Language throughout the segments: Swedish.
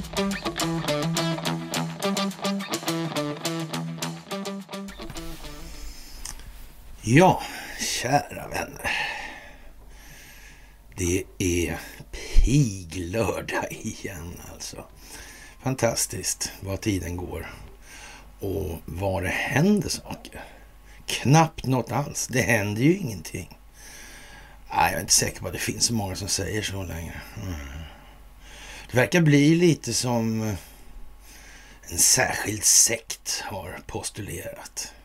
Ja, kära vänner. Det är piglördag igen alltså. Fantastiskt vad tiden går och vad det händer saker. Knappt något alls. Det händer ju ingenting. Nej, jag är inte säker på att det finns så många som säger så längre. Det verkar bli lite som en särskild sekt har postulerat.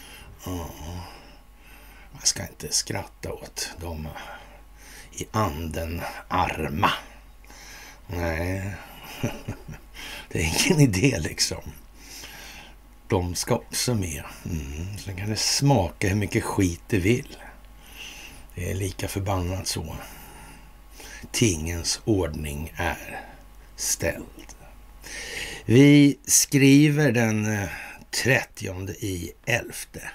Man ska inte skratta åt dem i anden arma. Nej, det är ingen idé liksom. De ska också med. Så kan det smaka hur mycket skit det vill. Det är lika förbannat så. Tingens ordning är ställd. Vi skriver den 30/11.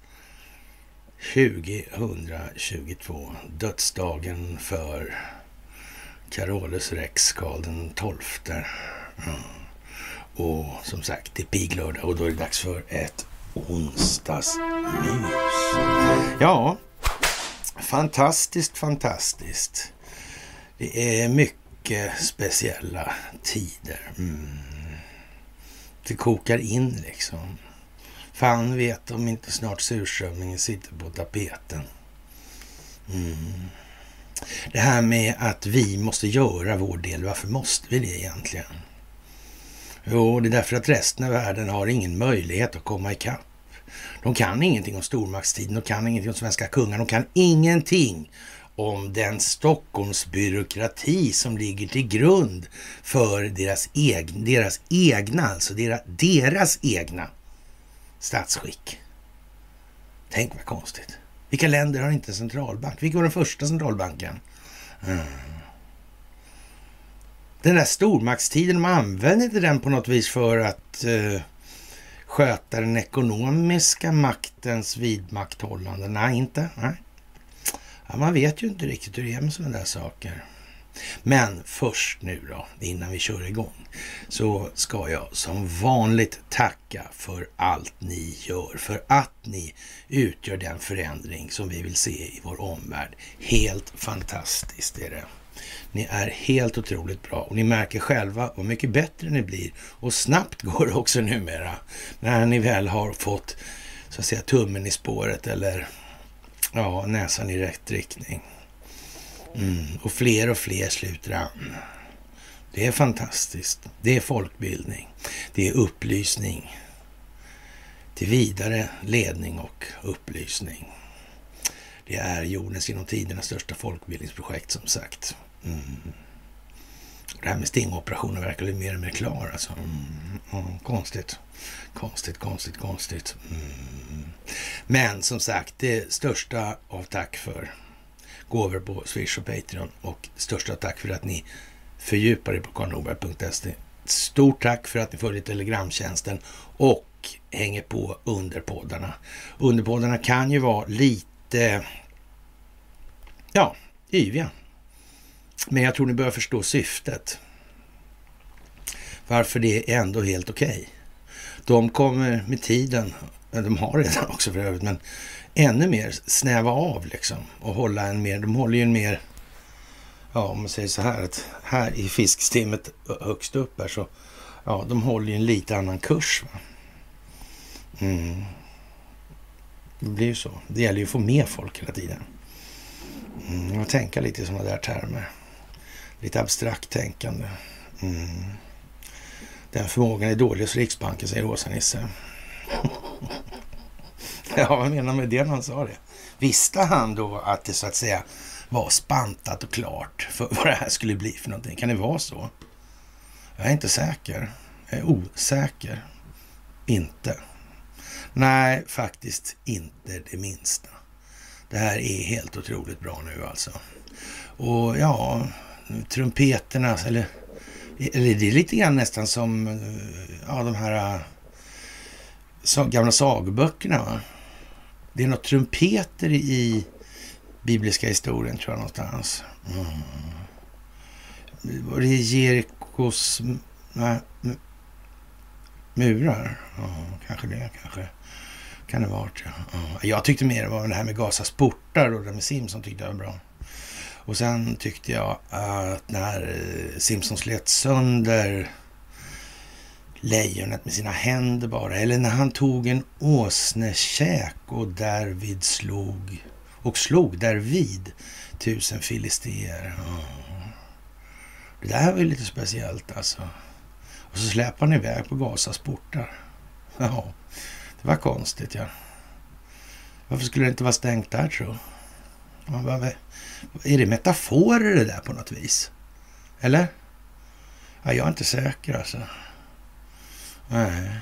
2022, dödsdagen för Carolus Rex Karl den 12. Och som sagt, det är piglördag och då är det dags för ett onsdagsmys. Ja, fantastiskt. Det är mycket speciella tider. Det kokar in liksom. Fan vet om inte snart surströmmingen sitter på tapeten. Det här med att vi måste göra vår del. Varför måste vi det egentligen? Jo, det är därför att resten av världen har ingen möjlighet att komma ikapp. De kan ingenting om stormaktstiden. De kan ingenting om svenska kungar. De kan ingenting om den Stockholmsbyråkrati som ligger till grund för deras egna statsskick. Tänk vad konstigt. Vilka länder har inte en centralbank? Vilka var den första centralbanken? Den där stormaktstiden, de använde inte den på något vis för att sköta den ekonomiska maktens vidmakthållande. Nej, inte. Nej. Ja, man vet ju inte riktigt hur det är med sådana där saker. Men först nu då, innan vi kör igång, så ska jag som vanligt tacka för allt ni gör. För att ni utgör den förändring som vi vill se i vår omvärld. Helt fantastiskt är det. Ni är helt otroligt bra och ni märker själva hur mycket bättre ni blir. Och snabbt går det också numera när ni väl har fått så att säga tummen i spåret eller näsan i rätt riktning. Och fler sluter an. Det är fantastiskt. Det är folkbildning. Det är upplysning. Till vidare ledning och upplysning. Det är jordens genom tiderna största folkbildningsprojekt som sagt. Det här med stingoperationer verkar bli mer och mer klar. Alltså. Konstigt. Men som sagt, det största av tack för gåvor på Swish och Patreon och största tack för att ni fördjupar er på karlnorberg.se. Stort tack för att ni följer telegramtjänsten och hänger på underpoddarna. Underpoddarna kan ju vara lite yviga. Men jag tror ni börjar förstå syftet. Varför det är ändå helt okej. De kommer med tiden, de har redan också för övrigt, men ännu mer snäva av liksom och hålla en mer, de håller ju en mer, om man säger så här, att här i fiskstimmet högst upp här så, de håller ju en lite annan kurs va. Det blir ju så. Det gäller ju att få med folk hela tiden. Och tänka lite i sådana där termer. Lite abstrakt tänkande. Den förmågan är dålig hos Riksbanken, säger Åsa-Nisse. Ja, vad menar med det när han sa det? Visste han då att det så att säga var spantat och klart för vad det här skulle bli för någonting? Kan det vara så? Jag är inte säker. Jag är osäker. Inte. Nej, faktiskt inte det minsta. Det här är helt otroligt bra nu alltså. Och trumpeterna, eller det är lite grann nästan som de här gamla sagoböckerna va? Det är något trumpeter i bibliska historien tror jag någonstans. Det är Jerikos murar? Ja, kanske det. Kan det vara det? Ja. Jag tyckte mer det var det här med Gazas portar och det med Simpson tyckte jag var bra. Och sen tyckte jag att när Simpson slet sönder lejonet med sina händer bara, eller när han tog en åsnekäk och därvid slog därvid 1000 filister. Ja. Det där var ju lite speciellt alltså. Och så släpar han iväg på Gazas portar. Ja, det var konstigt, ja. Varför skulle det inte vara stängt där, tror jag? Är det metaforer det där på något vis? Eller? Ja, jag är inte säker alltså. Nej.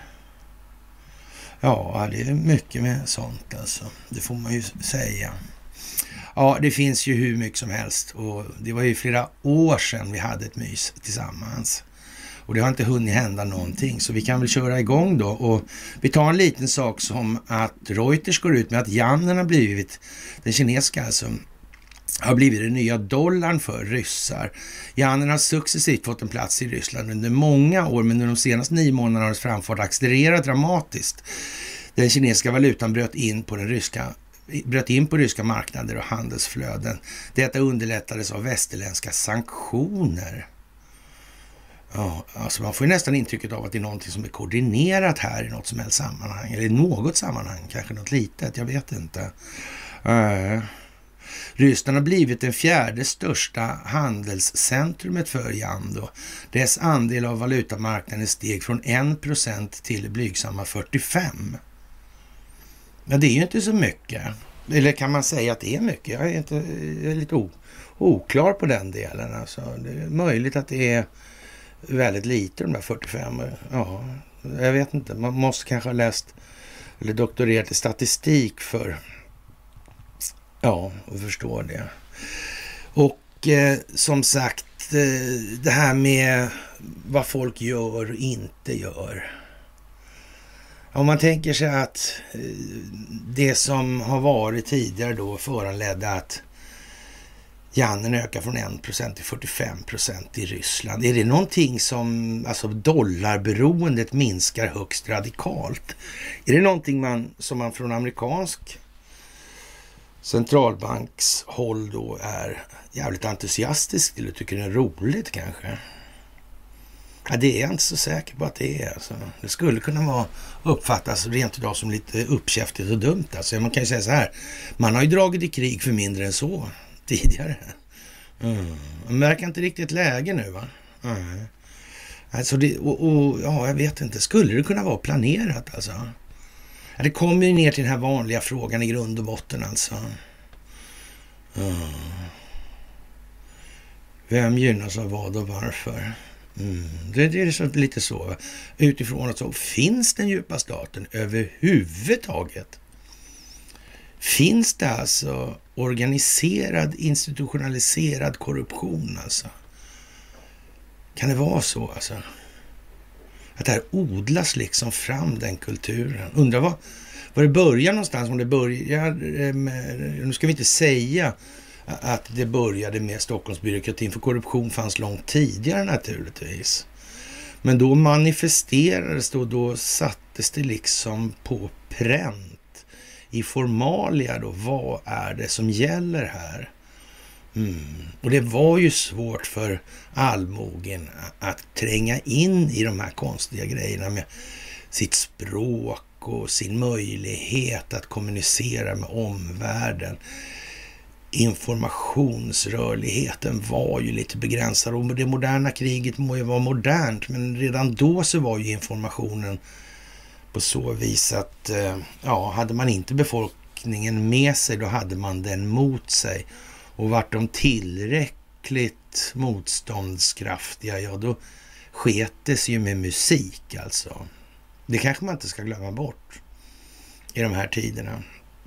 Ja, det är mycket med sånt alltså. Det får man ju säga. Ja, det finns ju hur mycket som helst. Och det var ju flera år sedan vi hade ett mys tillsammans. Och det har inte hunnit hända någonting. Så vi kan väl köra igång då. Och vi tar en liten sak som att Reuters går ut med att yanen har blivit, den kinesiska alltså, har blivit den nya dollarn för ryssar. Yanen har successivt fått en plats i Ryssland under många år, men under de senaste 9 månaderna har dess framfart accelererat dramatiskt. Den kinesiska valutan bröt in på ryska marknader och handelsflöden. Detta underlättades av västerländska sanktioner. Ja, alltså man får ju nästan intrycket av att det är någonting som är koordinerat här i något som helst sammanhang. Eller i något sammanhang, kanske något litet, jag vet inte. Ryssland har blivit den 4:e största handelscentrumet för yuan då. Dess andel av valutamarknaden steg från 1% till blygsamma 45%. Men det är ju inte så mycket. Eller kan man säga att det är mycket? Jag är lite oklar på den delen. Alltså, det är möjligt att det är väldigt lite, de där 45. Ja, jag vet inte. Man måste kanske ha läst eller doktorerat i statistik för att förstå det. Och som sagt, det här med vad folk gör och inte gör. Om man tänker sig att det som har varit tidigare då föranledde att yanen ökar från 1% till 45% i Ryssland. Är det någonting som, alltså dollarberoendet minskar högst radikalt? Är det någonting som man från amerikansk centralbankshåll då är jävligt entusiastisk eller tycker det är roligt kanske? Ja, det är jag inte så säker på att det är. Alltså. Det skulle kunna uppfattas rent idag som lite uppkäftigt och dumt. Alltså. Man kan ju säga så här, man har ju dragit i krig för mindre än så tidigare. Man märker inte riktigt läge nu, va? Alltså jag vet inte. Skulle det kunna vara planerat alltså? Ja, det kommer ju ner till den här vanliga frågan i grund och botten alltså. Vem gynnas av vad och varför? Det är så, lite så. Utifrån att så finns den djupa staten överhuvudtaget? Finns det alltså organiserad, institutionaliserad korruption alltså? Kan det vara så alltså? Att det här odlas liksom fram den kulturen. Undrar var det börjar någonstans, om det börjar med, nu ska vi inte säga att det började med Stockholmsbyråkratin, för korruption fanns långt tidigare naturligtvis. Men då manifesterades det och då sattes det liksom på pränt i formalia då, vad är det som gäller här? Och det var ju svårt för allmogen att tränga in i de här konstiga grejerna med sitt språk och sin möjlighet att kommunicera med omvärlden. Informationsrörligheten var ju lite begränsad och det moderna kriget må ju vara modernt, men redan då så var ju informationen på så vis att hade man inte befolkningen med sig, då hade man den mot sig. Och vart de tillräckligt motståndskraftiga, då sketes ju med musik alltså. Det kanske man inte ska glömma bort i de här tiderna.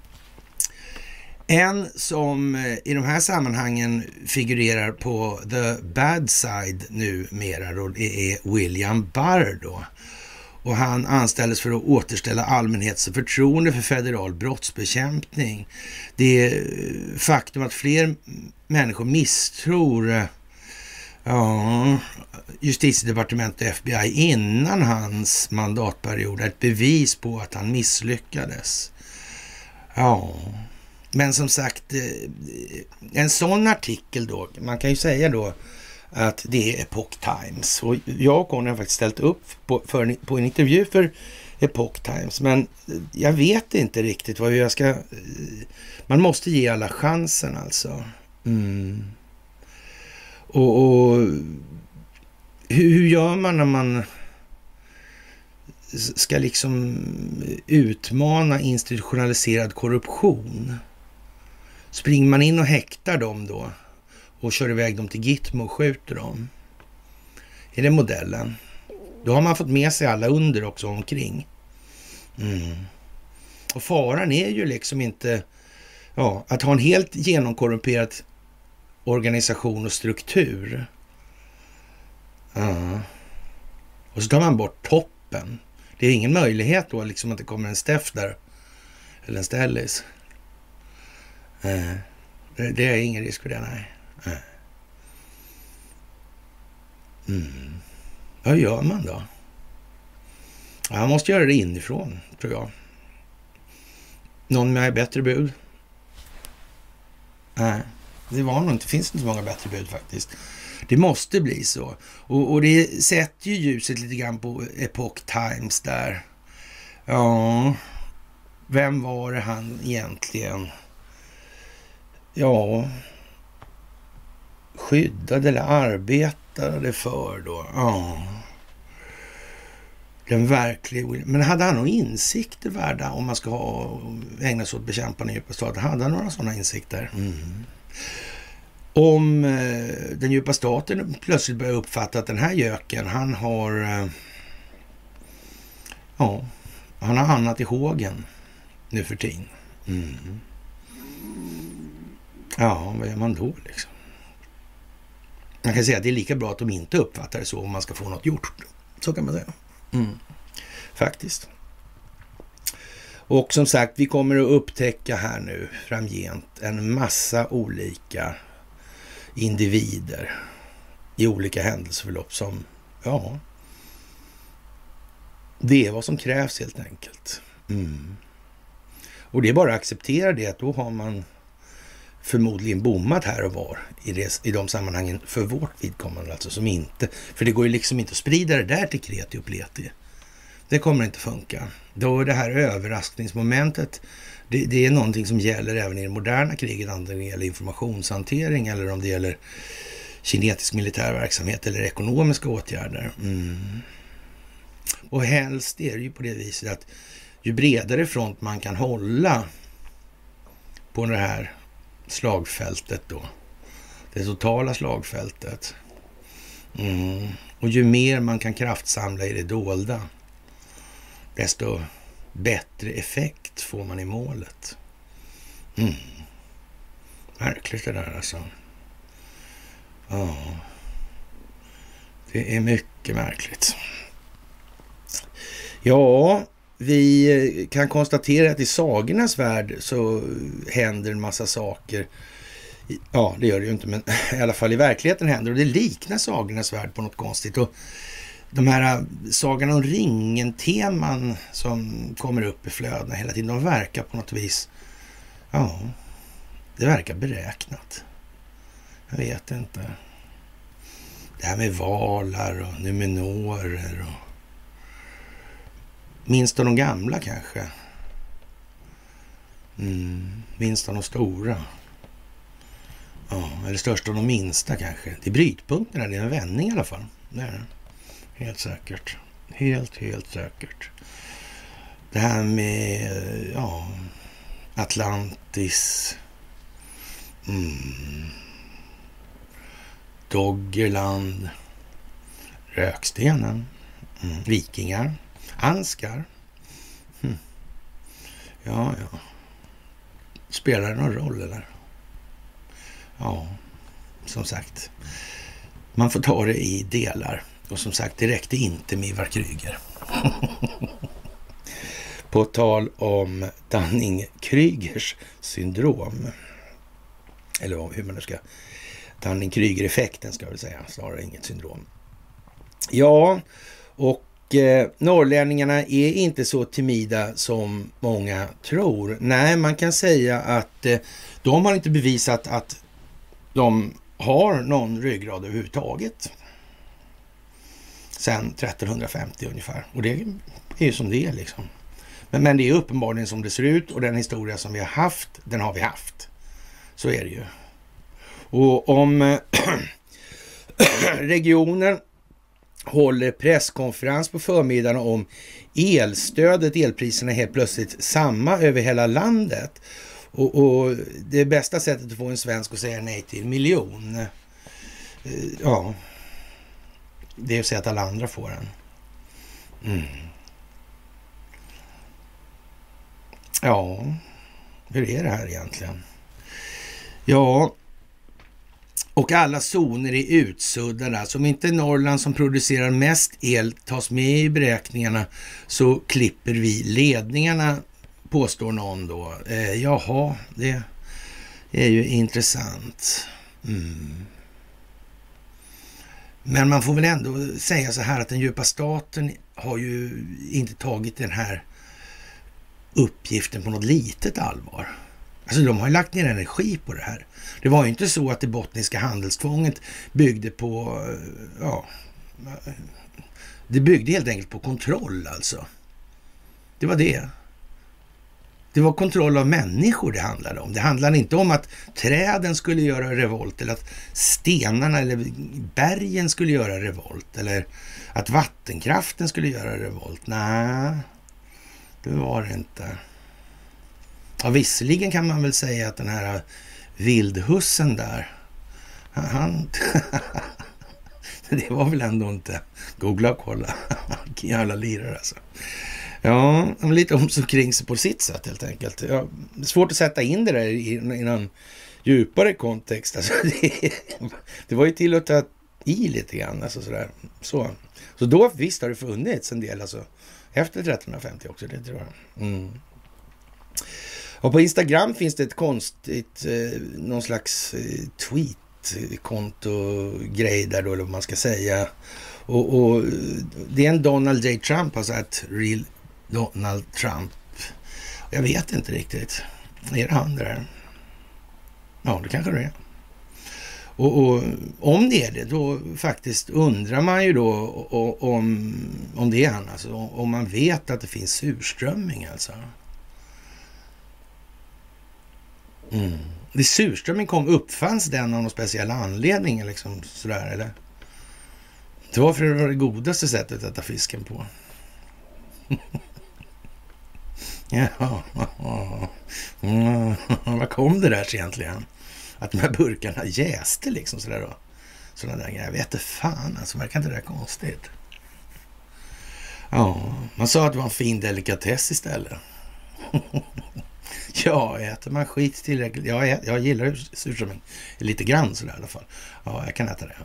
En som i de här sammanhangen figurerar på the bad side numera då, det är William Barr då. Och han anställdes för att återställa allmänhetens förtroende för federal brottsbekämpning. Det är faktum att fler människor misstror Ja, justitiedepartementet och FBI innan hans mandatperiod är ett bevis på att han misslyckades. Ja, men som sagt, en sån artikel då, man kan ju säga då att det är Epoch Times. Och jag och Conny har faktiskt ställt upp på en intervju för Epoch Times, men jag vet inte riktigt vad jag ska... Man måste ge alla chansen alltså. Och hur gör man när man ska liksom utmana institutionaliserad korruption? Springer man in och häktar dem då och kör iväg dem till Gitmo och skjuter dem? Är det modellen? Då har man fått med sig alla under också omkring. Och faran är ju liksom inte att ha en helt genomkorrumperad organisation och struktur. Och så tar man bort toppen. Det är ingen möjlighet då liksom att det kommer en Steff där eller en Stellis. Det är ingen risk för det, nej. Vad gör man då? Jag måste göra det inifrån, tror jag. Någon med bättre bud? Nej, det var nog inte. Finns inte så många bättre bud faktiskt. Det måste bli så. Och det sätter ju ljuset lite grann på Epoch Times där. Ja, vem var det han egentligen? Ja, skyddade eller arbetade för då? Ja, den verkliga... Men hade han några insikter värda om man ska ägna sig åt bekämpande djupa stater? Hade han några sådana insikter? Om den djupa staten plötsligt börjar uppfatta att den här göken, han har hamnat i hågen nu för tiden. Ja, vad gör man då liksom? Man kan säga att det är lika bra att de inte uppfattar det så om man ska få något gjort. Så kan man säga. Faktiskt. Och som sagt, vi kommer att upptäcka här nu framgent en massa olika individer i olika händelseförlopp som, det är vad som krävs helt enkelt. Och det är bara att acceptera det, att då har man förmodligen bommat här och var i de sammanhangen för vårt vidkommande, alltså som inte, för det går ju liksom inte att sprida det där till kreti och pleti. Det kommer inte funka. Då är det här överraskningsmomentet, det är någonting som gäller även i det moderna kriget, antingen det gäller informationshantering eller om det gäller kinetisk militär verksamhet eller ekonomiska åtgärder. Och helst är det ju på det viset att ju bredare front man kan hålla på det här slagfältet då, det totala slagfältet, och ju mer man kan kraftsamla i det dolda, desto bättre effekt får man i målet. Märkligt det där alltså. Ja, det är mycket märkligt. Ja, vi kan konstatera att i sagornas värld så händer en massa saker. Ja, det gör det ju inte, men i alla fall i verkligheten händer, och det liknar sagornas värld på något konstigt. Och de här Sagan om ringen-teman som kommer upp i flödena hela tiden, de verkar på något vis, det verkar beräknat. Jag vet inte. Det här med valar och numenorer och minst av de gamla kanske. Minst av de stora. Ja, eller störst av de minsta kanske. Det är brytpunkterna, det är en vändning i alla fall. Det är det. Helt säkert. Helt säkert. Det här med Atlantis. Doggerland. Rökstenen. Vikingar. Anskar. Ja. Spelar det någon roll eller? Ja, som sagt. Man får ta det i delar. Och som sagt, det räckte inte med Ivar Kryger. På tal om Dunning-Krygers syndrom. Eller hur man nu ska Dunning-Kruger-effekten ska jag väl säga, snarare inget syndrom. Ja, och norrlänningarna är inte så timida som många tror. Nej, man kan säga att de har inte bevisat att de har någon ryggrad överhuvudtaget sedan 1350 ungefär. Och det är ju som det är liksom. Men det är uppenbarligen som det ser ut, och den historia som vi har haft, den har vi haft. Så är det ju. Och om regionen håller presskonferens på förmiddagen om elstödet, elpriserna helt plötsligt samma över hela landet. Och det bästa sättet att få en svensk att säga nej till 1 miljon, ja, det är att säga att alla andra får den. Ja, hur är det här egentligen? Ja, och alla zoner är utsuddade. Alltså om inte Norrland som producerar mest el tas med i beräkningarna, så klipper vi ledningarna, påstår någon då. Jaha, det är ju intressant. Men man får väl ändå säga så här att den djupa staten har ju inte tagit den här uppgiften på något litet allvar. Alltså de har ju lagt ner energi på det här. Det var ju inte så att det bottniska handelstvånget byggde på, det byggde helt enkelt på kontroll alltså. Det var det. Det var kontroll av människor det handlade om. Det handlade inte om att träden skulle göra revolt, eller att stenarna eller bergen skulle göra revolt, eller att vattenkraften skulle göra revolt. Nej, det var det inte. Ja, visserligen kan man väl säga att den här vildhussen där, han det var väl ändå inte, googla och kolla, jävla lirare alltså. Ja, lite om så kring sig på sitt sätt helt enkelt. Ja, svårt att sätta in det där i någon djupare kontext. Alltså, det var ju till att ta i lite grann. Alltså sådär. Så då visst har det funnits en del alltså, efter 1350 också, det tror jag. Och på Instagram finns det ett konstigt, någon slags tweet-konto-grej där då, eller vad man ska säga. Och det är en Donald J. Trump, alltså ett real Donald Trump. Jag vet inte riktigt. Är det han där? Ja, det kanske det är. Och om det är det, då faktiskt undrar man ju då om det är han. Alltså, om man vet att det finns surströmming alltså. Det surströmming uppfanns den av någon speciell anledning liksom sådär, eller? Det var för det godaste sättet att äta fisken på. Ja, vad kom det där egentligen? Att de här burkarna jäste liksom sådär då. Sådana där grejer. Jag vet inte fan, alltså verkar inte det där konstigt? Ja, man sa att det var en fin delikatess istället. Ja, äter man skit tillräckligt. Jag gillar ju surströmming lite grann sådär i alla fall. Ja, jag kan äta det.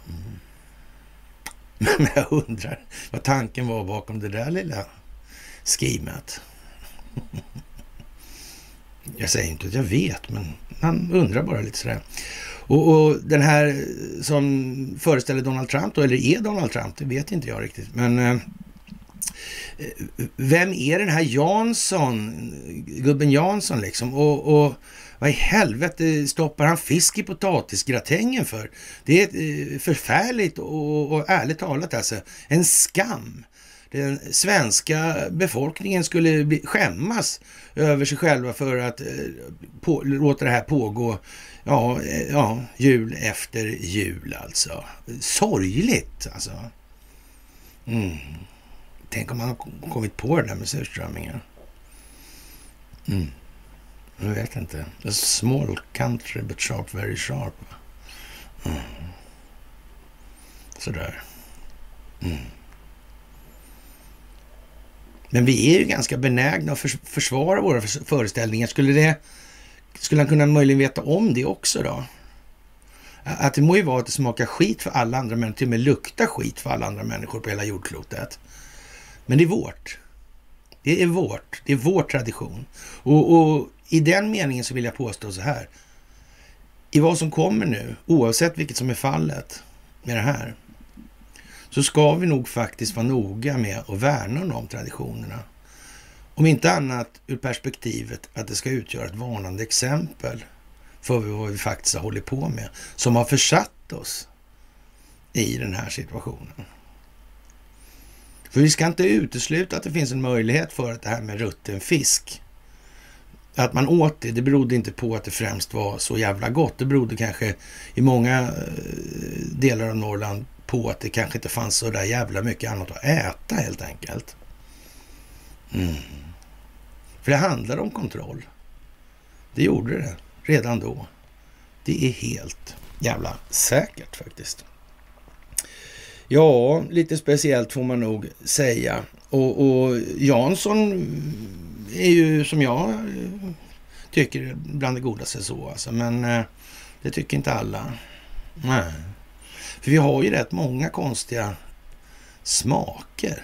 Men jag undrar vad tanken var bakom det där lilla skimet. Jag säger inte att jag vet, men man undrar bara lite sådär. Och den här som föreställer Donald Trump då, eller är Donald Trump, det vet inte jag riktigt. Men vem är den här gubben Jansson liksom? Och vad i helvete stoppar han fisk i potatisgratängen för? Det är förfärligt och ärligt talat alltså en skam. Den svenska befolkningen skulle skämmas över sig själva för att låta det här pågå jul efter jul alltså. Sorgligt alltså. Tänk om man har kommit på det där med surströmmingen. Jag vet inte. A small country but sharp, very sharp. Sådär. Men vi är ju ganska benägna att försvara våra föreställningar. Skulle han kunna möjligen veta om det också då? Att det må ju vara att det smakar skit för alla andra människor, till och med luktar skit för alla andra människor på hela jordklotet. Men det är vårt. Det är vår tradition. Och i den meningen så vill jag påstå så här. i vad som kommer nu, oavsett vilket som är fallet med det här, så ska vi nog faktiskt vara noga med att värna om de traditionerna. Om inte annat ur perspektivet att det ska utgöra ett varnande exempel för vad vi faktiskt har hållit på med, som har försatt oss i den här situationen. För vi ska inte utesluta att det finns en möjlighet för att det här med rutten fisk, att man åt det berodde inte på att det främst var så jävla gott. Det berodde kanske i många delar av Norrland på att det kanske inte fanns så där jävla mycket annat att äta helt enkelt. För det handlar om kontroll. Det gjorde det redan då. Det är helt jävla säkert faktiskt. Ja, lite speciellt får man nog säga. Och Jansson är ju, som jag tycker, bland det godaste så. Alltså. Men det tycker inte alla. Nej. För vi har ju rätt många konstiga smaker.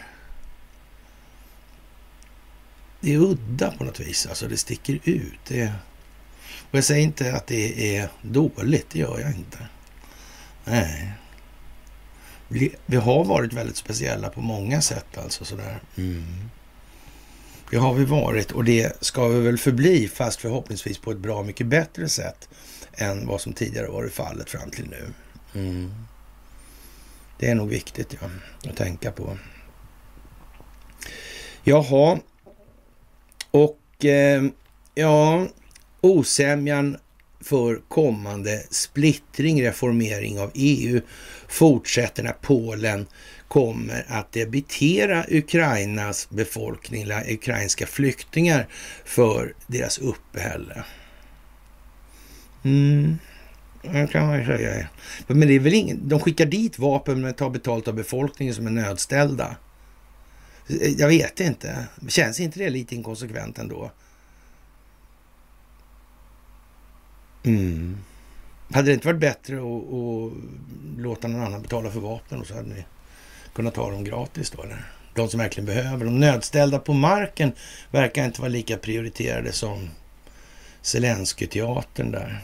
Det är udda på något vis. Alltså det sticker ut. Och jag säger inte att det är dåligt. Det gör jag inte. Nej. Vi har varit väldigt speciella på många sätt. Alltså sådär. Det har vi varit. Och det ska vi väl förbli. Fast förhoppningsvis på ett bra mycket bättre sätt än vad som tidigare varit fallet fram till nu. Det är nog viktigt att tänka på. Jaha. Och osämjan för kommande splittring, reformering av EU fortsätter när Polen kommer att debitera Ukrainas befolkning, eller ukrainska flyktingar, för deras uppehälle. Det kan man ju säga. Men det är väl ingen, de skickar dit vapen men tar betalt av befolkningen som är nödställda. Jag vet inte. Känns inte det lite inkonsekvent ändå? Hade det inte varit bättre att låta någon annan betala för vapen och så hade ni kunnat ta dem gratis då? Eller? De som verkligen behöver. De nödställda på marken verkar inte vara lika prioriterade som Zelensky-teatern där.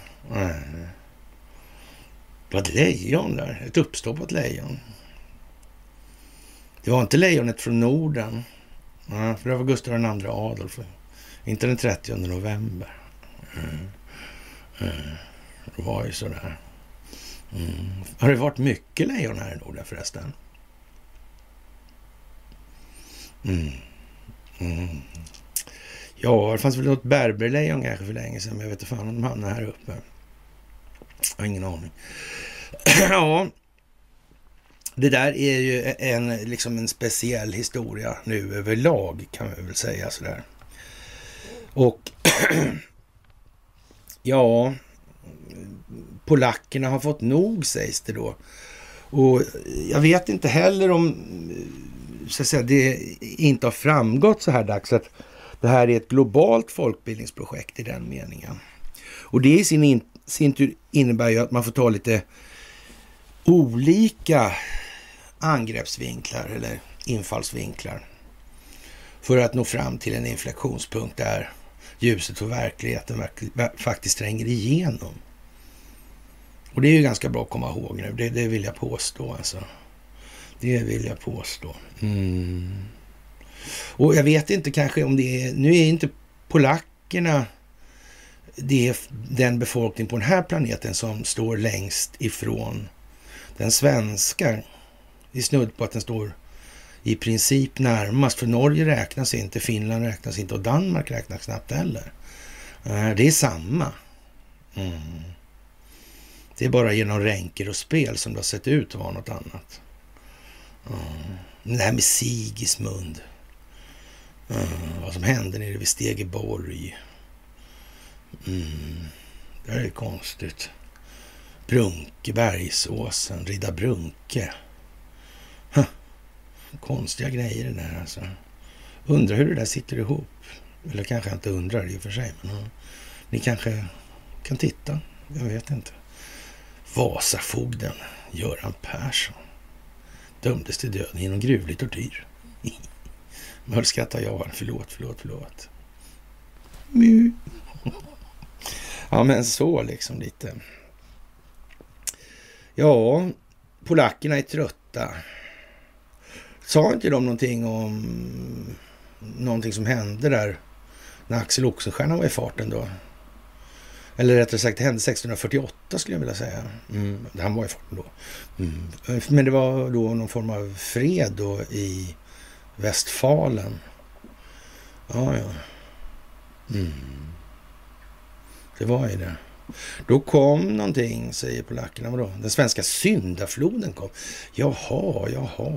Det var ett lejon där. Ett uppstoppat lejon. Det var inte lejonet från Norden. För det var Gustav II Adolf. Inte den 30 november. Det var ju sådär. Har det varit mycket lejon här i Norden förresten? Ja, det fanns väl något berberlejon kanske för länge sedan. Men jag vet inte fan om de hamnar här uppe. Jag har ingen aning. Ja, det där är ju en speciell historia nu överlag, kan man väl säga sådär. Och ja, polackerna har fått nog, sägs det då. Och jag vet inte heller om, så att säga, det inte har framgått så här dags att det här är ett globalt folkbildningsprojekt i den meningen. Och det i sin tur innebär ju att man får ta lite olika angreppsvinklar eller infallsvinklar för att nå fram till en inflektionspunkt där ljuset och verkligheten faktiskt tränger igenom. Och det är ju ganska bra att komma ihåg nu. Det vill jag påstå alltså. Det vill jag påstå. Och jag vet inte kanske om det är, nu är inte polackerna det är den befolkning på den här planeten som står längst ifrån den svenska. Det är snudd på att den står i princip närmast, för Norge räknas inte, Finland räknas inte och Danmark räknas knappt heller. Det är samma. Det är bara genom ränker och spel som det har sett ut att vara något annat. Det här med Sigismund. Vad som hände nere vid Stegeborg. Det är konstigt. Brunke, Bergsåsen, Ridda Brunke. Konstiga grejer det där alltså. Undrar hur det där sitter ihop. Eller kanske inte undrar i och för sig. Men ni kanske kan titta. Jag vet inte. Vasafogden Göran Persson dömdes till döden genom gruvlig tortyr. Men skrattar jag. Förlåt. Ja, men så liksom lite. Ja, polackerna är trötta. Sa inte de någonting om någonting som hände där när Axel Oxenstierna var i farten då? Eller rättare sagt, det hände 1648 skulle jag vilja säga. Han var i farten då. Men det var då någon form av fred då i Westfalen. Ja. Det var ju det. Då kom någonting, säger polackerna. Vadå? Den svenska syndafloden kom. Jaha.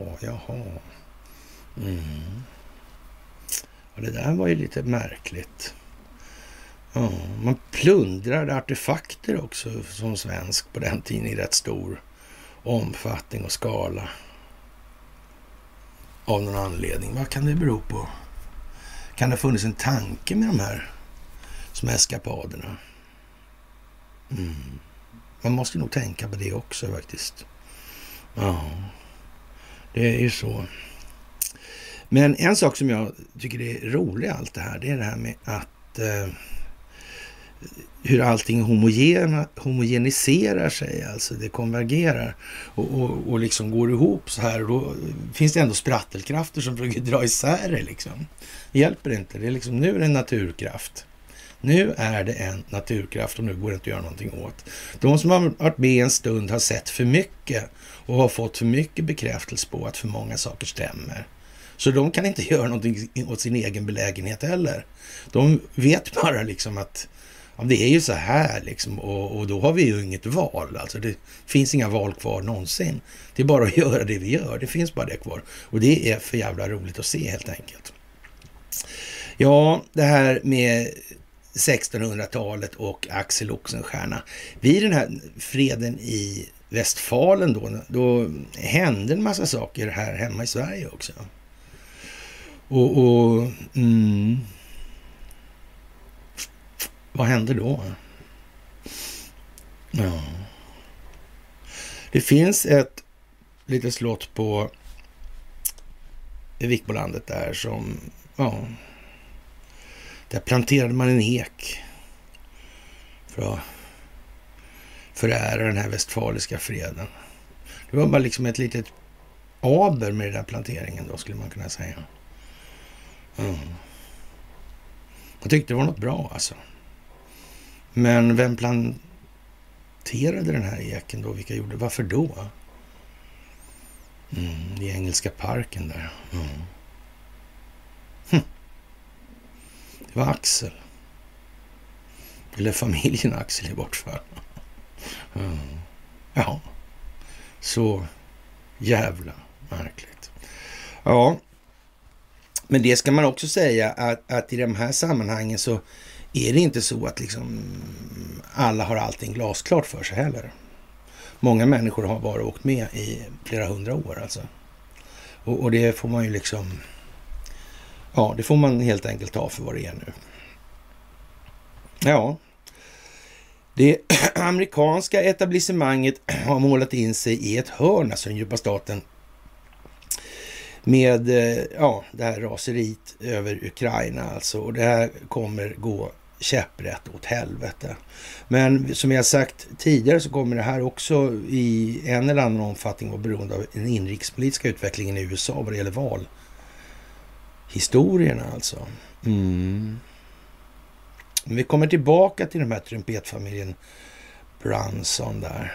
Och det där var ju lite märkligt. Ja, man plundrade artefakter också som svensk på den tiden i rätt stor omfattning och skala. Av någon anledning. Vad kan det bero på? Kan det ha funnits en tanke med de här som eskapaderna? Man måste nog tänka på det också faktiskt. Ja, det är ju så. Men en sak som jag tycker är rolig i allt det här, det är det här med att hur allting homogeniserar sig, alltså det konvergerar och liksom går ihop så här, och då finns det ändå sprattelkrafter som försöker dra isär det liksom. Det hjälper inte, det är liksom, nu är det en naturkraft. Nu är det en naturkraft och nu går det inte att göra någonting åt. De som har varit med en stund har sett för mycket och har fått för mycket bekräftelse på att för många saker stämmer. Så de kan inte göra någonting åt sin egen belägenhet heller. De vet bara liksom att ja, det är ju så här liksom, och då har vi ju inget val. Alltså det finns inga val kvar någonsin. Det är bara att göra det vi gör. Det finns bara det kvar. Och det är för jävla roligt att se helt enkelt. Ja, det här med 1600-talet och Axel Oxenstierna. Vid den här freden i Westfalen då hände en massa saker här hemma i Sverige också. Vad hände då? Ja. Det finns ett litet slott på Vikbolandet där som, ja, där planterade man en ek för att förära den här westfaliska freden. Det var bara liksom ett litet aber med den där planteringen då, skulle man kunna säga. Jag tyckte det var något bra alltså. Men vem planterade den här eken då? Vilka gjorde? Varför då? I Engelska parken där. Det var Axel. Eller familjen Axel i vart fall. Ja. Så jävla märkligt. Ja. Men det ska man också säga att i de här sammanhangen så är det inte så att liksom alla har allting glasklart för sig heller. Många människor har bara åkt med i flera 100 år alltså. Och det får man ju liksom, ja, det får man helt enkelt ta för vad det är nu. Ja, det amerikanska etablissemanget har målat in sig i ett hörn, alltså den djupa staten, med det här raseriet över Ukraina alltså. Och det här kommer gå käpprätt åt helvete. Men som jag sagt tidigare så kommer det här också i en eller annan omfattning vara beroende av den inrikespolitiska utvecklingen i USA vad det gäller valhistorierna alltså. Vi kommer tillbaka till den här trumpetfamiljen Brunson där.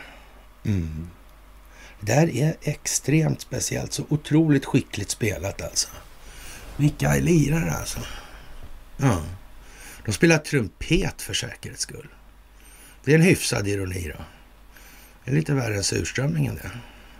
Det där är extremt speciellt, så otroligt skickligt spelat alltså. Vilka är lirare alltså. Ja. De spelar trumpet för säkerhets skull. Det är en hyfsad ironi då. Det är lite värre än surströmmingen det.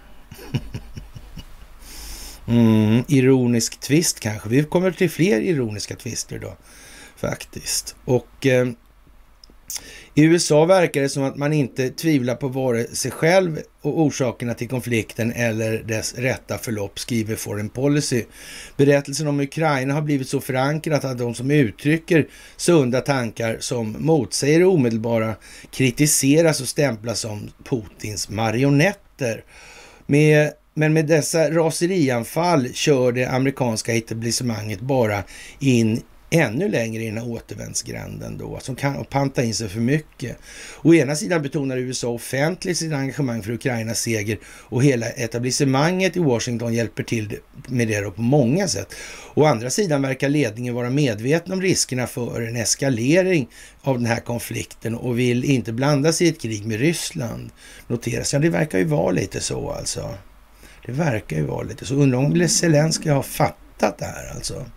Ironisk twist kanske. Vi kommer till fler ironiska twister då. Faktiskt. Och i USA verkar det som att man inte tvivlar på vare sig själv och orsakerna till konflikten eller dess rätta förlopp, skriver Foreign Policy. Berättelsen om Ukraina har blivit så förankrat att de som uttrycker sunda tankar som motsäger det omedelbara kritiseras och stämplas som Putins marionetter. Men med dessa raserianfall kör det amerikanska etablissemanget bara in ännu längre i den här återvändsgränden då, som kan panta in sig för mycket. Å ena sidan betonar USA offentligt sitt engagemang för Ukrainas seger och hela etablissemanget i Washington hjälper till med det då på många sätt. Å andra sidan verkar ledningen vara medveten om riskerna för en eskalering av den här konflikten och vill inte blanda sig i ett krig med Ryssland. Noteras. Ja, det verkar ju vara lite så alltså. Det verkar ju vara lite så. Undrar om Zelenskyj har fattat det här alltså.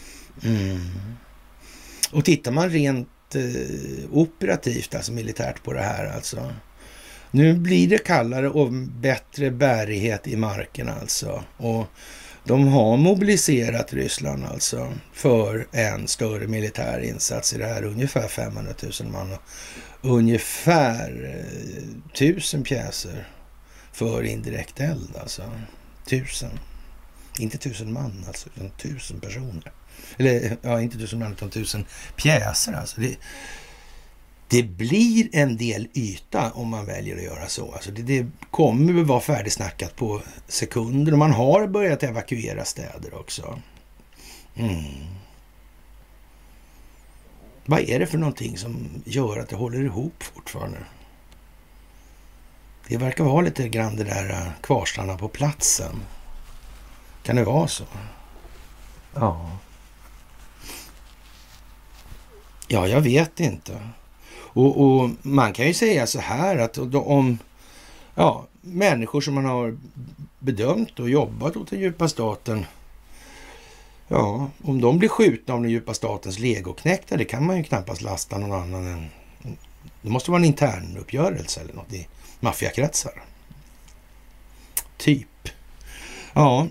Och tittar man rent operativt, alltså militärt på det här alltså. Nu blir det kallare och bättre bärighet i marken alltså. Och de har mobiliserat Ryssland alltså för en större militär insats i det här. Ungefär 500 000 man och ungefär 1000 pjäser för indirekt eld alltså. 1000. Inte 1000 man alltså, utan 1000 personer. Eller ja, inte 1000 man utan 1000 pjäser alltså. Det blir en del yta om man väljer att göra så. Alltså det kommer att vara färdigsnackat på sekunder och man har börjat evakuera städer också. Vad är det för någonting som gör att det håller ihop fortfarande? Det verkar vara lite grann det där kvarstanna på platsen. Kan det vara så? Ja. Ja, jag vet inte. Och man kan ju säga så här att om människor som man har bedömt och jobbat åt den djupa staten, ja, om de blir skjutna av den djupa statens legoknäckta, det kan man ju knappast lasta någon annan än. Det måste vara en intern uppgörelse eller något i maffiakretsar. Typ. Ja.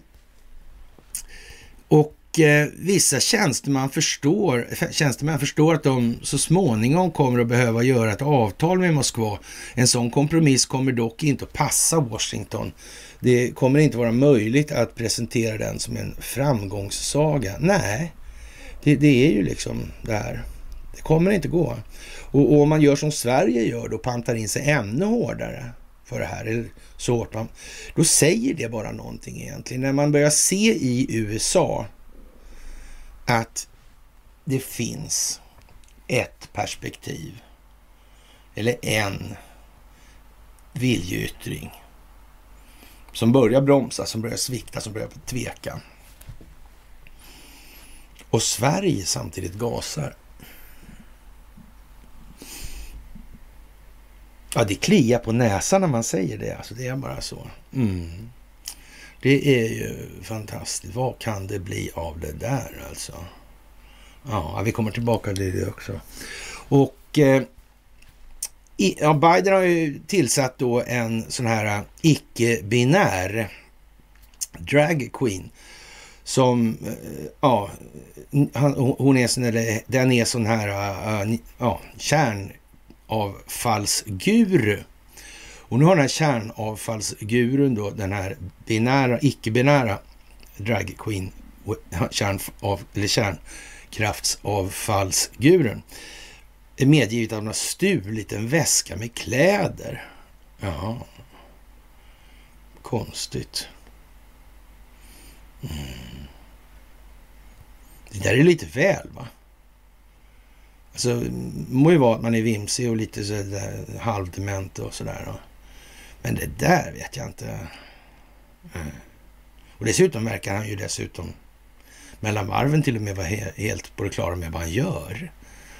Och vissa tjänstemän förstår att de så småningom kommer att behöva göra ett avtal med Moskva. En sån kompromiss kommer dock inte att passa Washington. Det kommer inte vara möjligt att presentera den som en framgångssaga. Nej, det är ju liksom det här. Det kommer inte gå. Och om man gör som Sverige gör då, pantar in sig ännu hårdare för det här, eller så, då säger det bara någonting egentligen. När man börjar se i USA att det finns ett perspektiv eller en viljeyttring som börjar bromsa, som börjar svikta, som börjar tveka. Och Sverige samtidigt gasar. Ja, det kliar på näsan när man säger det. Alltså det är bara så. Det är ju fantastiskt. Vad kan det bli av det där alltså? Ja, vi kommer tillbaka till det också. Och Biden har ju tillsatt då en sån här icke-binär drag queen som, hon är sån, eller den är sån här kärnavfallsguru. Och nu har den här kärnavfallsgurun då, den här icke-binära drag queen, kärnkraftsavfallsgurun, är medgivet att hon har stulit en väska med kläder. Ja, konstigt. Det där är lite väl, va? Alltså, det må ju vara att man är vimsig och lite så där halvdement och sådär. Men det där vet jag inte. Och dessutom verkar han ju dessutom mellan varven till och med vara helt på det klara med vad han gör.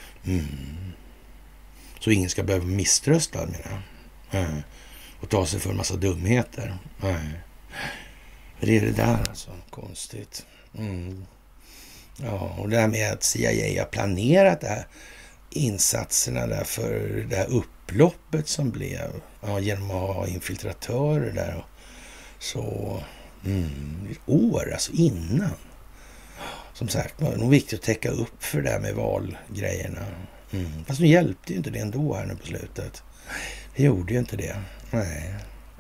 Så ingen ska behöva misströsta, menar jag. Och ta sig för en massa dumheter. Det är det där alltså, konstigt. Ja, och det här med att CIA har planerat det här insatserna där för det här upploppet som blev, genom att ha infiltratörer där och så ett år alltså innan. Som sagt, det var nog viktigt att täcka upp för det där med valgrejerna. Fast nu hjälpte ju inte det ändå här nu på slutet. Det gjorde ju inte det. Nej.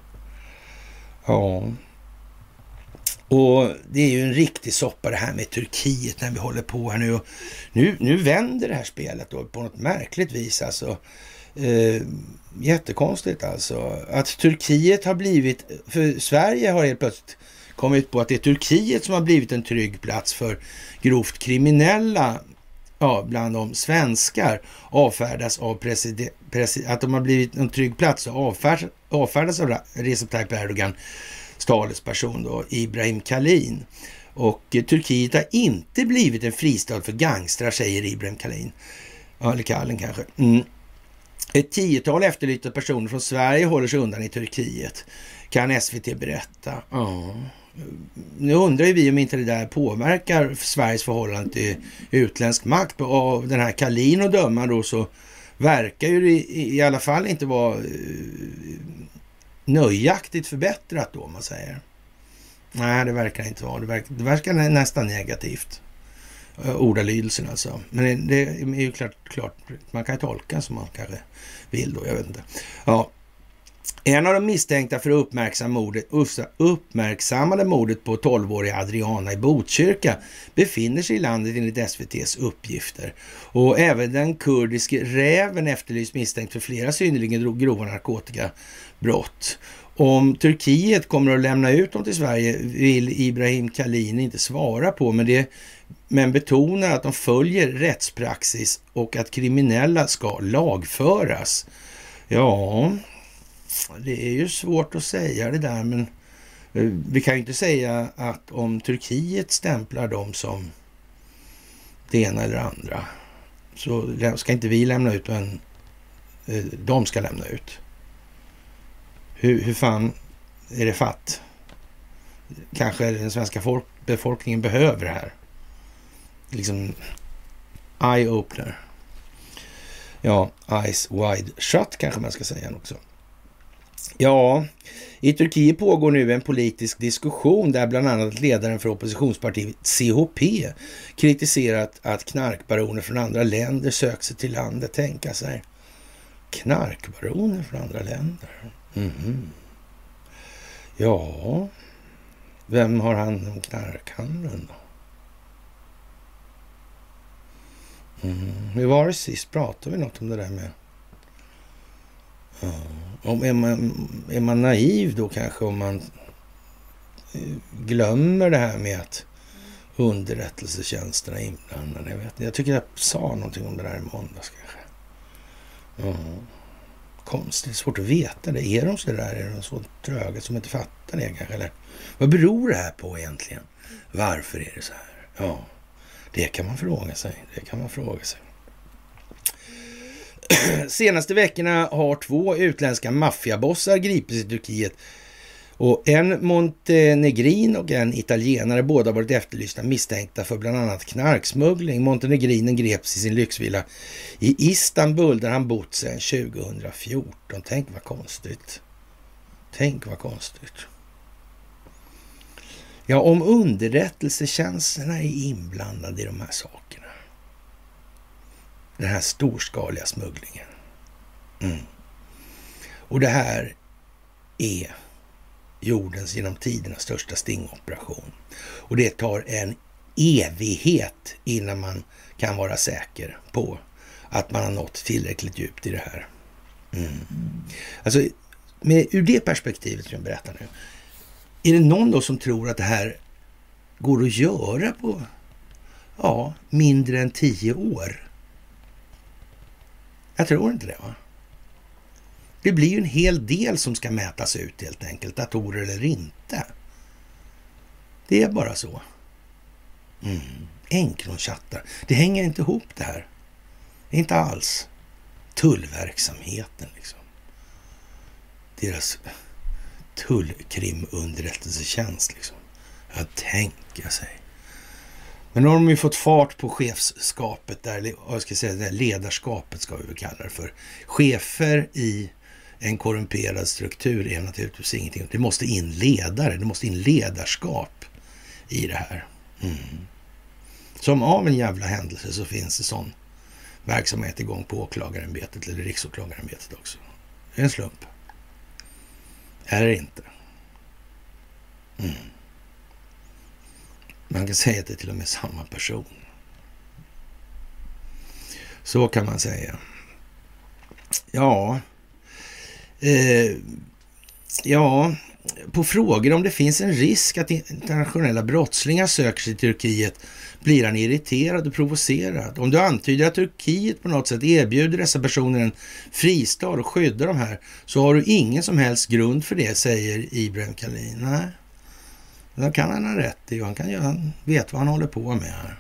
Ja. Och det är ju en riktig soppa det här med Turkiet när vi håller på här nu. Och nu vänder det här spelet då på något märkligt vis. Alltså, jättekonstigt alltså. Att Turkiet har blivit, för Sverige har helt plötsligt kommit på att det är Turkiet som har blivit en trygg plats för grovt kriminella bland de svenskar avfärdas av att de har blivit en trygg plats och avfärdas av Recep Tayyip Erdogan, talesperson då, Ibrahim Kalin. Och Turkiet har inte blivit en fristad för gangstrar, säger Ibrahim Kalin. Eller Kalin kanske. Ett 10-tal efterlysta personer från Sverige håller sig undan i Turkiet, kan SVT berätta. Nu undrar ju vi om inte det där påverkar Sveriges förhållande till utländsk makt. Och av den här Kalin och döma då, så verkar ju det i alla fall inte vara nöjaktigt förbättrat då, om man säger. Nej, det verkar inte vara. Det verkar nästan negativt. Ordalydelsen alltså. Men det är ju klart man kan tolka som man kanske vill då, jag vet inte. Ja. En av de misstänkta för uppmärksammade mordet på 12-åriga Adriana i Botkyrka befinner sig i landet enligt SVT:s uppgifter. Och även den kurdiske räven efterlyst misstänkt för flera synnerligen grova narkotikabrott. Om Turkiet kommer att lämna ut dem till Sverige vill Ibrahim Kalin inte svara på, men betonar att de följer rättspraxis och att kriminella ska lagföras. Ja, det är ju svårt att säga det där, men vi kan ju inte säga att om Turkiet stämplar dem som det ena eller andra, så ska inte vi lämna ut, men de ska lämna ut. Hur fan är det fatt? Kanske den svenska befolkningen behöver det här. Liksom eye-opener. Ja, eyes wide shut kanske man ska säga också. Ja, i Turkiet pågår nu en politisk diskussion där bland annat ledaren för oppositionspartiet CHP kritiserat att knarkbaroner från andra länder söker sig till landet. Tänka sig. Knarkbaroner från andra länder. Ja, vem har hand om knarkhandeln då? Hur var det sist? Pratade vi något om det där med? Är man naiv då kanske om man glömmer det här med att underrättelsetjänsterna är inblandade? Jag tycker jag sa någonting om det där i måndags kanske. Konstigt, svårt att veta det. Är de så där? Är de så tröga som inte fattar det kanske? Eller vad beror det här på egentligen? Varför är det så här? Ja, det kan man fråga sig. Senaste veckorna har 2 utländska maffiabossar gripits i Turkiet. Och en montenegrin och en italienare, båda varit efterlysta misstänkta för bland annat knarksmuggling. Montenegrinen greps i sin lyxvilla i Istanbul där han bott sedan 2014. Tänk vad konstigt. Ja, om underrättelsetjänsterna är inblandade i de här sakerna. Den här storskaliga smugglingen. Och det här är jordens genom tiderna största stingoperation. Och det tar en evighet innan man kan vara säker på att man har nått tillräckligt djupt i det här. Alltså, ur det perspektivet som jag berättar nu. Är det någon då som tror att det här går att göra på mindre än 10 år? Jag tror inte det, va? Det blir ju en hel del som ska mätas ut helt enkelt. Datorer eller inte. Det är bara så. Encronchattar. Det hänger inte ihop det här. Inte alls. Tullverksamheten liksom. Deras tullkrimunderrättelsetjänst liksom. Att tänka sig. Men nu har de ju fått fart på chefskapet där, jag ska säga det ledarskapet ska vi väl kalla det för. Chefer i en korrumperad struktur är naturligtvis ingenting. Det måste in ledare, det måste in ledarskap i det här. Som av en jävla händelse så finns det sån verksamhet igång på åklagarämbetet eller riksåklagarämbetet också. Det är en slump. Eller inte. Man kan säga att det är till och med samma person. Så kan man säga. Ja. på frågor om det finns en risk att internationella brottslingar söker sig till Turkiet blir han irriterad och provocerad. Om du antyder att Turkiet på något sätt erbjuder dessa personer en fristad och skyddar dem här, så har du ingen som helst grund för det, säger Ibrahim Kalin. Nej, då kan han ha rätt i. Han vet vad han håller på med här.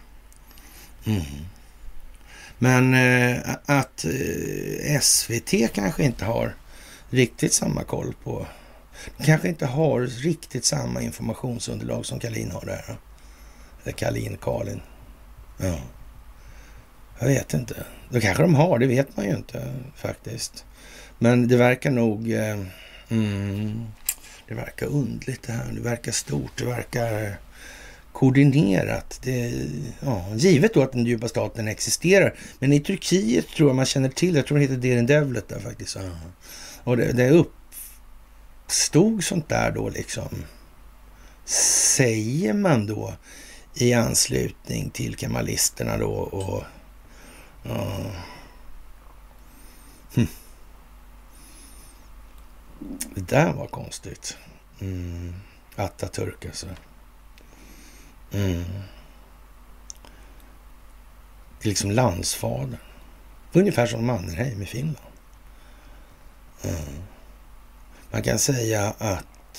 Men att SVT kanske inte har riktigt samma koll på, kanske inte har riktigt samma informationsunderlag som Kalin har där. Eller Kalin. Ja. Jag vet inte. Då kanske de har, det vet man ju inte faktiskt. Men det verkar nog... det verkar undligt det här. Det verkar stort. Det verkar koordinerat. Givet då att den djupa staten existerar. Men i Turkiet tror jag man känner till. Jag tror det heter Derin Devlet där faktiskt. Och det uppstod sånt där då liksom. Säger man då i anslutning till kemalisterna då och det där var konstigt. Atatürk alltså. Det är liksom landsfader. Ungefär som Mannerheim i Finland. Man kan säga att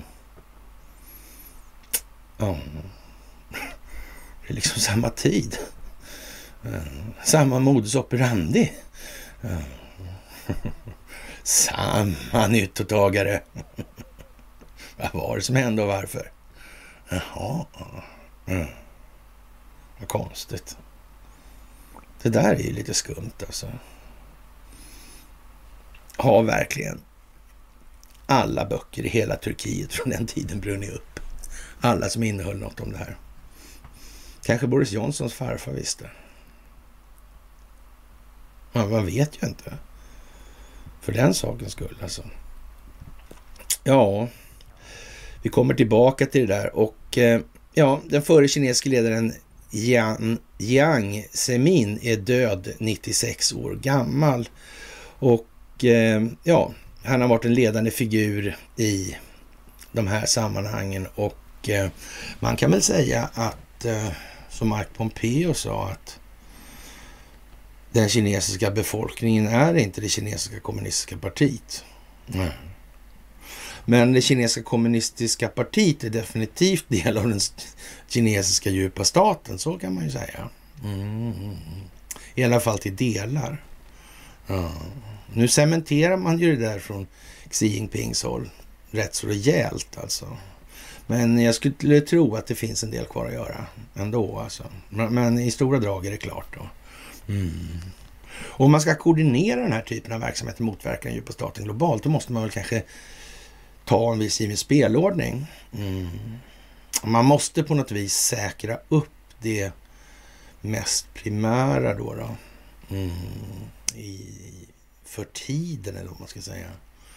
det är liksom samma tid. Samma modus operandi. Samma nyttotagare. Vad var det som hände och varför? Jaha. Vad konstigt. Det där är ju lite skumt alltså. Har verkligen alla böcker i hela Turkiet från den tiden brunnit upp? Alla som innehöll något om det här. Kanske Boris Johnsons farfar visste. Man vet ju inte. För den sakens skull alltså. Ja, vi kommer tillbaka till det där. Och den förre kinesiska ledaren Jiang Zemin är död, 96 år gammal. Och han har varit en ledande figur i de här sammanhangen. Och man kan väl säga att, som Mike Pompeo sa, att den kinesiska befolkningen är inte det kinesiska kommunistiska partiet. Nej. Men det kinesiska kommunistiska partiet är definitivt del av den kinesiska djupa staten, så kan man ju säga. I alla fall till delar. Nu cementerar man ju det där från Xi Jinpings håll rätt så rejält alltså. Men jag skulle tro att det finns en del kvar att göra ändå alltså. Men i stora drag är det klart då. Och om man ska koordinera den här typen av verksamhet och motverka den djupa staten globalt, då måste man väl kanske ta en viss given spelordning. Man måste på något vis säkra upp det mest primära då. För tiden, eller vad man ska säga.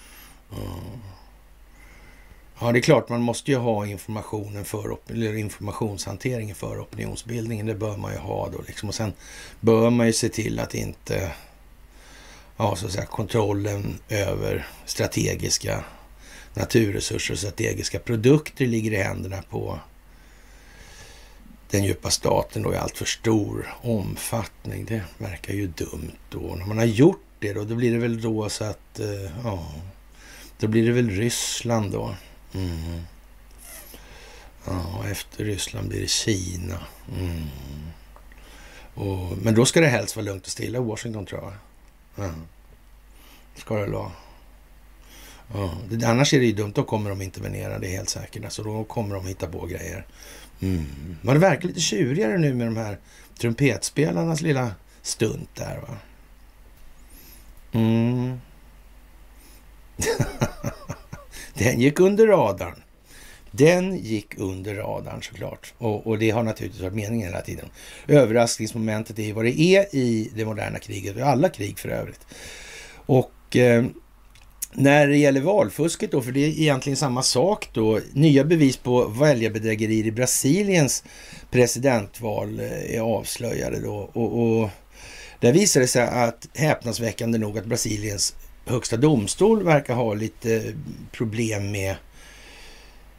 Ja, det är klart man måste ju ha informationen eller informationshanteringen för opinionsbildningen. Det bör man ju ha då liksom. Och sen bör man ju se till att inte så att säga, kontrollen över strategiska naturresurser och strategiska produkter ligger i händerna på den djupa staten då i allt för stor omfattning. Det verkar ju dumt då. När man har gjort det då blir det väl då så att då blir det väl Ryssland då. Efter Ryssland blir det Kina. Men då ska det helst vara lugnt och stilla i Washington, tror jag. Ska det vara. Annars är det ju dumt, då kommer de intervenera, det är helt säkert. Alltså då kommer de hitta på grejer. Men det verkar lite tjurigare nu med de här trumpetspelarnas lilla stunt där, va? Den gick under radarn. Den gick under radarn såklart. Och det har naturligtvis varit meningen hela tiden. Överraskningsmomentet är vad det är i det moderna kriget och alla krig för övrigt. Och när det gäller valfusket då, för det är egentligen samma sak då. Nya bevis på väljarbedrägerier i Brasiliens presidentval är avslöjade då. Och där visar det sig att häpnadsväckande nog att Brasiliens högsta domstol verkar ha lite problem med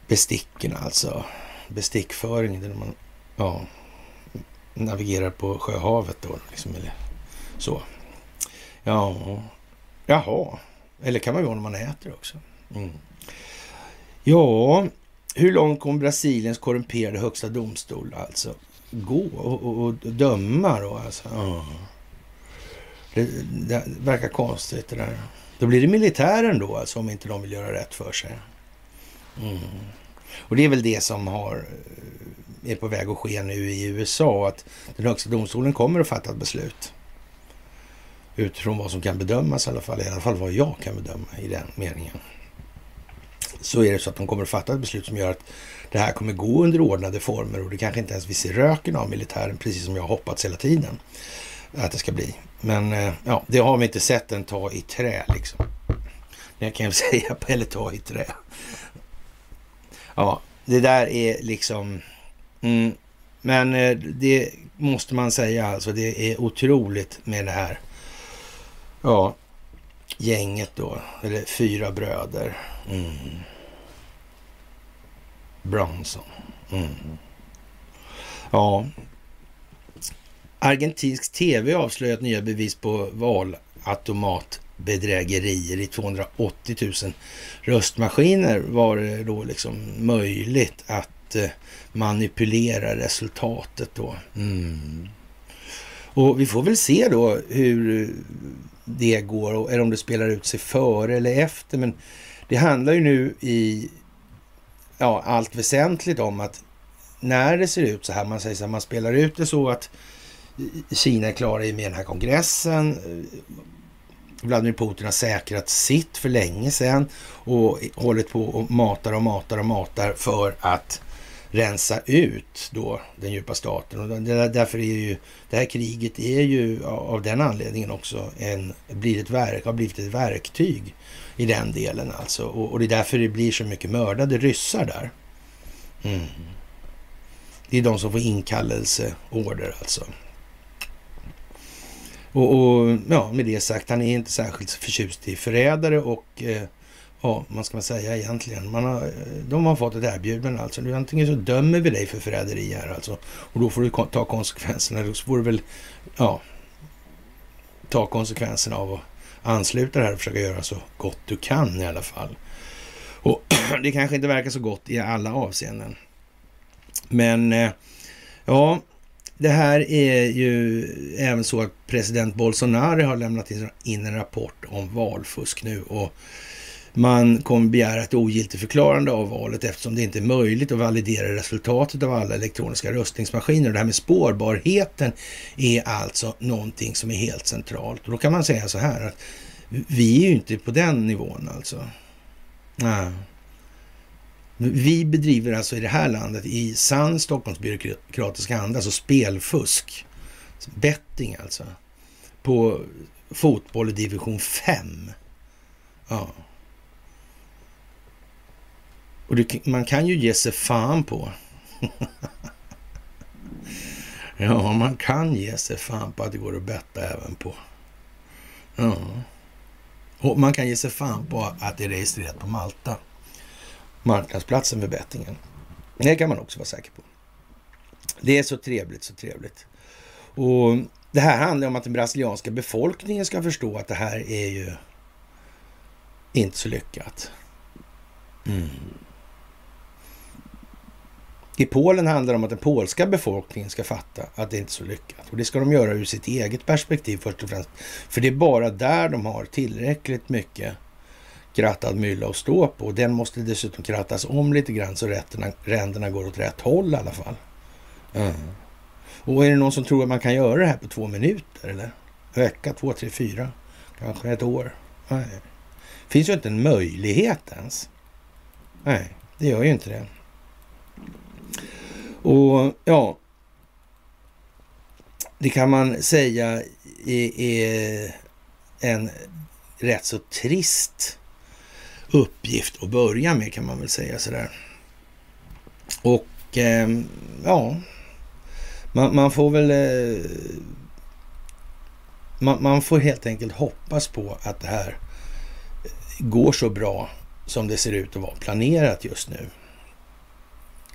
besticken alltså. Bestickföring där man navigerar på sjöhavet då liksom, eller så. Ja, jaha. Eller kan man gå när man äter också. Ja, hur långt kommer Brasiliens korrumperade högsta domstol alltså gå och döma då alltså? Det verkar konstigt det där. Då blir det militären då alltså, om inte de vill göra rätt för sig. Och det är väl det som är på väg att ske nu i USA, att den högsta domstolen kommer att fatta ett beslut utifrån vad som kan bedömas i alla fall vad jag kan bedöma i den meningen. Så är det så att de kommer att fatta ett beslut som gör att det här kommer gå under ordnade former, och det kanske inte ens vi ser röken av militären, precis som jag har hoppats hela tiden att det ska bli. Men det har vi inte sett en ta i trä liksom. Det kan jag säga, eller ta i trä. Ja, det där är liksom... men det måste man säga alltså, det är otroligt med det här. Ja, gänget då, eller 4 bröder. Bronson. Ja. Argentinsk tv avslöjat nya bevis på valautomatbedrägerier i 280 000 röstmaskiner. Var det då liksom möjligt att manipulera resultatet då. Och vi får väl se då hur det går, eller om det spelar ut sig före eller efter. Men det handlar ju nu i allt väsentligt om att när det ser ut så här, man säger så här, man spelar ut det så att Kina är klara med den här kongressen. Vladimir Putin har säkrat sitt för länge sedan och hållit på och matar för att rensa ut då den djupa staten. Och därför är ju det här kriget är ju av den anledningen också har blivit ett verktyg i den delen alltså. Och det är därför det blir så mycket mördade ryssar där. Det är de som får inkallelseorder alltså. Och med det sagt, han är inte särskilt förtjust i förrädare och man ska säga egentligen. De har fått ett erbjudande alltså. Du, antingen så dömer vi dig för förräderi här alltså. Och då får du ta konsekvenserna. Då får du väl ta konsekvenserna av att ansluta det här och försöka göra så gott du kan i alla fall. Och det kanske inte verkar så gott i alla avseenden. Men det här är ju även så att president Bolsonaro har lämnat in en rapport om valfusk nu, och man kommer begära ett ogiltigförklarande av valet eftersom det inte är möjligt att validera resultatet av alla elektroniska röstningsmaskiner. Det här med spårbarheten är alltså någonting som är helt centralt. Och då kan man säga så här att vi är ju inte på den nivån alltså. Nej. Vi bedriver alltså i det här landet i sann Stockholmsbyråkratiska anda, alltså spelfusk, betting alltså, på fotboll i division 5. Ja. Och man kan ju ge sig fan på. Ja, man kan ge sig fan på att det går att betta även på. Ja. Och man kan ge sig fan på att det är registrerat på Malta. Marknadsplatsen för bettingen. Det kan man också vara säker på. Det är så trevligt. Och det här handlar om att den brasilianska befolkningen ska förstå att det här är ju inte så lyckat. I Polen handlar det om att den polska befolkningen ska fatta att det inte är så lyckat. Och det ska de göra ur sitt eget perspektiv först och främst. För det är bara där de har tillräckligt mycket krattad mylla att stå på. Och den måste dessutom krattas om lite grann så ränderna går åt rätt håll i alla fall. Och är det någon som tror att man kan göra det här på 2 minuter eller? Vecka, 2, 3, 4, kanske ett år? Nej. Finns ju inte en möjlighet ens. Nej, det gör ju inte det. Och det kan man säga är en rätt så trist uppgift att börja med, kan man väl säga sådär. Och man får väl man får helt enkelt hoppas på att det här går så bra som det ser ut att vara planerat just nu.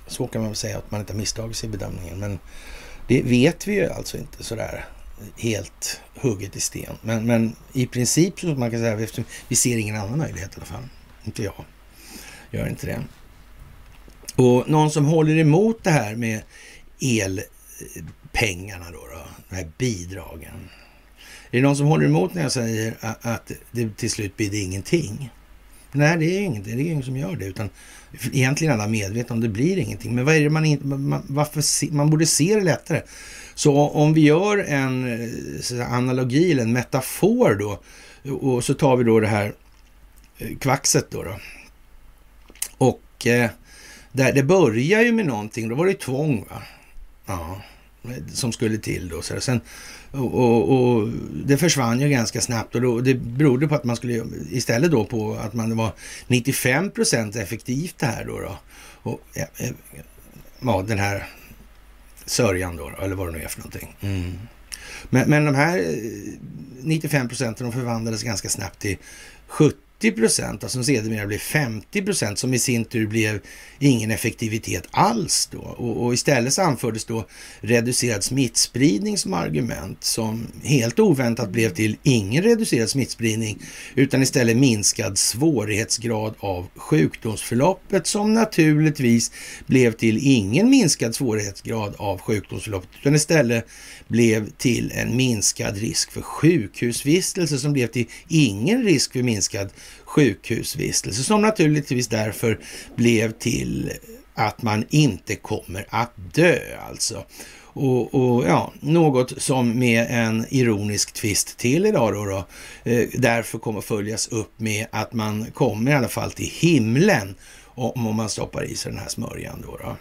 Så kan man väl säga, att man inte har misstagit sig i bedömningen. Men det vet vi ju alltså inte sådär helt hugget i sten. Men i princip så man kan säga, vi ser ingen annan möjlighet i alla fall. Inte jag. Gör inte det. Och någon som håller emot det här med elpengarna då, de här bidragen. Är det någon som håller emot när jag säger att det till slut blir det ingenting? Nej, det är ingenting. Det är ingen som gör det, utan egentligen alla medvetna om det blir ingenting. Men vad är det man borde se det lättare? Så om vi gör en analogi eller en metafor då, och så tar vi då det här kvaxet då. Och det börjar ju med någonting, då var det tvång, va? Ja, som skulle till då. Så sen, och det försvann ju ganska snabbt, och då, det berodde på att man skulle istället då på att man var 95% effektivt det här då. Och ja, den här sörjan då, eller vad det nu är för någonting. Men de här 95% de förvandlades ganska snabbt till 70%, alltså som sedermera blev 50%, som i sin tur blev ingen effektivitet alls då. Och istället så anfördes då reducerad smittspridning som argument, som helt oväntat blev till ingen reducerad smittspridning, utan istället minskad svårighetsgrad av sjukdomsförloppet, som naturligtvis blev till ingen minskad svårighetsgrad av sjukdomsförloppet, utan istället blev till en minskad risk för sjukhusvistelse, som blev till ingen risk för minskad sjukhusvistelse, som naturligtvis därför blev till att man inte kommer att dö alltså. Och ja, något som med en ironisk twist till idag då därför kommer följas upp med att man kommer i alla fall till himlen om man stoppar i sig den här smörjan då.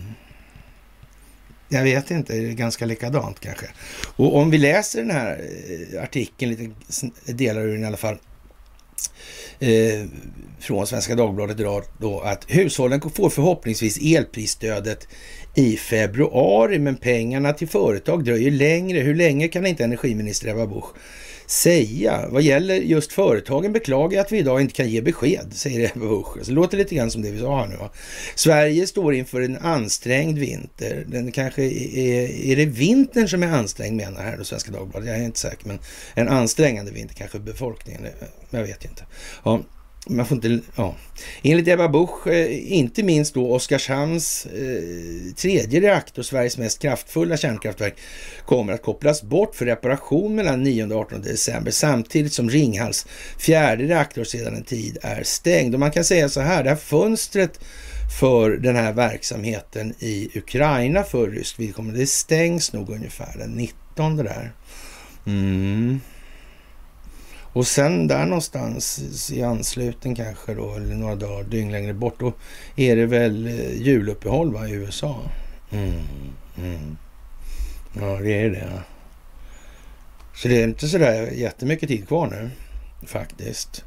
Jag vet inte, det är ganska likadant kanske. Och om vi läser den här artikeln, lite delar ur den i alla fall, från Svenska Dagbladet idag då, att hushållen får förhoppningsvis elprisstödet i februari, men pengarna till företag dröjer längre. Hur länge kan inte energiminister Ebba Busch säga? Vad gäller just företagen beklagar jag att vi idag inte kan ge besked, säger Ebba Busch. Så det låter lite grann som det vi sa här nu. Va? Sverige står inför en ansträngd vinter. Den kanske är det vintern som är ansträngd, menar här då Svenska Dagbladet. Jag är inte säker, men en ansträngande vinter kanske befolkningen. Jag vet inte. Ja. Man får inte, ja. Enligt Ebba Busch, inte minst då Oskarshamns tredje reaktor, Sveriges mest kraftfulla kärnkraftverk, kommer att kopplas bort för reparation mellan 9 och 18 december, samtidigt som Ringhals fjärde reaktor sedan en tid är stängd. Och man kan säga så här, det här fönstret för den här verksamheten i Ukraina för ryskt vidkommande, det stängs nog ungefär den 19 där. Och sen där någonstans i anslutning kanske då, eller några dagar, dygn längre bort, då är det väl juluppehåll, va, i USA. Ja, det är det. Så det är inte så där jättemycket tid kvar nu, faktiskt.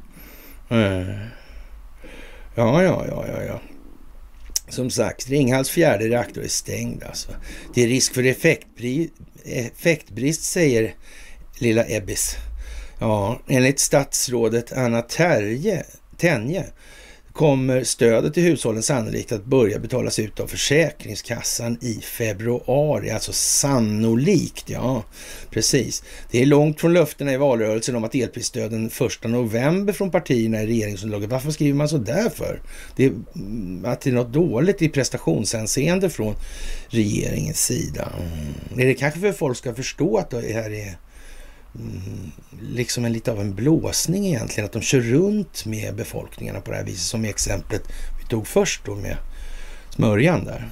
Ja. Som sagt, Ringhals fjärde reaktor är stängd alltså. Det är risk för effektbrist, säger lilla Ebbis. Ja, enligt statsrådet Anna Tenje kommer stödet till hushållen sannolikt att börja betalas ut av Försäkringskassan i februari. Alltså sannolikt, ja, precis. Det är långt från löftena i valrörelsen om att elprisstöden 1 november från partierna i regeringsunderlaget. Varför skriver man så där för? Att det är något dåligt i prestationshänseende från regeringens sida. Är det kanske för att folk ska förstå att det här är liksom lite av en blåsning egentligen, att de kör runt med befolkningarna på det här viset, som i exemplet vi tog först då med smörjan där.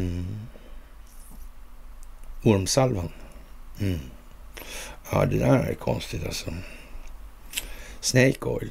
Ormsalvan. Ja, det där är konstigt alltså. Snake oil.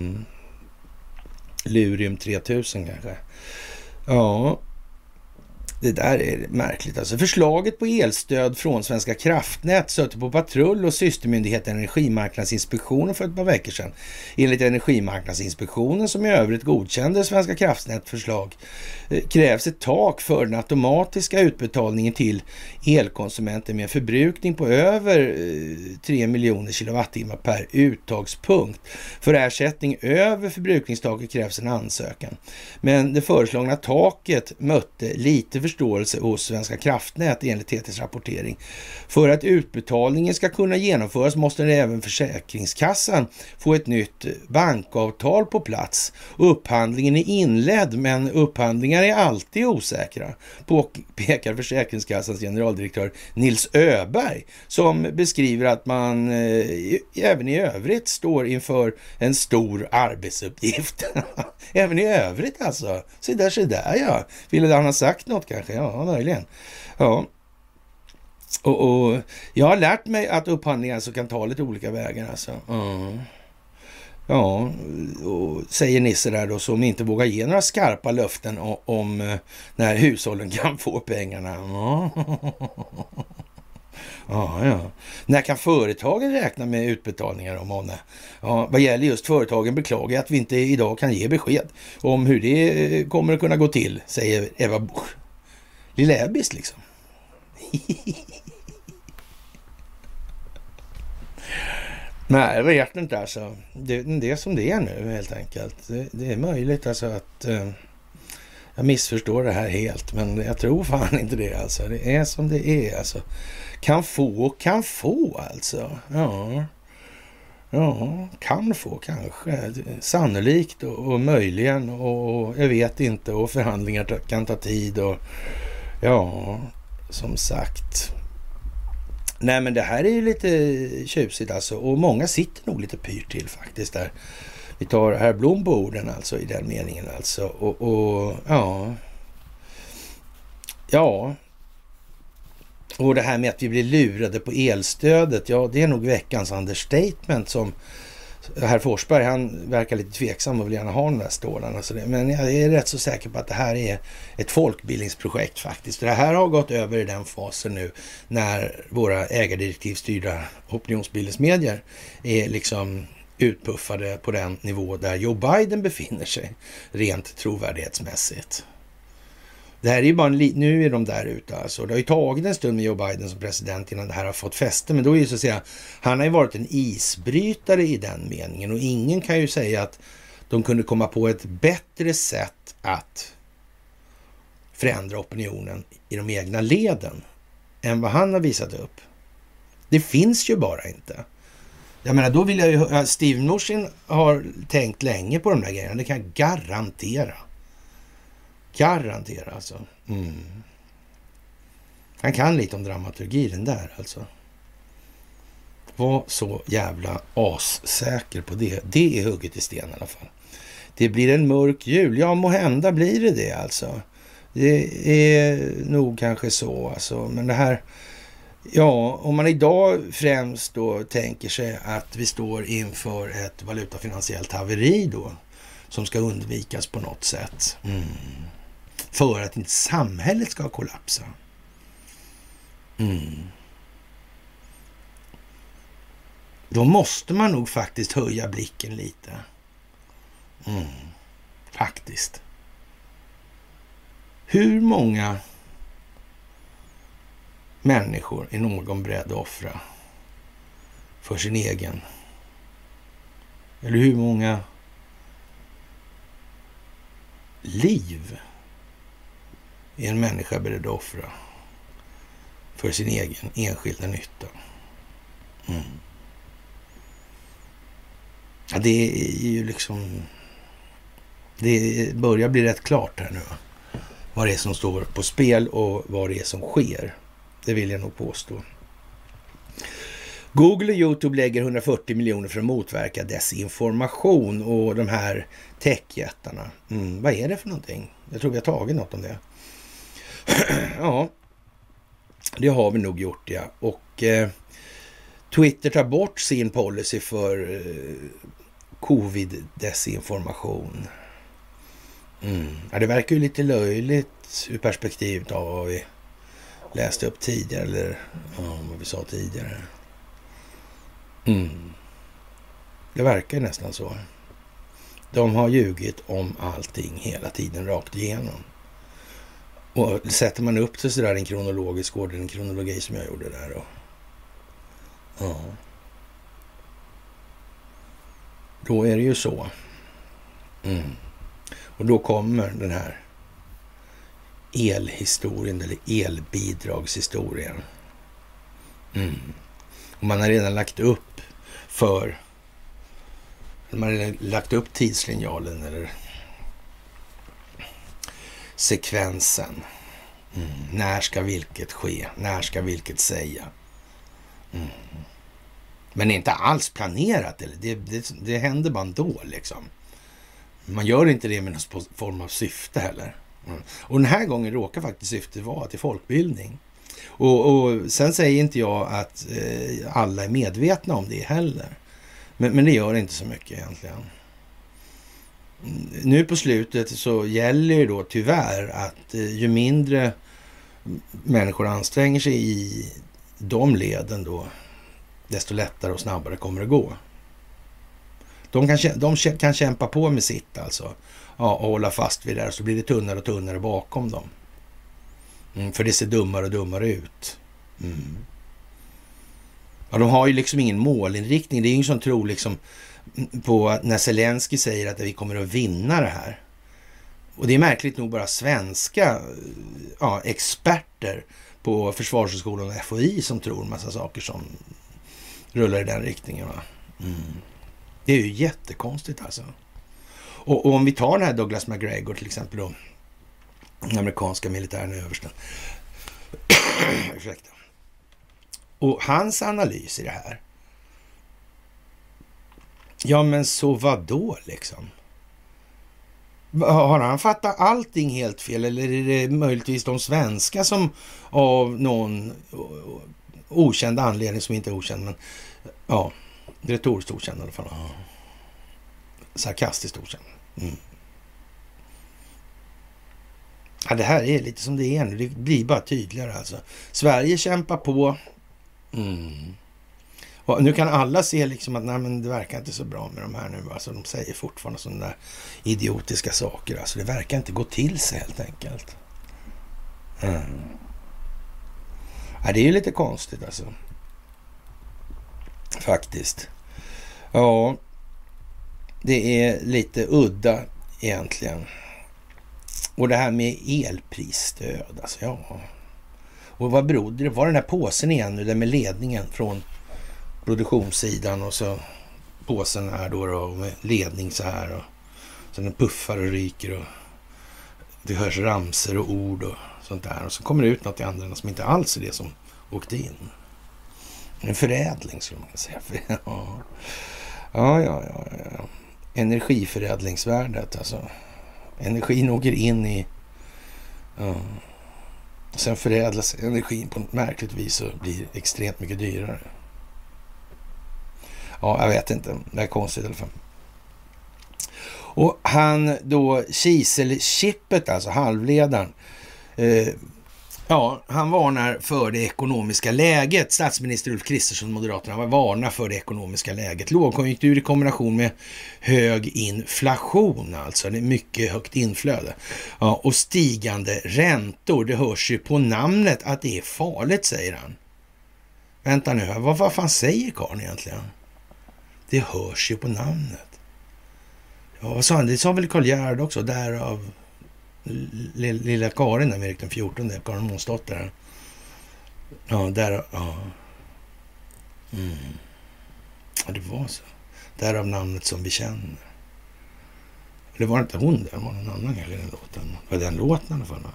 Lurium 3000 kanske. Ja. Det där är märkligt. Alltså förslaget på elstöd från Svenska kraftnät stötte på patrull och systermyndigheten Energimarknadsinspektionen för ett par veckor sedan. Enligt Energimarknadsinspektionen, som i övrigt godkände Svenska kraftnät förslag, krävs ett tak för den automatiska utbetalningen till elkonsumenter med en förbrukning på över 3 miljoner kilowattimmar per uttagspunkt. För ersättning över förbrukningstaket krävs en ansökan. Men det föreslagna taket mötte lite förståelse hos Svenska kraftnät enligt TT:s rapportering. För att utbetalningen ska kunna genomföras måste även Försäkringskassan få ett nytt bankavtal på plats. Upphandlingen är inledd, men upphandlingar är alltid osäkra, påpekar Försäkringskassans generaldirektör Nils Öberg, som beskriver att man även i övrigt står inför en stor arbetsuppgift. Även i övrigt alltså. Så där ja. Ville han ha sagt något kanske? Ja, möjligen. Ja. Och jag har lärt mig att upphandlingar så kan ta lite olika vägar alltså. Ja, och säger Nisse där då, som inte vågar ge några skarpa löften om när hushållen kan få pengarna. Ja. När kan företagen räkna med utbetalningar om Månne? Ja, vad gäller just företagen beklagar jag att vi inte idag kan ge besked om hur det kommer att kunna gå till, säger Eva Busch. Lilla Ebbis liksom. Nej, jag vet inte alltså. Det är som det är nu helt enkelt. Det är möjligt alltså att jag missförstår det här helt, men jag tror fan inte det alltså. Det är som det är alltså. Kan få alltså. Ja, kan få kanske. Sannolikt och möjligen och jag vet inte, och förhandlingar kan ta tid och ja, som sagt. Nej, men det här är ju lite tjusigt alltså, och många sitter nog lite pyrt till faktiskt där. Vi tar herr Blom på orden alltså i den meningen alltså. Och ja. Och det här med att vi blir lurade på elstödet, ja det är nog veckans understatement som herr Forsberg, han verkar lite tveksam och vill gärna ha den där stålarna. Men jag är rätt så säker på att det här är ett folkbildningsprojekt faktiskt. Det här har gått över i den fasen nu när våra ägardirektivstyrda opinionsbildningsmedier är liksom utpuffade på den nivå där Joe Biden befinner sig rent trovärdighetsmässigt. Det här är ju bara nu är de där ute alltså. Det har ju tagit en stund med Joe Biden som president innan det här har fått fäste. Men då är ju så att säga, han har ju varit en isbrytare i den meningen. Och ingen kan ju säga att de kunde komma på ett bättre sätt att förändra opinionen i de egna leden än vad han har visat upp. Det finns ju bara inte. Jag menar, då vill jag ju... Steve Mnuchin har tänkt länge på de där grejerna. Det kan jag garantera. Garantera alltså. Han kan lite om dramaturgi den där alltså. Var så jävla assäker på det. Det är hugget i sten i alla fall. Det blir en mörk jul. Ja, måhända blir det alltså. Det är nog kanske så alltså. Men det här... Ja, om man idag främst då tänker sig att vi står inför ett valutafinansiellt haveri då, som ska undvikas på något sätt. För att inte samhället ska kollapsa. Då måste man nog faktiskt höja blicken lite. Faktiskt. Hur många människor är någon beredd att offra för sin egen? Eller hur många liv är en människa beredd att offra för sin egen enskilda nytta? Ja, det är ju liksom... Det börjar bli rätt klart här nu. Vad det är som står på spel och vad det är som sker. Det vill jag nog påstå. Google och YouTube lägger 140 miljoner för att motverka desinformation och de här techjättarna. Vad är det för någonting? Jag tror vi har tagit något om det. Ja, det har vi nog gjort, ja. Och Twitter tar bort sin policy för covid-desinformation. Ja, det verkar ju lite löjligt ur perspektivet av vad vi läste upp tidigare, eller vad vi sa tidigare. Det verkar nästan så. De har ljugit om allting hela tiden rakt igenom. Och sätter man upp det sådär en kronologisk ordning, en kronologi som jag gjorde där då. Ja. Då är det ju så. Och då kommer den här elhistorien eller elbidragshistorien. Och man har redan lagt upp tidslinjalen eller sekvensen. När ska vilket ske? När ska vilket säga? Men det är inte alls planerat. Eller? Det händer bara ändå liksom. Man gör inte det med någon form av syfte heller. Och den här gången råkar faktiskt syftet vara till folkbildning. Och sen säger inte jag att alla är medvetna om det heller. Men det gör inte så mycket egentligen. Nu på slutet så gäller ju då tyvärr att ju mindre människor anstränger sig i de leden då, desto lättare och snabbare kommer det gå. De kan kämpa på med sitt alltså. Ja, och hålla fast vid det där, så blir det tunnare och tunnare bakom dem. För det ser dummare och dummare ut. Ja, de har ju liksom ingen målinriktning. Det är ingen som tror liksom på när Zelensky säger att vi kommer att vinna det här. Och det är märkligt nog bara svenska experter på Försvarshögskolan och FOI som tror en massa saker som rullar i den riktningen. Va? Det är ju jättekonstigt alltså. Och om vi tar den här Douglas McGregor till exempel då, den amerikanska militären översten. Ursäkta. Och hans analys i det här. Ja, men så vad då liksom? Har han fattat allting helt fel, eller är det möjligtvis de svenska som av någon okänd anledning, som inte är okänd, men ja, retoriskt okänd i alla fall. Sarkastiskt okänd. Ja, det här är lite som det är nu. Det blir bara tydligare alltså. Sverige kämpar på. Och nu kan alla se liksom att nej, men det verkar inte så bra med de här nu. Alltså, de säger fortfarande sådana där idiotiska saker. Alltså, det verkar inte gå till sig helt enkelt. Ja, det är ju lite konstigt alltså. Faktiskt. Ja, det är lite udda egentligen. Och det här med elprisstöd, alltså ja. Och vad berodde det? Var den här påsen igen nu, där med ledningen från produktionssidan och så påsen här då med ledning så här och så den puffar och ryker och det hörs ramser och ord och sånt där. Och så kommer det ut något i andra som inte alls är det som åkte in. En förädling skulle man säga. Ja. Energiförädlingsvärdet alltså. Energin åker in i... Sen förädlas energin på ett märkligt vis och blir extremt mycket dyrare. Ja, jag vet inte. Det är konstigt i alla fall. Och han då, Kiselchippet, alltså halvledaren, han varnar för det ekonomiska läget. Statsminister Ulf Kristersson, Moderaterna, varnar för det ekonomiska läget. Lågkonjunktur i kombination med hög inflation, alltså det är mycket högt inflöde. Ja, och stigande räntor, det hörs ju på namnet att det är farligt, säger han. Vänta nu, vad fan säger karln egentligen? Det hörs ju på namnet. Ja, vad sa han? Det sa väl Karl Gerhard också, därav lilla Karin där med Erik den 14, Karin Månsdotter. Ja, där. Ja. Ja, det var så. Därav namnet som vi känner. Det var inte hon där, det var någon annan i den låten. Var den låten i alla fall?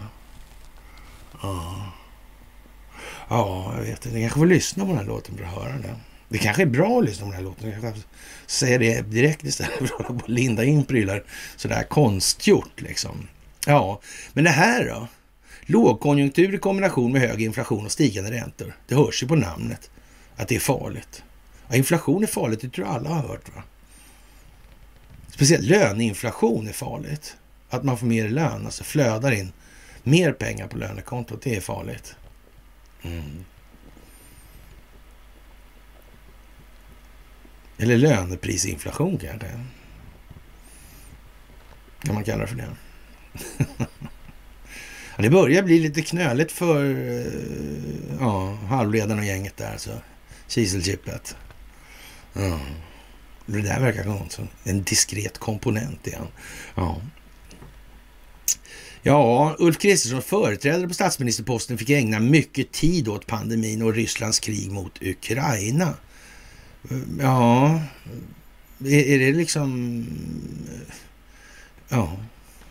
Ja, jag vet inte. Jag kanske får lyssna på den här låten för att höra det. Det kanske är bra att lyssna på den här låten. Jag kanske säger det direkt istället för att linda in prylar sådär konstgjort liksom. Ja, men det här då? Lågkonjunktur i kombination med hög inflation och stigande räntor. Det hörs ju på namnet att det är farligt. Ja, inflation är farligt, det tror jag alla har hört, va? Speciellt löneinflation är farligt. Att man får mer lön, alltså flödar in mer pengar på lönekontot, det är farligt. Eller löneprisinflation kanske. Kan man kalla det för det. Ja, det börjar bli lite knöligt för halvledaren och gänget där. Så. Kiselchippet. Ja. Det där verkar vara en diskret komponent igen. Ja, Ulf Kristersson, företrädare på statsministerposten, fick ägna mycket tid åt pandemin och Rysslands krig mot Ukraina. Ja, är det liksom... Ja.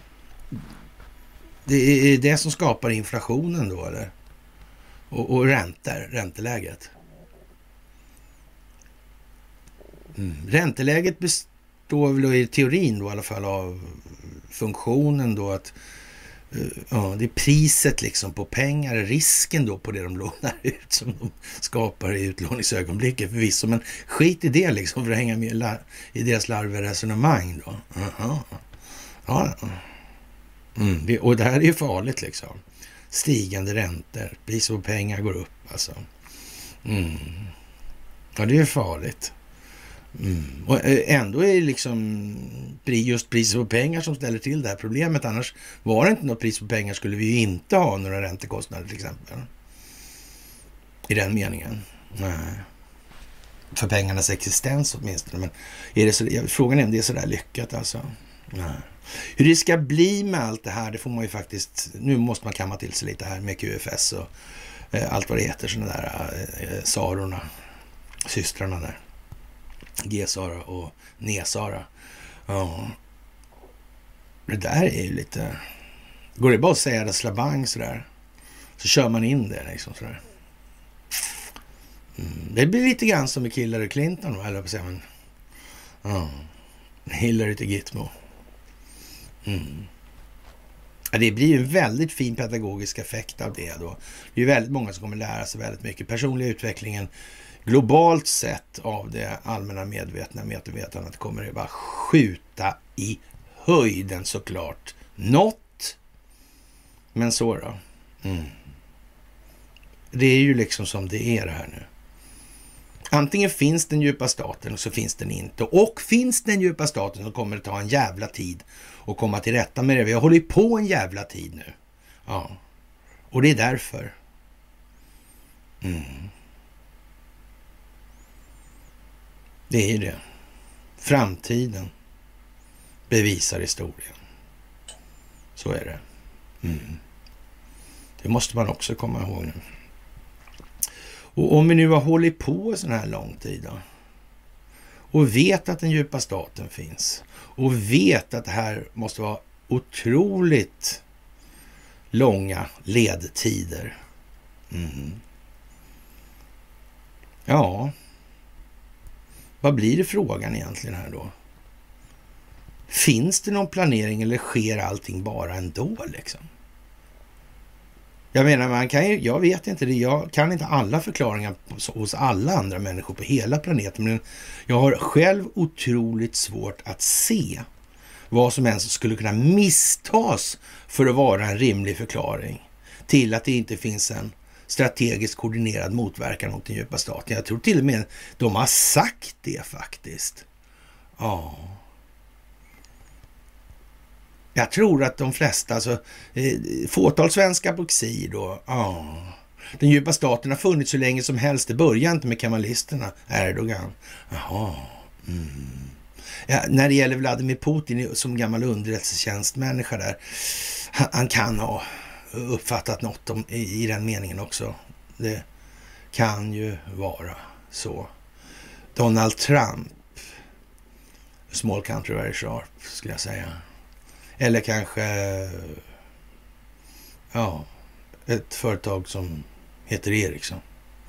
Det är det som skapar inflationen då, eller? Och ränteläget. Ränteläget består väl i teorin då i alla fall av funktionen då att det är priset liksom på pengar, risken då på det de lånar ut som de skapar i utlåningsögonblicket förvisso, men skit i det liksom för att hänga med i deras larviga resonemang då. Och det här är ju farligt liksom. Stigande räntor, priset på pengar går upp alltså. Ja, det är farligt. Och ändå är det liksom just priset på pengar som ställer till det här problemet. Annars var det inte något pris på pengar skulle vi ju inte ha några räntekostnader till exempel. I den meningen. Nej. För pengarnas existens åtminstone. Men är det så, frågan är om det är så där lyckat alltså. Nej. Hur det ska bli med allt det här, det får man ju faktiskt, nu måste man kamma till sig lite här med QFS och allt vad det heter, sådana där Sarorna, systrarna där. G-Sara och Ne-Sara. Ja. Det där är ju lite... Går det bara att säga det slabang sådär, så kör man in det liksom sådär. Det blir lite grann som med Hillary Clinton, eller på säga, men Hillary till Gitmo. Ja, det blir ju en väldigt fin pedagogisk effekt av det då. Det är ju väldigt många som kommer lära sig väldigt mycket. Personliga utvecklingen globalt sett av det allmänna medvetandet kommer det bara skjuta i höjden såklart. Något. Men så då. Det är ju liksom som det är det här nu. Antingen finns den djupa staten och så finns den inte. Och finns den djupa staten så kommer det ta en jävla tid att komma till rätta med det. Vi har hållit på en jävla tid nu. Ja. Och det är därför. Det är ju det. Framtiden bevisar historien. Så är det. Det måste man också komma ihåg nu. Och om vi nu har hållit på så här lång tid då, och vet att den djupa staten finns och vet att det här måste vara otroligt långa ledtider. Ja, vad blir det frågan egentligen här då? Finns det någon planering eller sker allting bara ändå liksom? Jag menar, jag vet inte det. Jag kan inte alla förklaringar hos alla andra människor på hela planeten. Men jag har själv otroligt svårt att se vad som ens skulle kunna misstas för att vara en rimlig förklaring till att det inte finns en strategiskt koordinerad motverkan mot den djupa staten. Jag tror till och med de har sagt det faktiskt. Ja. Jag tror att de flesta, alltså fåtal svenska på exil då, den djupa staten har funnits så länge som helst. Det börjar inte med kemalisterna, Erdogan. Ja, när det gäller Vladimir Putin som gammal underrättelsetjänstmänniska där, han kan ha uppfattat något i den meningen också. Det kan ju vara så. Donald Trump, small country very sharp, skulle jag säga. Eller kanske ett företag som heter Ericsson.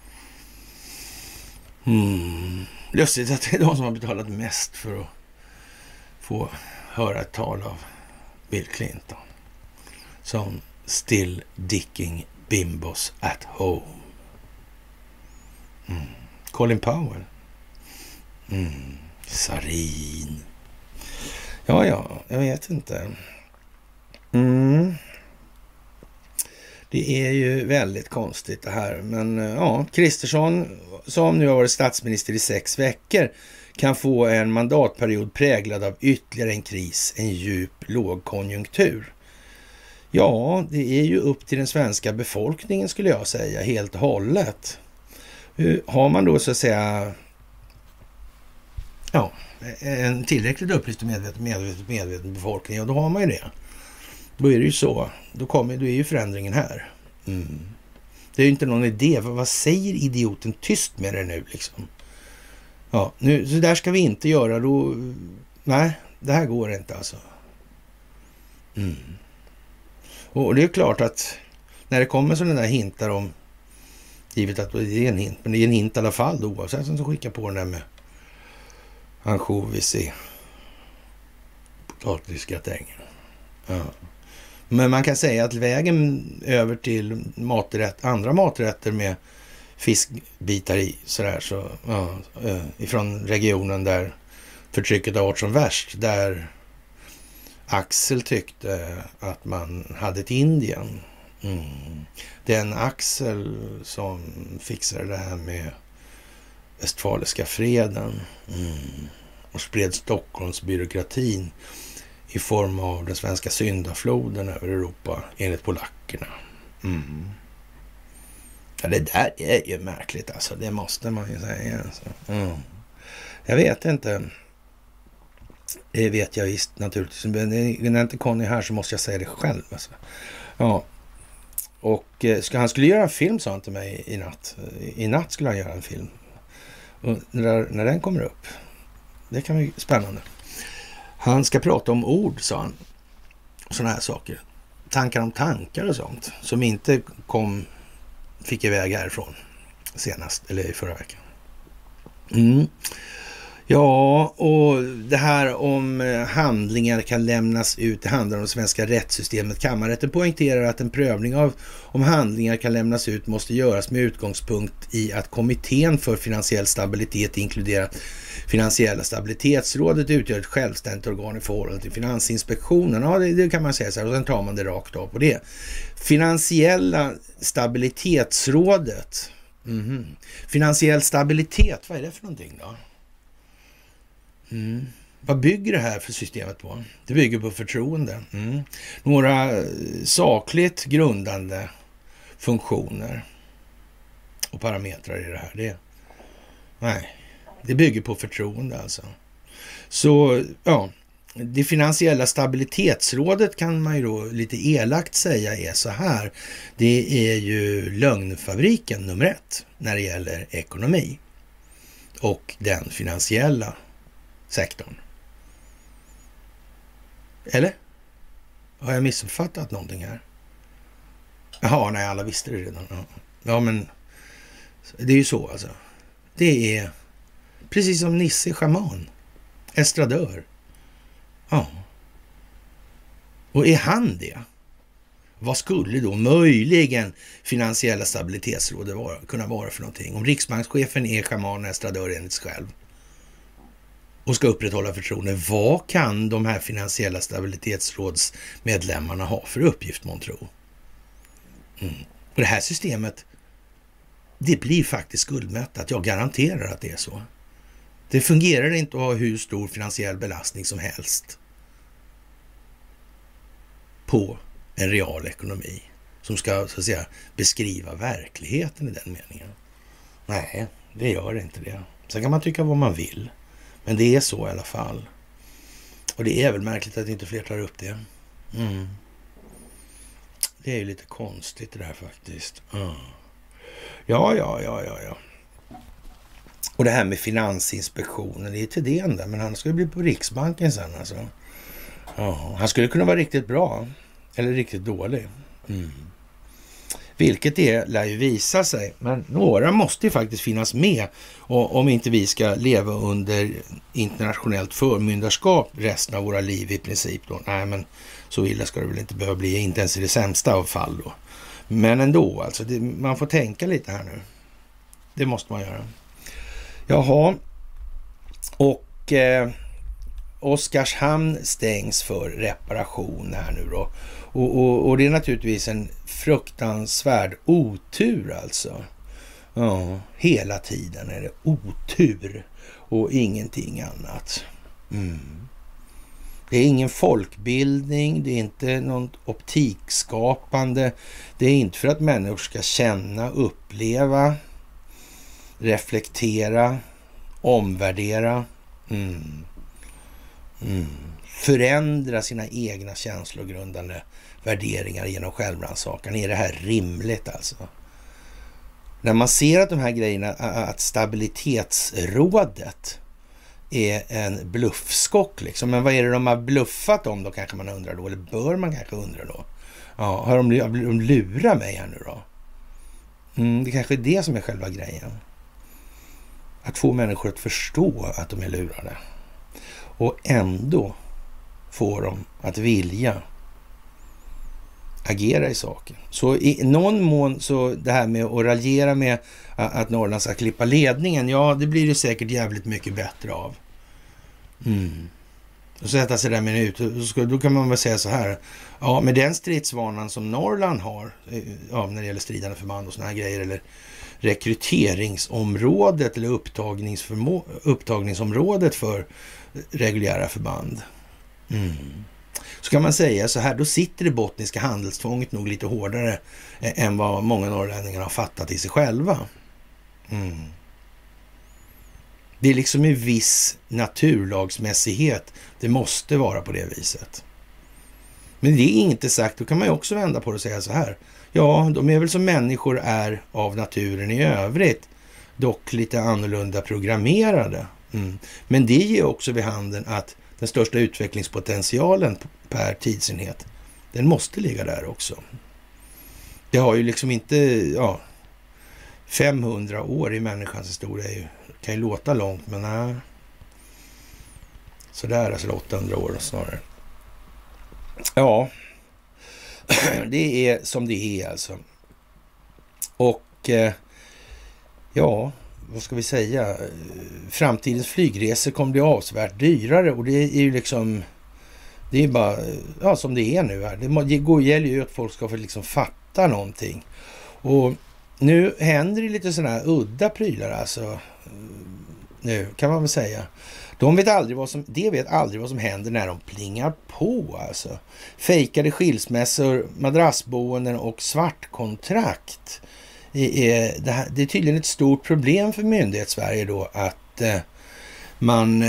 Lustigt att det är de som har betalat mest för att få höra ett tal av Bill Clinton. Som still dicking bimbos at home. Colin Powell. Sarin. Ja, jag vet inte. Mm. Det är ju väldigt konstigt det här. Men ja, Kristersson som nu har varit statsminister i 6 veckor kan få en mandatperiod präglad av ytterligare en kris, en djup lågkonjunktur. Ja, det är ju upp till den svenska befolkningen skulle jag säga helt och hållet. Har man då så att säga en tillräckligt upplyst och medveten befolkning, och då har man ju det. Då är det ju så. Då är ju förändringen här. Det är ju inte någon idé. Vad säger idioten? Tyst med det nu liksom. Ja, nu, så där ska vi inte göra. Då, nej, det här går inte alltså. Och det är klart att när det kommer sådana där hintar om, givet att det är en hint, men det är en hint i alla fall då, oavsett som skickar på den där med ansjovis i potatisgratäng. Ja. Men man kan säga att vägen över till andra maträtter med fiskbitar i sådär, så ifrån regionen där förtrycket har varit som värst, där Axel tyckte att man hade ett Indien. Den Axel som fixade det här med Westfaliska freden och spred Stockholmsbyråkratin i form av den svenska syndafloden över Europa enligt polackerna. Ja, det där är ju märkligt alltså. Det måste man ju säga. Alltså. Jag vet inte. Det vet jag visst naturligtvis. Men när inte Conny här så måste jag säga det själv. Alltså. Ja. Och han skulle göra en film, sa han till mig i natt. I natt skulle han göra en film. Och när den kommer upp. Det kan bli spännande. Han ska prata om ord, sa han. Sådana här saker. Tankar om tankar och sånt. Som inte fick iväg härifrån senast, eller i förra veckan. Ja, och det här om handlingar kan lämnas ut, det handlar om det svenska rättssystemet. Kammarrätten poängterar att en prövning av om handlingar kan lämnas ut måste göras med utgångspunkt i att kommittén för finansiell stabilitet inkluderat Finansiella stabilitetsrådet utgör ett självständigt organ i förhållande till Finansinspektionen. Ja, det kan man säga så här, och sen tar man det rakt av på det. Finansiella stabilitetsrådet. Finansiell stabilitet, vad är det för någonting då? Vad bygger det här för systemet på? Det bygger på förtroende. Några sakligt grundande funktioner och parametrar i det här. Det bygger på förtroende alltså. Så ja, det finansiella stabilitetsrådet kan man ju då lite elakt säga är så här. Det är ju lögnfabriken nummer 1 när det gäller ekonomi och den finansiella sektorn. Eller? Har jag missuppfattat någonting här? Jaha, nej, alla visste det redan. Ja, men det är ju så alltså. Det är precis som Nisse Schaman, estradör. Ja. Och är han det? Vad skulle då möjligen finansiella stabilitetsrådet kunna vara för någonting? Om riksbankschefen är schaman och estradör enligt sig själv och ska upprätthålla förtroende, vad kan de här finansiella stabilitetsrådsmedlemmarna ha för uppgift, man tror? Och det här systemet, det blir faktiskt skuldmättat. Jag garanterar att det är så. Det fungerar inte att ha hur stor finansiell belastning som helst på en real ekonomi som ska så att säga beskriva verkligheten i den meningen. Nej, det gör inte det. Sen kan man tycka vad man vill. Men det är så i alla fall. Och det är väl märkligt att inte fler tar upp det. Det är ju lite konstigt det här faktiskt. Ja. Och det här med Finansinspektionen, det är till det enda. Men han ska ju bli på Riksbanken sen alltså. Ja, han skulle kunna vara riktigt bra. Eller riktigt dålig. Vilket det lär ju visa sig. Men några måste ju faktiskt finnas med. Och om inte vi ska leva under internationellt förmyndarskap resten av våra liv i princip då. Nej, men så illa ska det väl inte behöva bli. Inte ens i det sämsta av fall då. Men ändå alltså. Man får tänka lite här nu. Det måste man göra. Jaha. Och Oskarshamn stängs för reparation här nu då. Och det är naturligtvis en fruktansvärd otur alltså. Ja, hela tiden är det otur och ingenting annat. Det är ingen folkbildning, det är inte något optikskapande. Det är inte för att människor ska känna, uppleva, reflektera, omvärdera, förändra sina egna känslogrundande värderingar genom självrannsakan. Är det här rimligt alltså? När man ser att de här grejerna, att stabilitetsrådet är en bluffskock liksom. Men vad är det de har bluffat om då, kanske man undrar då? Eller bör man kanske undra då? Ja, har de lurat mig här nu då? Det kanske är det som är själva grejen. Att få människor att förstå att de är lurade. Och ändå få dem att vilja agera i saken. Så i någon mån så det här med att raljera med att Norrland ska klippa ledningen, ja det blir det säkert jävligt mycket bättre av. Och sätta sig där med en då kan man väl säga så här, ja med den stridsvanan som Norrland har, ja, när det gäller stridande förband och såna här grejer, eller rekryteringsområdet eller upptagningsområdet för reguljära förband. Så kan man säga så här, då sitter det bottniska handelstvånget nog lite hårdare än vad många norrlänningar har fattat i sig själva. Det är liksom en viss naturlagsmässighet. Det måste vara på det viset. Men det är inte sagt, då kan man ju också vända på det och säga så här. Ja, de är väl som människor är av naturen i övrigt, dock lite annorlunda programmerade. Men det ger också vid handen att den största utvecklingspotentialen per tidsenhet, den måste ligga där också. Det har ju liksom inte, 500 år i människans historia kan ju låta långt, men nej. Sådär, alltså 800 år snarare. Ja, det är som det är alltså. Och ja, vad ska vi säga? Framtidens flygresor kommer bli avsevärt dyrare, och det är ju liksom, det är bara som det är nu här. Det gäller ju att folk ska få liksom fatta någonting. Och nu händer det lite sådana här udda prylar alltså. Nu kan man väl säga. De vet aldrig vad som händer när de plingar på alltså. Fejkade skilsmässor, madrassboenden och svartkontrakt. Det är tydligen ett stort problem för myndighetssverige då att man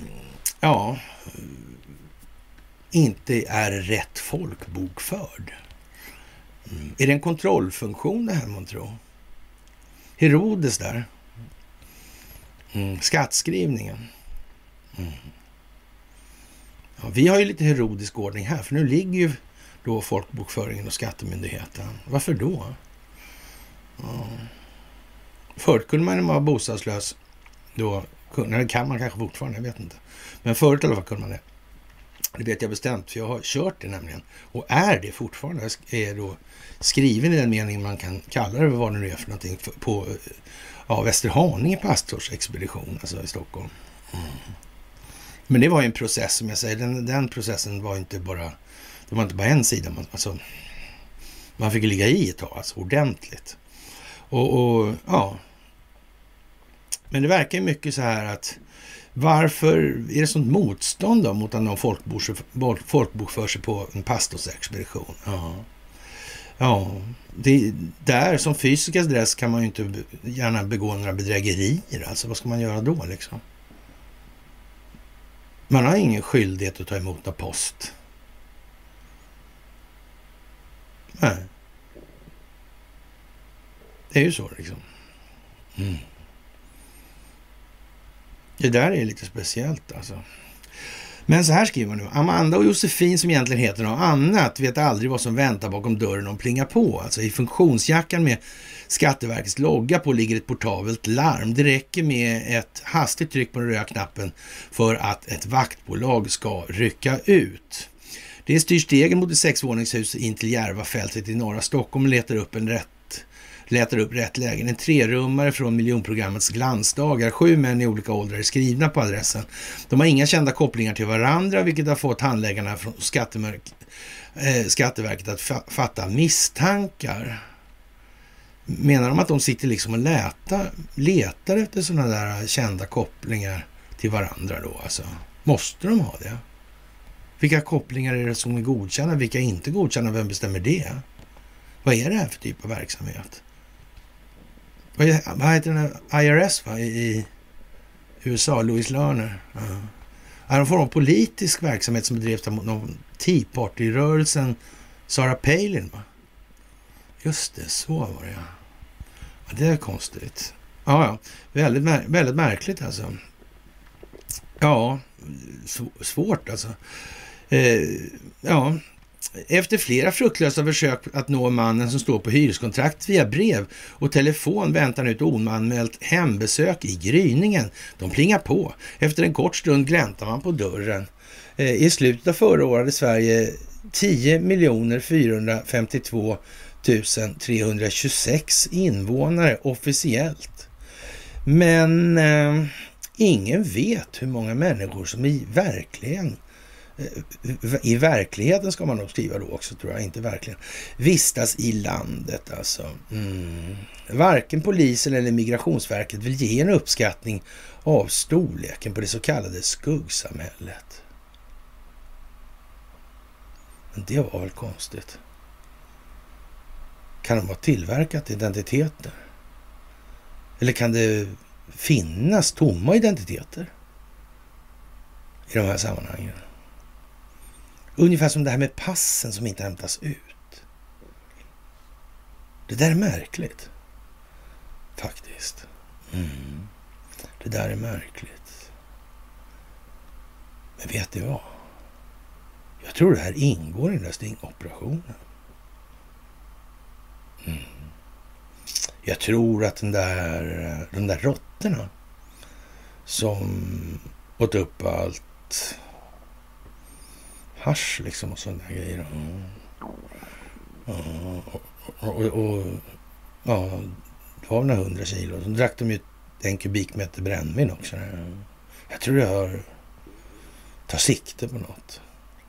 inte är rätt folkbokförd. Är det en kontrollfunktion det här man tror? Herodes där. Skattskrivningen. Ja, vi har ju lite herodisk ordning här, för nu ligger ju då folkbokföringen och skattemyndigheten. Varför då? Ja. Förut kunde man vara bostadslös då, kan man kanske fortfarande, jag vet inte. Men förut i alla fall kunde man det. Det vet jag bestämt, för jag har kört det nämligen. Och är det fortfarande, är då skriven i den meningen man kan kalla det vad det nu är för någonting på Västerhaninge pastorsexpedition, alltså i Stockholm. Men det var ju en process, som jag säger, den processen var inte bara, det var inte bara en sida, man fick ligga i ett tag, alltså ordentligt. Och men det verkar ju mycket så här att varför är det sånt motstånd då mot att någon folkbokför sig på en pastorsexpedition? Ja, det, där som fysisk adress kan man ju inte gärna begå några bedrägerier. Alltså vad ska man göra då liksom? Man har ingen skyldighet att ta emot någon post. Nej. Det är ju så liksom. Det där är lite speciellt alltså. Men så här skriver man nu. Amanda och Josefin, som egentligen heter något annat, vet aldrig vad som väntar bakom dörren och plingar på. Alltså i funktionsjackan med Skatteverkets logga på ligger ett portabelt larm. Det räcker med ett hastigt tryck på den röda knappen för att ett vaktbolag ska rycka ut. Det styr stegen mot ett 6-våningshus in till Järvafältet i norra Stockholm och letar upp en letar upp rätt lägen. En 3-rummare från miljonprogrammets glansdagar. 7 män i olika åldrar är skrivna på adressen. De har inga kända kopplingar till varandra, vilket har fått handläggarna från Skatteverket att fatta misstankar. Menar de att de sitter liksom och letar efter sådana där kända kopplingar till varandra då alltså? Måste de ha det? Vilka kopplingar är det som är godkända? Vilka är inte godkända? Vem bestämmer det? Vad är det här för typ av verksamhet? Vad heter den här IRS i USA? Louis Lerner. Ja. De får en politisk verksamhet som bedrevs av någon Tea Party-rörelsen Sarah Palin, va? Just det, så var det, ja. Ja, det är konstigt. Ja. Väldigt märkligt alltså. Ja, svårt alltså. Ja, efter flera fruktlösa försök att nå mannen som står på hyreskontrakt via brev och telefon väntar nu ett oanmält hembesök i gryningen. De plingar på. Efter en kort stund gläntar man på dörren. I slutet av förra året hade Sverige 10 452 326 invånare officiellt. Men ingen vet hur många människor som i verkligheten ska man nog skriva då också, tror jag, inte verkligen, vistas i landet alltså. Varken polisen eller Migrationsverket vill ge en uppskattning av storleken på det så kallade skuggsamhället. Men det var väl konstigt. Kan de ha tillverkat identiteter? Eller kan det finnas tomma identiteter i de här sammanhangen? Ungefär som det här med passen som inte hämtas ut. Det där är märkligt. Faktiskt. Det där är märkligt. Men vet du vad? Jag tror det här ingår i den där stingoperationen. Jag tror att de där råttorna som åt upp allt hasch liksom och sådana grejer. Och det var några 100 kilo. Så drack de ju 1 kubikmeter brännvin också. Jag tror jag tar sikte på något.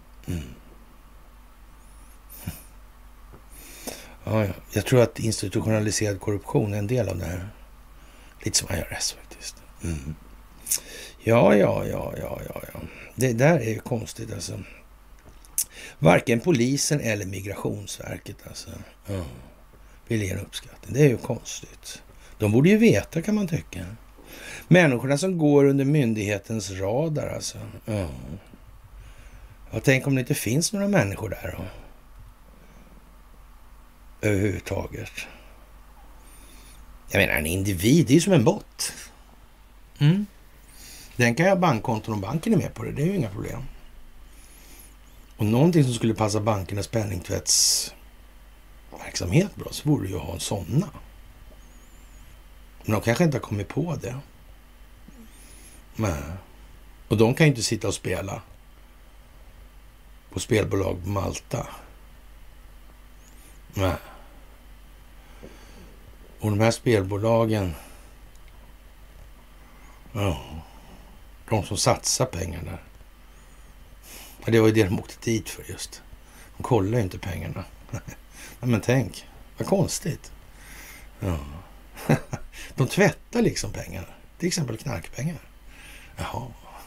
Ja. Jag tror att institutionaliserad korruption är en del av det här. Lite som IRS faktiskt. Ja. Det där är ju konstigt alltså. Varken polisen eller Migrationsverket alltså. Vill ge en uppskattning. Det är ju konstigt. De borde ju veta, kan man tycka. Människorna som går under myndighetens radar alltså. Jag tänker om det inte finns några människor där då. Överhuvudtaget. Jag menar, en individ är ju som en bot. Den kan jag ha bankkonton och banken är med på det. Det är ju inga problem. Och någonting som skulle passa bankernas penningtvättsverksamhet bra, så borde ju ha en sådana. Men de kanske inte har kommit på det. Nej. Och de kan ju inte sitta och spela på spelbolag på Malta. Nej. Och de här spelbolagen, de som satsar pengar där, det var ju det de åkte dit för just. De kollar ju inte pengarna. Men tänk, vad konstigt. Ja. De tvättar liksom pengar. Till exempel knarkpengar. Jaha.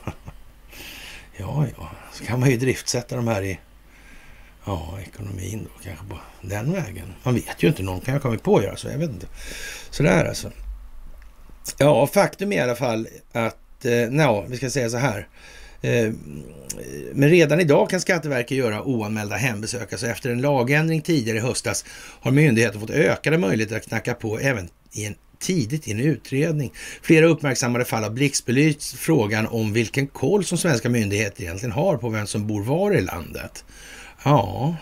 Ja. Så kan man ju driftsätta de här i ekonomin då, kanske på den vägen. Man vet ju inte, någon kan jag komma på att göra så, jag vet inte. Så där alltså. Ja, faktum är i alla fall att, vi ska säga så här. Men redan idag kan Skatteverket göra oanmälda hembesök. Alltså efter en lagändring tidigare i höstas har myndigheten fått ökade möjligheter att knacka på även tidigt i en utredning. Flera uppmärksammade fall har blixtbelyst frågan om vilken koll som svenska myndigheter egentligen har på vem som bor var i landet. Ja.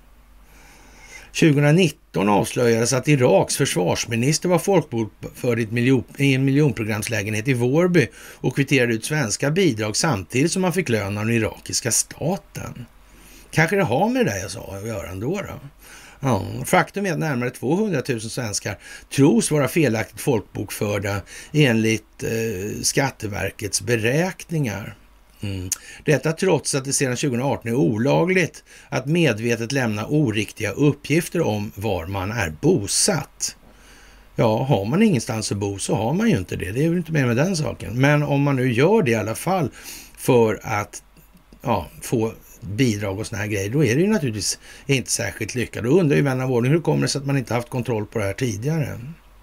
2019 avslöjades att Iraks försvarsminister var folkbokförd i en miljonprogramslägenhet i Vårby och kvitterade ut svenska bidrag samtidigt som man fick lön av den irakiska staten. Kanske det har med det där jag sa att göra ändå då. Ja, faktum är att närmare 200 000 svenskar tros vara felaktigt folkbokförda enligt Skatteverkets beräkningar. Detta trots att det sedan 2018 är olagligt att medvetet lämna oriktiga uppgifter om var man är bosatt. Ja, har man ingenstans att bo så har man ju inte det. Det är väl inte med den saken. Men om man nu gör det i alla fall för att få bidrag och såna här grejer, då är det ju naturligtvis inte särskilt lyckat. Då undrar ju vän av ordning, hur kommer det sig att man inte haft kontroll på det här tidigare?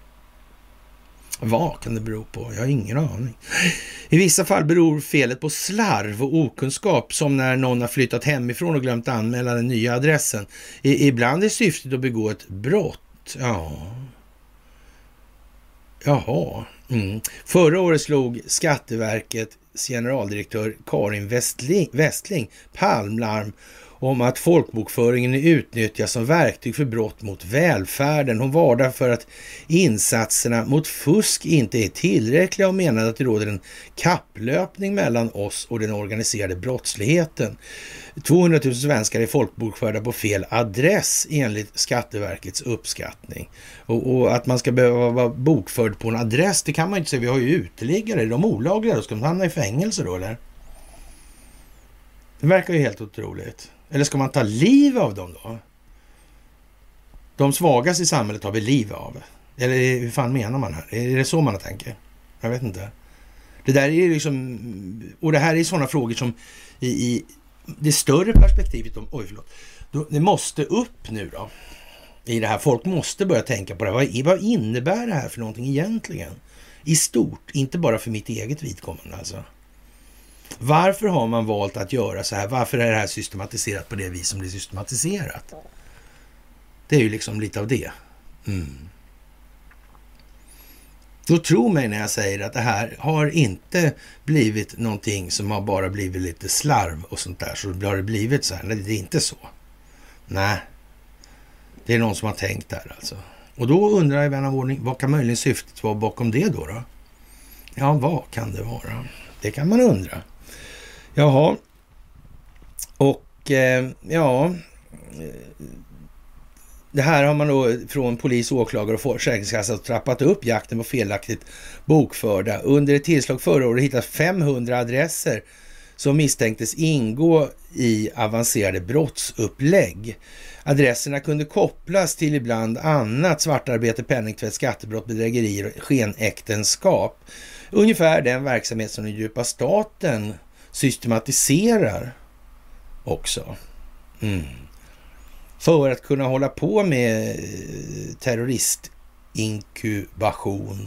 Vad kan det bero på? Jag har ingen aning. I vissa fall beror felet på slarv och okunskap, som när någon har flyttat hemifrån och glömt anmäla den nya adressen. Ibland är syftet att begå ett brott. Jaha. Förra året slog Skatteverkets generaldirektör Karin Westling palmlarm om att folkbokföringen utnyttjas som verktyg för brott mot välfärden. Hon varnar för att insatserna mot fusk inte är tillräckliga och menade att det råder en kapplöpning mellan oss och den organiserade brottsligheten. 200 000 svenskar är folkbokförda på fel adress enligt Skatteverkets uppskattning. Och att man ska behöva vara bokförd på en adress, det kan man ju inte säga. Vi har ju uteliggare, de olagliga, då ska de hamna i fängelse då, eller? Det verkar ju helt otroligt. Eller ska man ta liv av dem då? De svagaste i samhället har vi liv av. Eller hur fan menar man här? Är det så man tänker? Jag vet inte. Det där är ju liksom... Och det här är sådana frågor som i det större perspektivet det måste upp nu då. I det här. Folk måste börja tänka på det. Vad innebär det här för någonting egentligen? I stort. Inte bara för mitt eget vidkommande alltså. Varför har man valt att göra så här? Varför är det här systematiserat på det vis som det är systematiserat? Det är ju liksom lite av det. Då tro mig när jag säger att det här har inte blivit någonting som har bara blivit lite slarv och sånt där. Så har det blivit så här. Nej, det är inte så. Nej. Det är någon som har tänkt där alltså. Och då undrar jag, vän av ordning, vad kan möjligen syftet vara bakom det då? Ja, vad kan det vara? Det kan man undra. Jaha. Och det här har man då från polis, åklagare och försäkringskassa trappat upp jakten på felaktigt bokförda. Under ett tillslag förra året hittas 500 adresser som misstänktes ingå i avancerade brottsupplägg. Adresserna kunde kopplas till ibland annat svartarbete, penningtvätt, skattebrott, bedrägerier och skenäktenskap. Ungefär den verksamhet som den djupa staten systematiserar också. För att kunna hålla på med terroristinkubation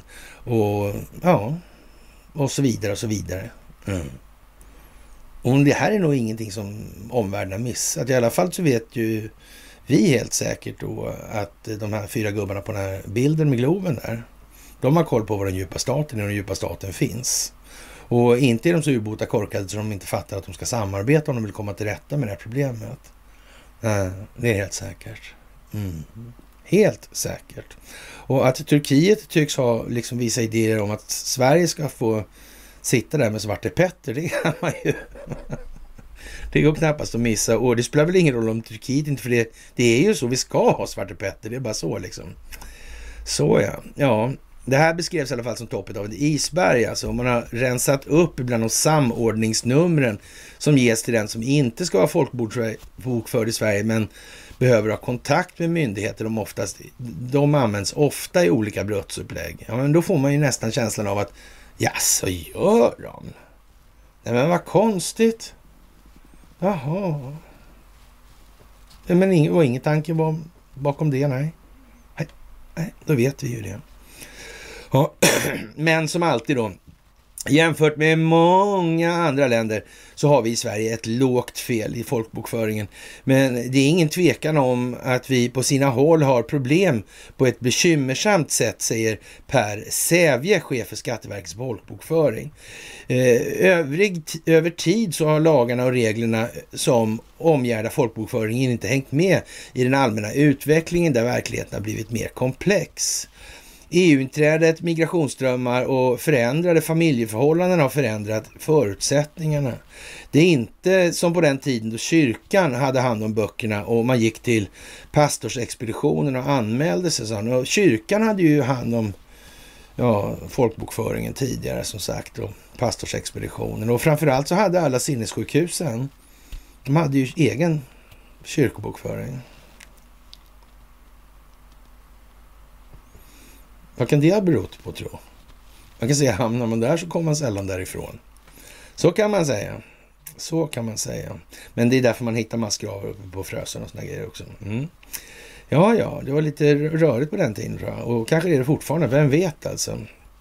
och så vidare och så vidare. Och det här är nog ingenting som omvärlden har missat. I alla fall så vet ju vi helt säkert då att de här 4 gubbarna på den här bilden med Globen där, de har koll på vad den djupa staten är och den djupa staten finns. Och inte är de så urbota korkade så de inte fattar att de ska samarbeta om de vill komma till rätta med det här problemet. Det är helt säkert. Helt säkert. Och att Turkiet tycks ha liksom vissa idéer om att Sverige ska få sitta där med Svarte Petter, det kan man ju... Det går knappast att missa. Och det spelar väl ingen roll om Turkiet inte, för det är ju så, vi ska ha Svarte Petter, det är bara så liksom. Så ja. Det här beskrevs i alla fall som toppet av ett isberg. Alltså man har rensat upp bland de samordningsnumren som ges till den som inte ska vara folkbokförd i Sverige men behöver ha kontakt med myndigheter. De används ofta i olika brottsupplägg. Ja, men då får man ju nästan känslan av att så gör de. Nej, men vad konstigt. Jaha. Men ingen tanke bakom det, nej. Nej, då vet vi ju det. Ja, men som alltid då, jämfört med många andra länder så har vi i Sverige ett lågt fel i folkbokföringen. Men det är ingen tvekan om att vi på sina håll har problem på ett bekymmersamt sätt, säger Per Sävje, chef för Skatteverkets folkbokföring. Över tid så har lagarna och reglerna som omgärdar folkbokföringen inte hängt med i den allmänna utvecklingen där verkligheten har blivit mer komplex. EU-inträdet, migrationsströmmar och förändrade familjeförhållanden har förändrat förutsättningarna. Det är inte som på den tiden då kyrkan hade hand om böckerna och man gick till pastorsexpeditionen och anmälde sig. Och kyrkan hade ju hand om folkbokföringen tidigare som sagt och pastorsexpeditionen. Och framförallt så hade alla sinnessjukhusen, de hade ju egen kyrkobokföring. Vad kan det ha berott på, tro? Man kan säga, hamnar man där så kommer man sällan därifrån. Så kan man säga. Så kan man säga. Men det är därför man hittar massgravar uppe på Frösön och såna grejer också. Ja, det var lite rörigt på den tiden tror jag. Och kanske är det fortfarande, vem vet alltså.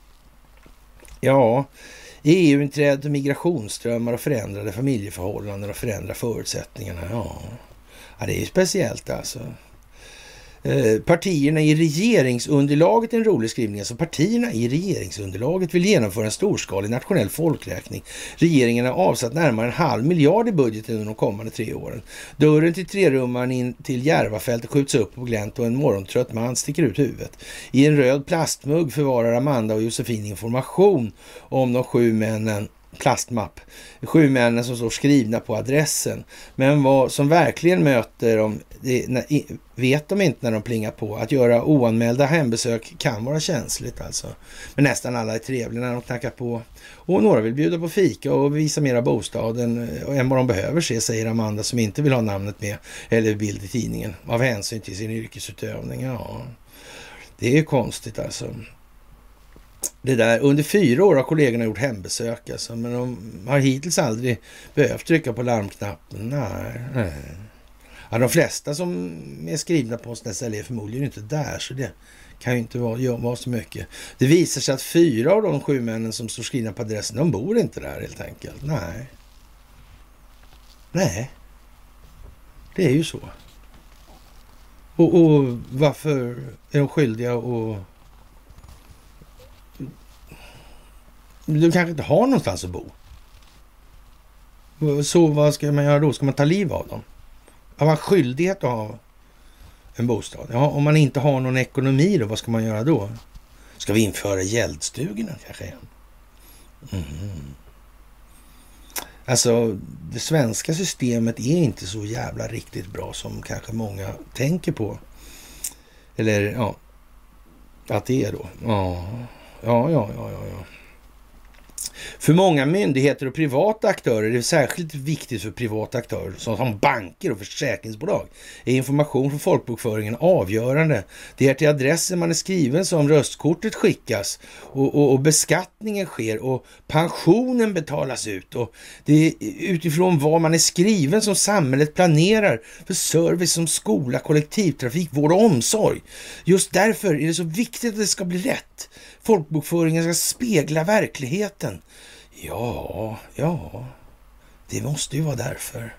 Ja, EU-inträdet och migrationsströmmar och förändrade familjeförhållanden och förändrade förutsättningarna. Ja, det är ju speciellt alltså. Partierna i regeringsunderlaget är en rolig skrivning. Alltså partierna i regeringsunderlaget vill genomföra en storskalig nationell folkräkning. Regeringen har avsatt närmare 500 miljoner i budgeten under de kommande 3 åren. Dörren till 3-rummaren in till Järvafältet skjuts upp på glänt och en morgontrött man sticker ut huvudet. I en röd plastmugg förvarar Amanda och Josefin information om de 7 männen. Plastmapp. 7 männen som står skrivna på adressen. Men vad som verkligen möter dem vet de inte när de plingar på. Att göra oanmälda hembesök kan vara känsligt alltså. Men nästan alla är trevliga när de knackar på. Och några vill bjuda på fika och visa mera bostaden än vad de behöver se, säger Amanda som inte vill ha namnet med eller bild i tidningen. Av hänsyn till sin yrkesutövning. Ja, det är ju konstigt alltså. Det där, under 4 år har kollegorna gjort hembesök alltså, men de har hittills aldrig behövt trycka på larmknappen. Nej. Ja, de flesta som är skrivna på sådana ställen är förmodligen inte där, så det kan ju inte vara så mycket. Det visar sig att 4 av de 7 männen som står skrivna på adressen, de bor inte där helt enkelt. Nej. Det är ju så. Och varför är de skyldiga och du kanske inte har någonstans att bo. Så vad ska man göra då? Ska man ta liv av dem? Har man skyldighet att ha en bostad? Ja, om man inte har någon ekonomi då, vad ska man göra då? Ska vi införa gäldstugorna kanske igen? Alltså, det svenska systemet är inte så jävla riktigt bra som kanske många tänker på. Eller, att det är då. Ja. För många myndigheter och privata aktörer är det särskilt viktigt för privata aktörer som banker och försäkringsbolag. Är information från folkbokföringen avgörande. Det är till adressen man är skriven som röstkortet skickas och beskattningen sker och pensionen betalas ut. Och det är utifrån vad man är skriven som samhället planerar för service som skola, kollektivtrafik, vård och omsorg. Just därför är det så viktigt att det ska bli rätt. Folkbokföringen ska spegla verkligheten. Ja, det måste ju vara därför.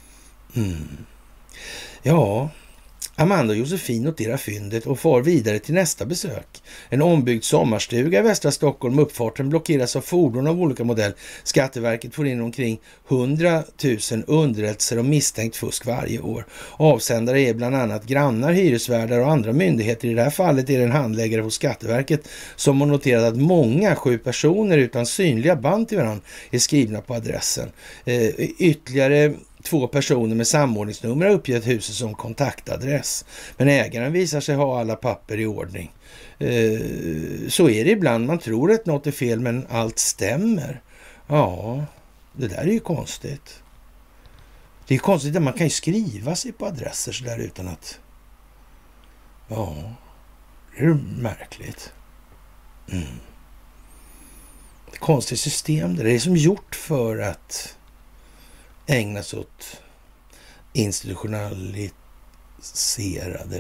Ja, Amanda och Josefin noterar fyndet och far vidare till nästa besök. En ombyggd sommarstuga i västra Stockholm. Uppfarten blockeras av fordon av olika modell. Skatteverket får in omkring 100 000 underrättelser om misstänkt fusk varje år. Avsändare är bland annat grannar, hyresvärdar och andra myndigheter. I det här fallet är det en handläggare hos Skatteverket som har noterat att många 7 personer utan synliga band till varandra är skrivna på adressen. Ytterligare 2 personer med samordningsnummer har uppgett huset som kontaktadress. Men ägaren visar sig ha alla papper i ordning. Så är det ibland. Man tror att något är fel men allt stämmer. Ja, det där är ju konstigt. Det är konstigt att man kan ju skriva sig på adresser så där utan att... Ja, det är märkligt. Det är konstigt system. Det är som gjort för att ägnas åt institutionaliserade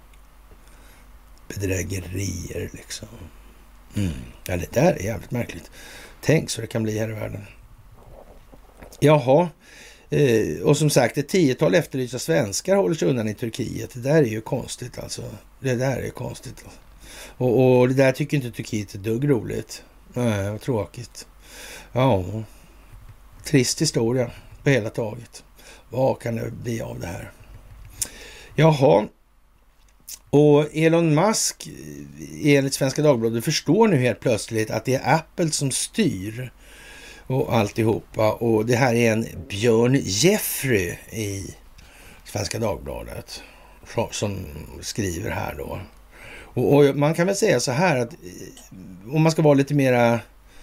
bedrägerier liksom. Ja, det där är jävligt märkligt. Tänk så det kan bli här i världen. Jaha, och som sagt, ett 10-tal efterlysta svenskar håller sig undan i Turkiet. Det där är ju konstigt alltså. Det där är konstigt. Och det där tycker inte Turkiet är dugg roligt. Nej, vad tråkigt. Ja, trist historia på hela taget. Vad kan det bli av det här? Jaha, Och Elon Musk, enligt Svenska Dagbladet, förstår nu helt plötsligt att det är Apple som styr och alltihopa. Och det här är en Björn Jeffrey i Svenska Dagbladet som skriver här då. Och man kan väl säga så här att om man ska vara lite mera,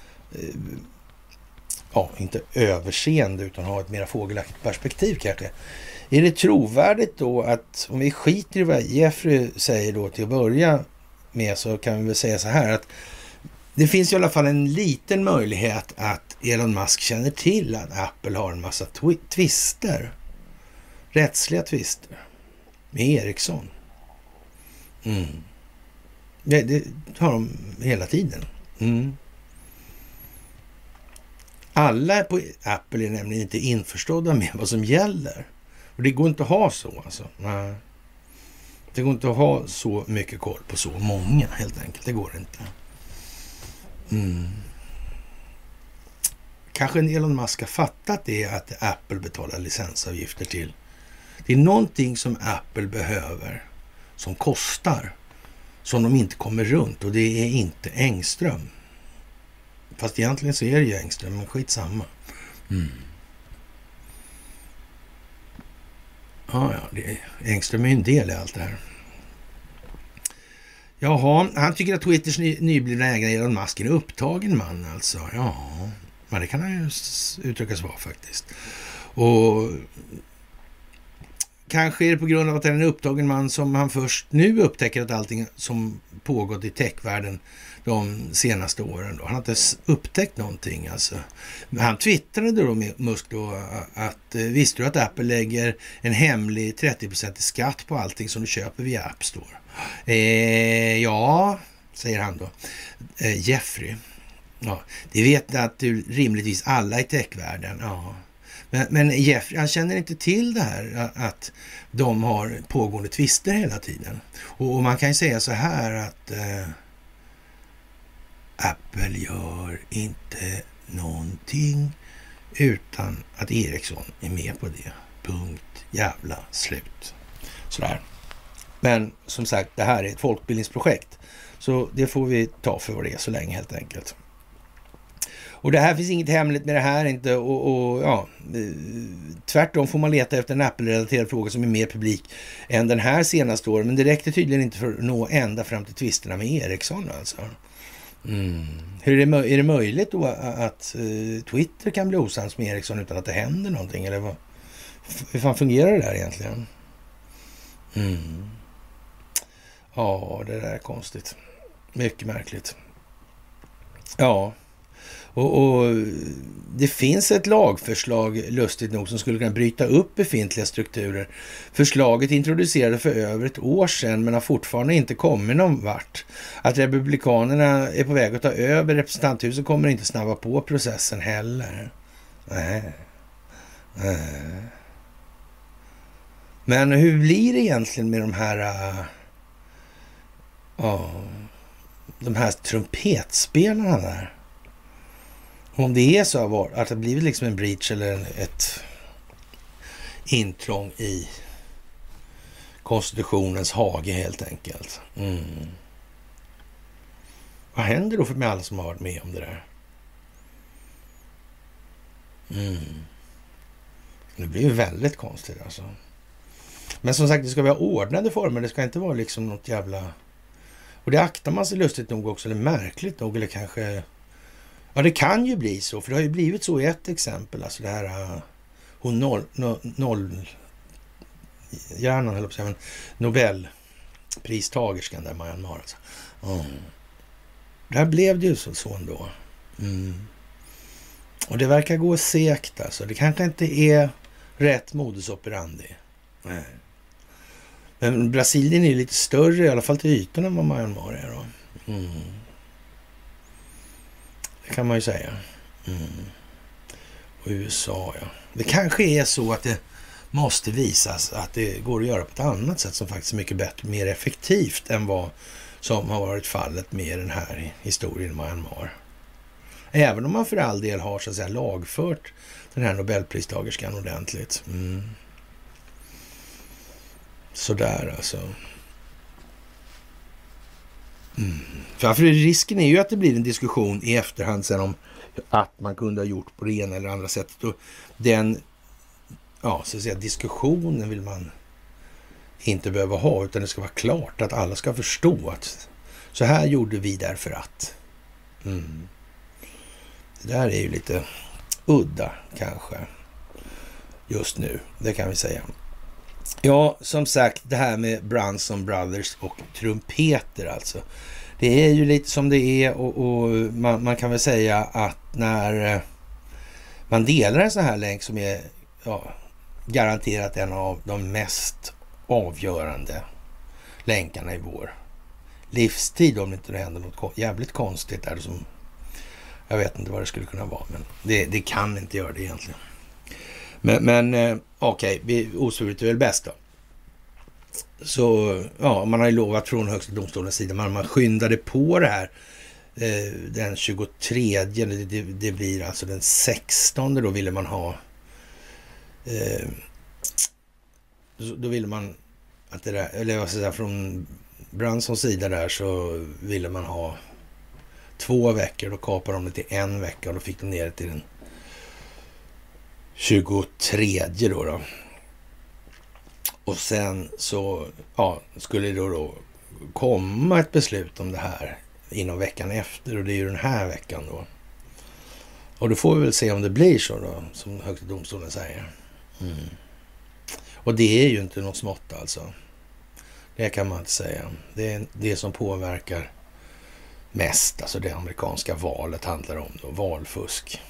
inte överseende utan ha ett mera fågelaktigt perspektiv kanske. Är det trovärdigt då att om vi skiter i vad Jeffrey säger då till att börja med, så kan vi väl säga så här att det finns i alla fall en liten möjlighet att Elon Musk känner till att Apple har en massa twister, rättsliga twister med Ericsson. Det har de hela tiden. Alla på Apple är nämligen inte införstådda med vad som gäller. Och det går inte att ha så alltså. Nej. Det går inte att ha så mycket koll på så många helt enkelt. Det går inte. Kanske en Elon Musk har fattat det att Apple betalar licensavgifter till. Det är någonting som Apple behöver som kostar, som de inte kommer runt, och det är inte Engström. Fast egentligen så är det ju Engström, men skitsamma. Engström är ju en del i allt det här. Jaha, han tycker att Twitters nyblivna ägare Elon Musk är en upptagen man alltså. Ja, men det kan han ju uttryckas vara faktiskt. Och kanske är det på grund av att det är en upptagen man som han först nu upptäcker att allting som pågått i techvärlden de senaste åren då. Han har inte upptäckt någonting alltså. Han twittrade då med Musk då att visste du att Apple lägger en hemlig 30% skatt på allting som du köper via App Store? Ja, säger han då. Jeffrey. Ja, det vet att du rimligtvis alla i techvärlden. Ja. Men Jeffrey, han känner inte till det här att de har pågående tvister hela tiden. Och man kan ju säga så här att Apple gör inte någonting utan att Ericsson är med på det. Punkt jävla slut. Sådär. Men som sagt, det här är ett folkbildningsprojekt. Så det får vi ta för vad det är så länge helt enkelt. Och det här finns inget hemligt med det här inte. Tvärtom får man leta efter en Apple-relaterad fråga som är mer publik än den här senaste året. Men det räckte tydligen inte för att nå ända fram till tvisterna med Ericsson alltså. Är det möjligt då att Twitter kan bli osams med Ericsson utan att det händer någonting? Eller vad? Hur fan fungerar det där egentligen? Ja, det där är konstigt. Mycket märkligt. Ja. Och det finns ett lagförslag, lustigt nog, som skulle kunna bryta upp befintliga strukturer. Förslaget introducerades för över ett år sedan men har fortfarande inte kommit någon vart. Att republikanerna är på väg att ta över representanthuset kommer inte snabba på processen heller. Nej. Men hur blir det egentligen med de här trumpetspelarna där? Om det är så att det blivit liksom en breach eller ett intrång i konstitutionens hage helt enkelt. Vad händer då med alla som har varit med om det där? Det blir ju väldigt konstigt alltså. Men som sagt, det ska vara ordnade former. Det ska inte vara liksom något jävla... Och det aktar man sig lustigt nog också, eller märkligt nog, eller kanske... Ja, det kan ju bli så, för det har ju blivit så i ett exempel. Alltså det här... hjärnan, höll på att säga, men Nobelpristagerskan där, Myanmar alltså. Där blev det ju så ändå. Och det verkar gå segt alltså. Det kanske inte är rätt modus operandi. Nej. Men Brasilien är ju lite större, i alla fall till ytan, än vad Myanmar är då. Det kan man ju säga. Och USA, ja. Det kanske är så att det måste visas att det går att göra på ett annat sätt som faktiskt är mycket bättre, mer effektivt än vad som har varit fallet med den här historien i Myanmar. Även om man för all del har så att säga lagfört den här Nobelpristagerskan ordentligt. Sådär alltså. För risken är ju att det blir en diskussion i efterhand sen om att man kunde ha gjort på det ena eller andra sättet. Och den, ja, så att säga, diskussionen vill man inte behöva ha, utan det ska vara klart att alla ska förstå att så här gjorde vi därför att. Det där är ju lite udda kanske just nu, det kan vi säga. Ja, som sagt, det här med Brunson Brothers och trumpeter alltså. Det är ju lite som det är och man kan väl säga att när man delar en sån här länk som är garanterat en av de mest avgörande länkarna i vår livstid, om det inte händer något jävligt konstigt där som jag vet inte vad det skulle kunna vara, men det kan inte göra det egentligen. Men okej, osvuret är väl bäst då. Så ja, man har ju lovat från högsta domstolens sida, man skyndade på det här den 23, det blir alltså den 16, då ville man ha då ville man att det där, eller vad ska jag säga, från Brunsons sida där så ville man ha 2 veckor, då kapade de det till 1 vecka och då fick de ner det till den 23 då. Och sen så skulle det då komma ett beslut om det här inom veckan efter, och det är ju den här veckan då. Och då får vi väl se om det blir så då, som högsta domstolen säger. Och det är ju inte något smått alltså. Det kan man inte säga. Det är det som påverkar mest, alltså det amerikanska valet handlar om då, valfusk.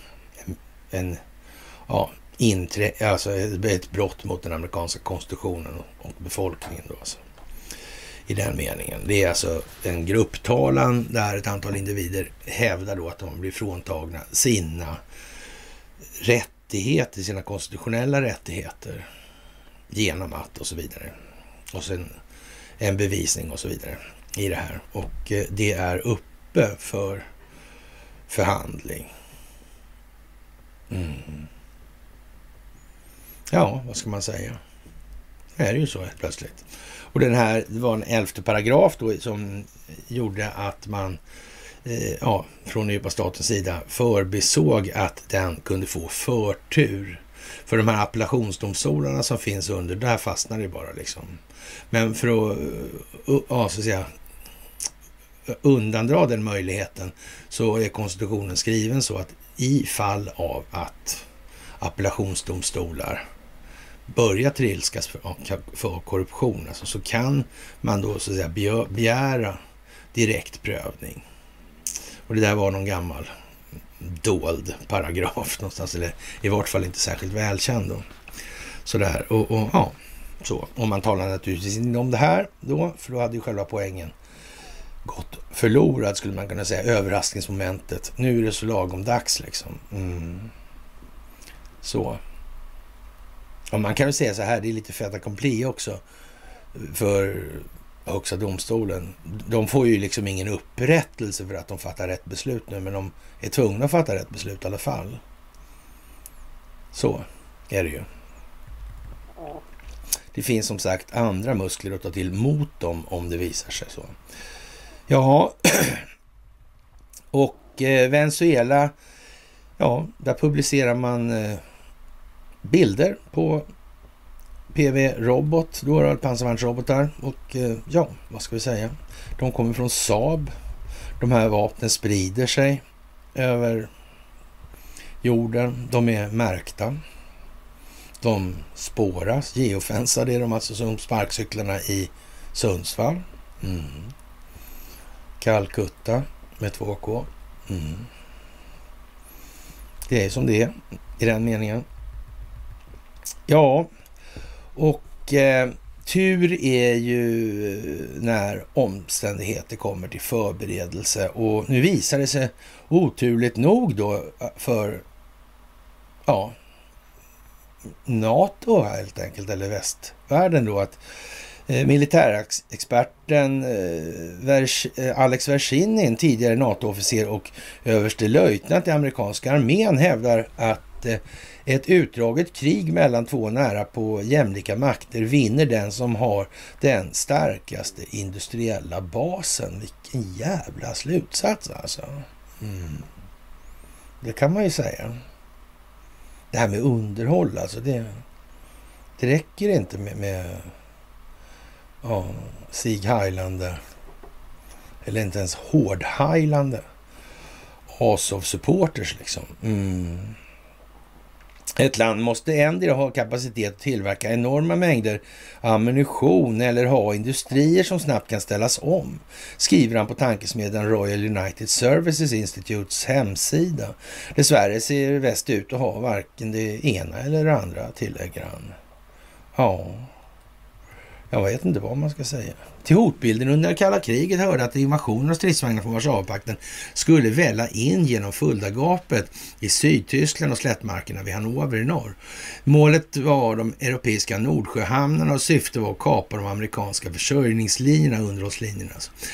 Alltså ett brott mot den amerikanska konstitutionen och befolkningen då alltså. I den meningen. Det är alltså en grupptalan där ett antal individer hävdar då att de blir fråntagna sina rättigheter, sina konstitutionella rättigheter genom att och så vidare. Och sen en bevisning och så vidare i det här. Och det är uppe för förhandling. Ja, vad ska man säga? Det är ju så helt plötsligt. Och den här, det var en 11:e paragraf då som gjorde att man från den djupa statens sida förbisåg att den kunde få förtur. För de här appellationsdomstolarna som finns under, där fastnar det bara liksom. Men för att så att säga undandra den möjligheten så är konstitutionen skriven så att i fall av att appellationsdomstolar börjar trilskas för korruption, alltså, så kan man då så att säga begära direkt prövning. Och det där var någon gammal dold paragraf någonstans, eller i vart fall inte särskilt välkänd då. Sådär, så. Och man talar naturligtvis inte om det här då, för då hade ju själva poängen gått förlorad, skulle man kunna säga, överraskningsmomentet. Nu är det så lagom dags liksom. Så. Och man kan ju säga så här, det är lite fait accompli också för högsta domstolen. De får ju liksom ingen upprättelse för att de fattar rätt beslut nu, men de är tvungna att fatta rätt beslut i alla fall. Så är det ju. Det finns som sagt andra muskler att ta till mot dem om det visar sig så. Ja, och Venezuela, där publicerar man bilder på PV-robot, då är det pansarvärnsrobotar, och vad ska vi säga? De kommer från Saab. De här vapnen sprider sig över jorden. De är märkta. De spåras, geofensade är de alltså, som sparkcyklarna i Sundsvall. Calcutta med 2K. Det är som det är i den meningen. Ja, och tur är ju när omständigheter kommer till förberedelse, och nu visar det sig oturligt nog då för NATO helt enkelt, eller västvärlden då, att militärexperten Alex Vershinin, tidigare NATO-officer och överste löjtnant i amerikanska armén, hävdar att ett utdraget krig mellan två nära på jämlika makter vinner den som har den starkaste industriella basen. Vilken jävla slutsats alltså. Det kan man ju säga. Det här med underhåll alltså, det räcker inte med Sig Heilande eller inte ens Hård Heilande of supporters liksom. Ett land måste ändå ha kapacitet att tillverka enorma mängder ammunition eller ha industrier som snabbt kan ställas om, skriver han på tankesmedjan Royal United Services Institutes hemsida. Dessvärre ser väst ut att ha varken det ena eller det andra, tillägger han. Jag vet inte vad man ska säga. Till hotbilden under kalla kriget hörde att invasionen av stridsvagnar från Warszawapakten skulle välla in genom Fuldagapet i Sydtyskland och slättmarkerna vid Hannover i norr. Målet var de europeiska Nordsjöhamnarna och syftet var att kapa de amerikanska försörjningslinjerna, underhållslinjerna.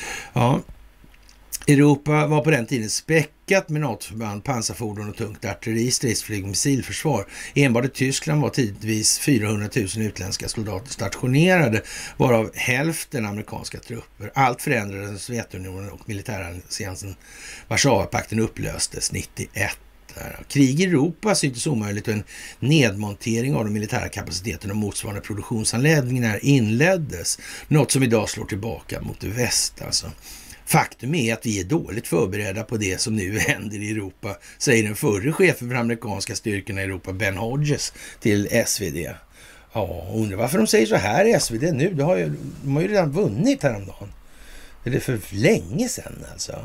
Europa var på den tiden späckat med NATO-förband, pansarfordon och tungt artilleri, stridsflyg och missilförsvar. Enbart i Tyskland var tidvis 400 000 utländska soldater stationerade, varav hälften amerikanska trupper. Allt förändrades när Sovjetunionen och militäralliansen Warszawapakten upplöstes 91. Krig i Europa syntes omöjligt och en nedmontering av den militära kapaciteten och motsvarande produktionsanläggningar inleddes. Något som idag slår tillbaka mot väst alltså. Faktum är att vi är dåligt förberedda på det som nu händer i Europa, säger den förre chefen för amerikanska styrkorna i Europa, Ben Hodges, till SvD. Undrar varför de säger så här i SvD nu. De har ju redan vunnit häromdagen. Det är för länge sedan alltså.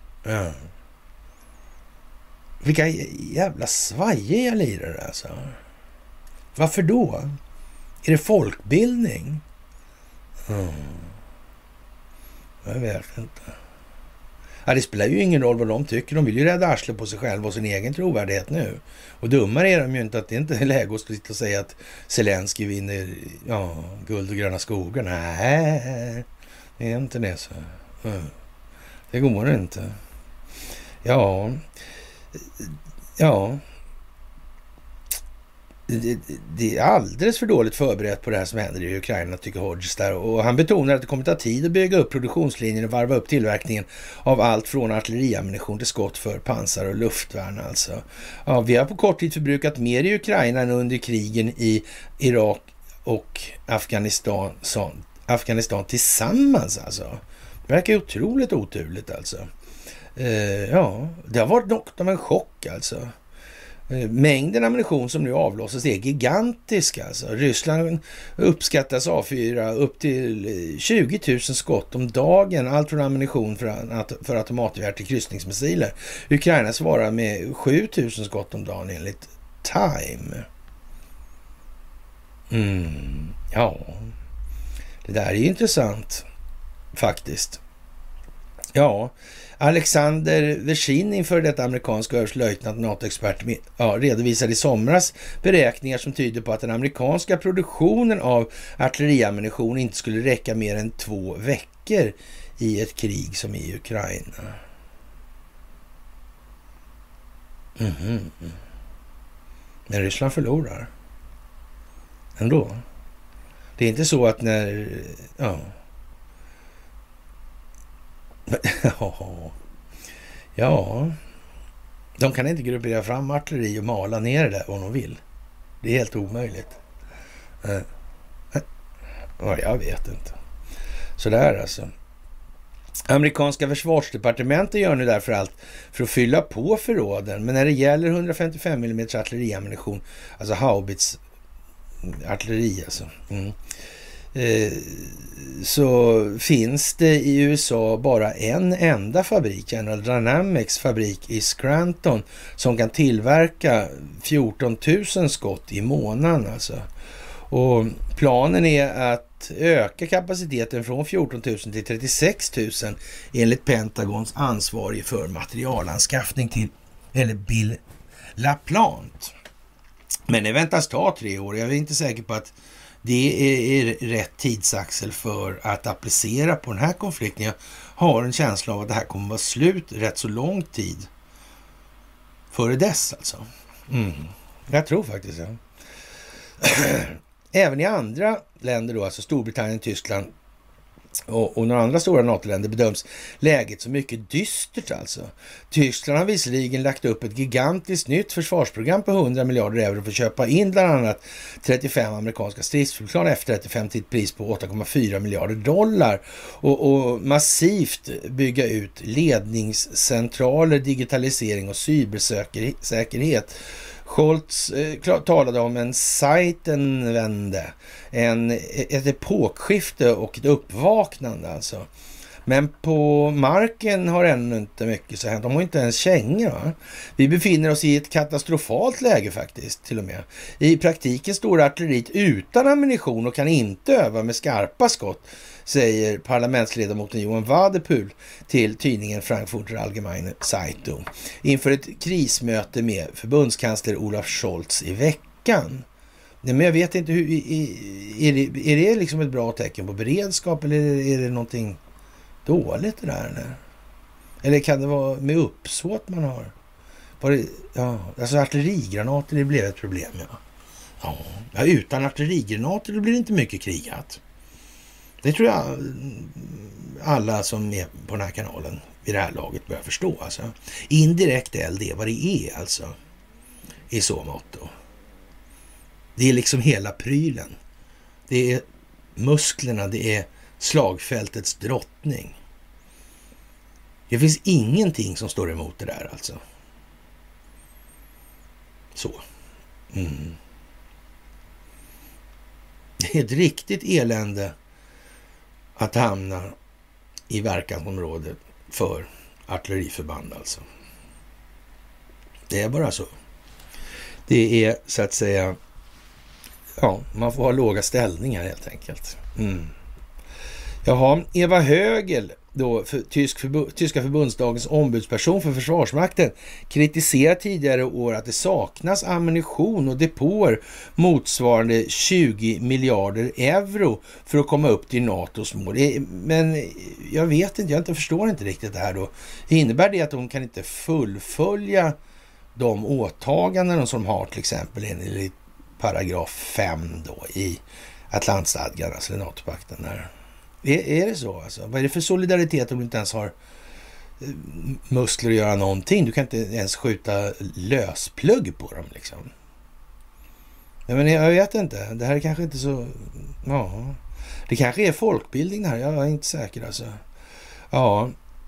Vilka jävla svajiga lirare alltså. Varför då? Är det folkbildning? Jag vet inte. Det spelar ju ingen roll vad de tycker. De vill ju rädda arslet på sig själva och sin egen trovärdighet nu. Och dummare är de ju inte att det inte är läge att sitta och säga att Zelensky vinner guld och gröna skogar. Nej, det är inte det så. Det går inte. Ja. Det är alldeles för dåligt förberett på det här som händer i Ukraina, tycker Hodges där. Och han betonar att det kommer ta tid att bygga upp produktionslinjen och varva upp tillverkningen av allt från artilleriammunition till skott för pansar och luftvärn alltså. Vi har på kort tid förbrukat mer i Ukraina än under krigen i Irak och Afghanistan tillsammans alltså. Det verkar otroligt oturligt alltså. Det har varit något av en chock alltså. Mängden ammunition som nu avlossas är gigantisk alltså. Ryssland uppskattas avfyra upp till 20 000 skott om dagen. Allt från ammunition för automatgevär till kryssningsmissiler. Ukraina svarar med 7 000 skott om dagen enligt Time. Det där är ju intressant faktiskt. Alexander Verschin, för detta amerikanska överstelöjtnant NATO-expert, redovisade i somras beräkningar som tyder på att den amerikanska produktionen av artilleriammunition inte skulle räcka mer än 2 veckor i ett krig som i Ukraina. Men Ryssland förlorar ändå. Det är inte så att när... De kan inte gruppera fram artilleri och mala ner det där om de vill. Det är helt omöjligt. Jag vet inte. Så där alltså. Amerikanska försvarsdepartementet gör nu därför allt för att fylla på förråden. Men när det gäller 155 mm artilleriammunition, alltså haubits artilleri alltså. Så finns det i USA bara en enda fabrik, General Dynamics fabrik i Scranton, som kan tillverka 14 000 skott i månaden alltså. Och planen är att öka kapaciteten från 14 000 till 36 000 enligt Pentagons ansvarig för materialanskaffning till, eller Bill LaPlante. Men det väntas ta 3 år. Jag är inte säker på att det är rätt tidsaxel för att applicera på den här konflikten. Jag har en känsla av att det här kommer vara slut rätt så lång tid före dess alltså. Jag tror faktiskt ja. Även i andra länder då, alltså Storbritannien, Tyskland och några andra stora NATO-länder bedöms läget så mycket dystert alltså. Tyskland har visserligen lagt upp ett gigantiskt nytt försvarsprogram på 100 miljarder euro för att köpa in bland annat 35 amerikanska stridsflygplan F-35 till ett pris på 8,4 miljarder dollar och massivt bygga ut ledningscentraler, digitalisering och cybersäkerhet. Scholz talade om en Zeitenwende, ett epokskifte och ett uppvaknande alltså. Men på marken har ännu inte mycket så hänt. De har inte ens kängor. Va? Vi befinner oss i ett katastrofalt läge faktiskt till och med. I praktiken står artilleriet utan ammunition och kan inte öva med skarpa skott, säger parlamentsledamoten Johan Wadepool till tidningen Frankfurter Allgemeine Zeitung inför ett krismöte med förbundskansler Olaf Scholz i veckan. Men jag vet inte, är det liksom ett bra tecken på beredskap eller är det någonting dåligt det där? Eller kan det vara med uppsåt man har? Alltså artillerigranater, det blev ett problem, ja. Ja, utan artillerigranater då blir det inte mycket krigat. Det tror jag alla som är på den här kanalen vid det här laget börjar förstå. Alltså. Indirekt eld är vad det är alltså. I så mått. Det är liksom hela prylen. Det är musklerna, det är slagfältets drottning. Det finns ingenting som står emot det där alltså. Så. Det är ett riktigt elände att hamna i verkansområdet för artilleriförband alltså. Det är bara så. Det är så att säga, ja, man får ha låga ställningar helt enkelt. Jaha, Eva Högel då, tyska förbundsdagens ombudsperson för Försvarsmakten, kritiserar tidigare år att det saknas ammunition och depåer motsvarande 20 miljarder euro för att komma upp till NATOs mål. Men jag vet inte, jag förstår inte riktigt det här då. Innebär det att de kan inte fullfölja de åtaganden som de har till exempel enligt paragraf 5 då i Atlantstadgan, alltså NATO-pakten där? Är det så alltså? Vad är det för solidaritet om du inte ens har muskler att göra någonting? Du kan inte ens skjuta lösplugg på dem liksom. Nej, men jag vet inte. Det här är kanske inte så... Ja, det kanske är folkbildning det här. Jag är inte säker alltså. Ja.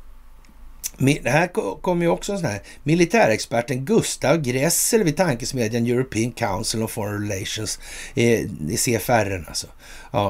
Det här kommer ju också en sån här militärexperten Gustav Gressel vid tankesmedjan European Council of Foreign Relations i CFR alltså. Ja.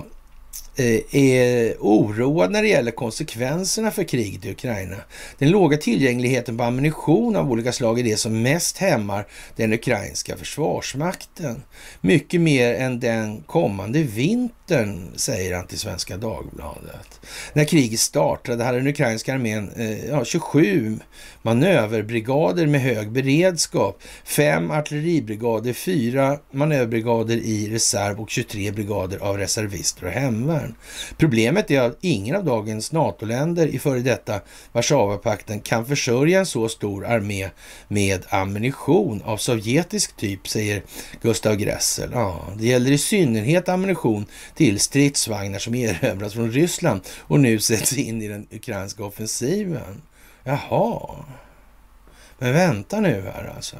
Är oroad när det gäller konsekvenserna för kriget i Ukraina. Den låga tillgängligheten på ammunition av olika slag är det som mest hämmar den ukrainska försvarsmakten. Mycket mer än den kommande vintern, säger han till Svenska Dagbladet. När kriget startade hade den ukrainska armén 27 manöverbrigader med hög beredskap, 5 artilleribrigader, 4 manöverbrigader i reserv och 23 brigader av reservister och hemvärn. Problemet är att ingen av dagens NATO-länder i före detta Warszawapakten kan försörja en så stor armé med ammunition av sovjetisk typ, säger Gustav Gressel. Ja, det gäller i synnerhet ammunition till stridsvagnar som erövras från Ryssland och nu sätts in i den ukrainska offensiven. Jaha. Men vänta nu här alltså.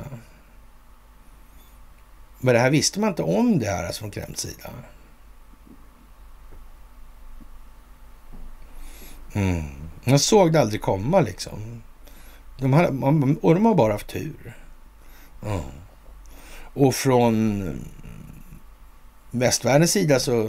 Men det här visste man inte om det här alltså från Kremls sida. Jag såg det aldrig komma liksom. De har bara haft tur. Och från västvärldens sida så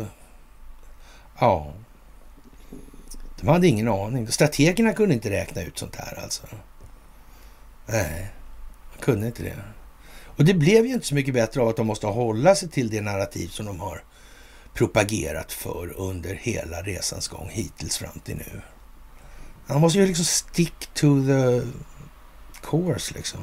de hade ingen aning. Strategerna kunde inte räkna ut sånt här alltså. Nej, de kunde inte det. Och det blev ju inte så mycket bättre av att de måste hålla sig till det narrativ som de har propagerat för under hela resans gång hittills fram till nu. Han måste ju liksom stick to the course liksom.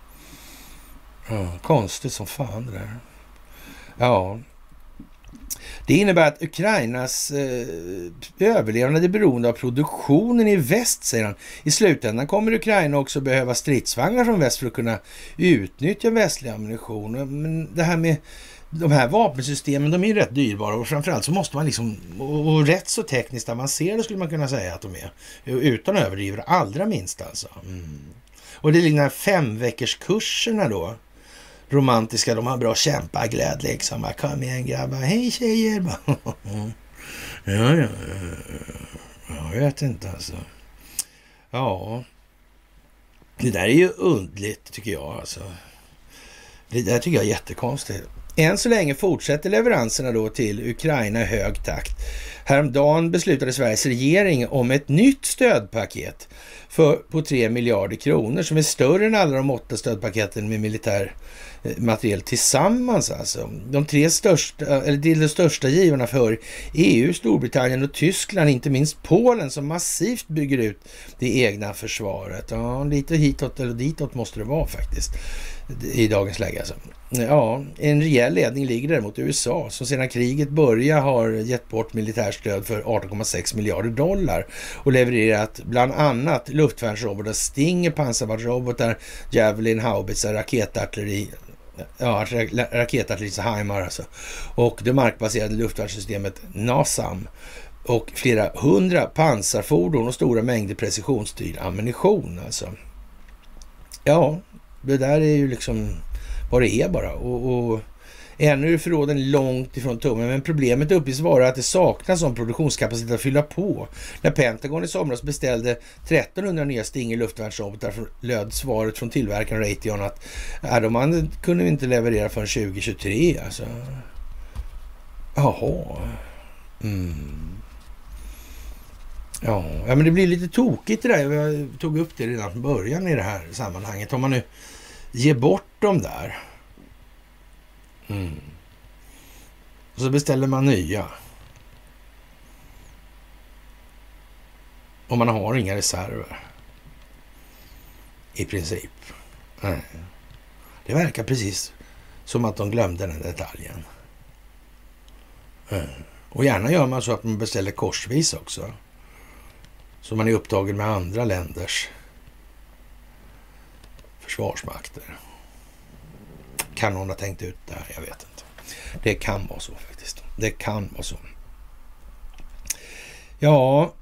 Konstigt som fan det där. Ja. Det innebär att Ukrainas överlevnad är beroende av produktionen i väst, säger han. I slutändan kommer Ukraina också behöva stridsvagnar från väst för att kunna utnyttja västlig ammunition. Men det här med de här vapensystemen, de är ju rätt dyrbara och framförallt så måste man liksom, och rätt så tekniskt avancerade skulle man kunna säga att de är. Utan att överdriva det allra minst alltså. Och det är de här 5-veckorskurserna då. Romantiska, de har bra kämpaglädje liksom. Kom igen grabbar, hej tjejer. Ja, jag vet inte alltså. Ja, det där är ju undligt tycker jag alltså. Det där tycker jag är jättekonstigt. Än så länge fortsätter leveranserna då till Ukraina i hög takt. Häromdagen beslutade Sveriges regering om ett nytt stödpaket på 3 miljarder kronor som är större än alla de 8 stödpaketen med militär materiel tillsammans alltså. De 3 största, eller de största givarna för EU, Storbritannien och Tyskland, inte minst Polen som massivt bygger ut det egna försvaret. Ja, lite hitåt eller ditåt måste det vara faktiskt i dagens läge alltså. Ja, en rejäl ledning ligger däremot USA som sedan kriget började har gett bort militärstöd för 18,6 miljarder dollar och levererat bland annat luftvärnsrobotar, Stinger, pansarvärnsrobotar, Javelin, haubitsar, raketartilleri, raketartillerihajmar alltså, och det markbaserade luftvärnssystemet NASAM och flera 100 pansarfordon och stora mängder precisionsstyrd ammunition alltså. Ja, det där är ju liksom vad det är bara. Och ännu är förråden långt ifrån tummen. Men problemet uppges vara att det saknas som produktionskapacitet att fylla på. När Pentagon i somras beställde 1300 nya Stinger luftvärnsrobotar löd svaret från tillverkaren Raytheon att de kunde inte leverera förrän 2023. Alltså. Jaha. Ja, men det blir lite tokigt det där. Jag tog upp det redan från början i det här sammanhanget. Om man nu ger bort dem där. Och så beställer man nya. Och man har inga reserver. I princip. Nej. Det verkar precis som att de glömde den detaljen. Och gärna gör man så att man beställer korsvis också. Så man är upptagen med andra länders försvarsmakter. Kan någon ha tänkt ut det här? Jag vet inte. Det kan vara så faktiskt. Det kan vara så. Ja.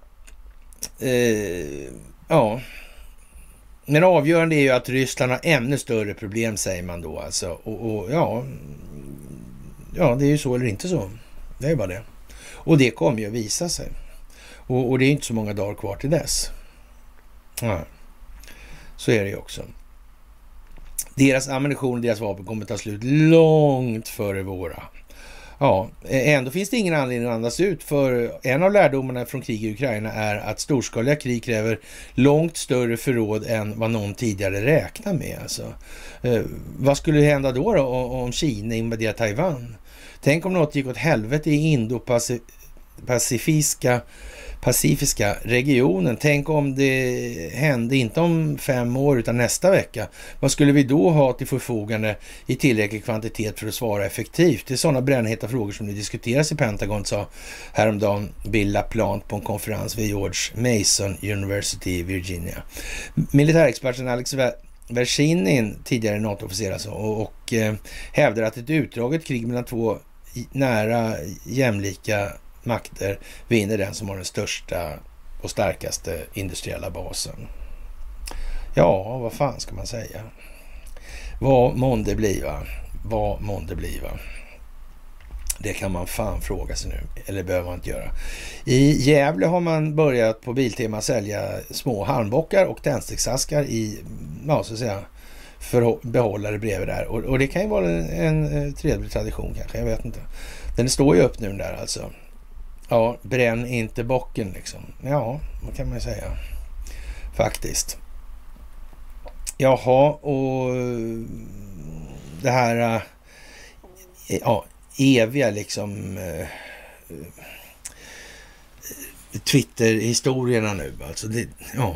Ja. Men avgörande är ju att Ryssland har ännu större problem, säger man då alltså. Och ja, det är ju så eller inte så. Det är bara det. Och det kommer ju att visa sig. Och det är inte så många dagar kvar till dess. Ja. Så är det ju också. Deras ammunition och deras vapen kommer att ta slut långt före våra. Ja, ändå finns det ingen anledning att andas ut, för en av lärdomarna från krig i Ukraina är att storskaliga krig kräver långt större förråd än vad någon tidigare räknar med. Alltså. Vad skulle hända då om Kina invaderar Taiwan? Tänk om något gick åt helvete i Pacifiska regionen. Tänk om det hände inte om 5 år utan nästa vecka. Vad skulle vi då ha till förfogande i tillräcklig kvantitet för att svara effektivt? Det är sådana brännheta frågor som nu diskuteras i Pentagon, sa häromdagen Bill LaPlante på en konferens vid George Mason University i Virginia. Militärexperten Alex Vershinin, tidigare NATO-officer alltså, och hävdar att ett utdraget krig mellan 2 nära jämlika makter vinner den som har den största och starkaste industriella basen. Ja, vad fan ska man säga? Vad månde bliva? Vad månde bliva? Det kan man fan fråga sig nu. Eller behöver man inte göra. I Gävle har man börjat på Biltema sälja små handbockar och tändsticksaskar i, ja så att säga, behållare bredvid där. Och det kan ju vara en trevlig tradition kanske, jag vet inte. Den står ju upp nu där alltså. Ja, bränn inte bocken liksom. Ja, vad kan man säga. Faktiskt. Jaha, och det här eviga liksom Twitter-historierna nu. Alltså det,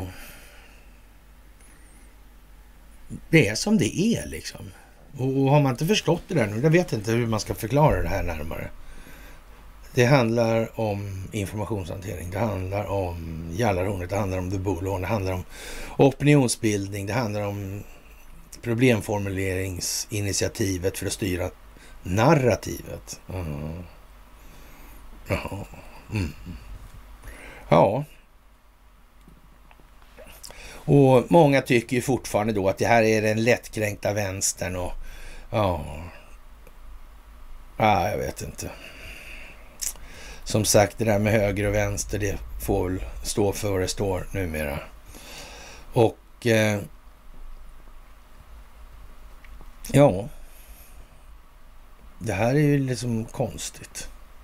det är som det är liksom. Och har man inte förstått det där nu, jag vet inte hur man ska förklara det här närmare. Det handlar om informationshantering, det handlar om Jallarhornet, det handlar om The Bullhorn, det handlar om opinionsbildning, det handlar om problemformuleringsinitiativet för att styra narrativet. Ja. Och många tycker ju fortfarande då att det här är den lättkränkta vänstern och jag vet inte. Som sagt, det där med höger och vänster, det får väl stå för vad det står numera. Och det här är ju liksom konstigt.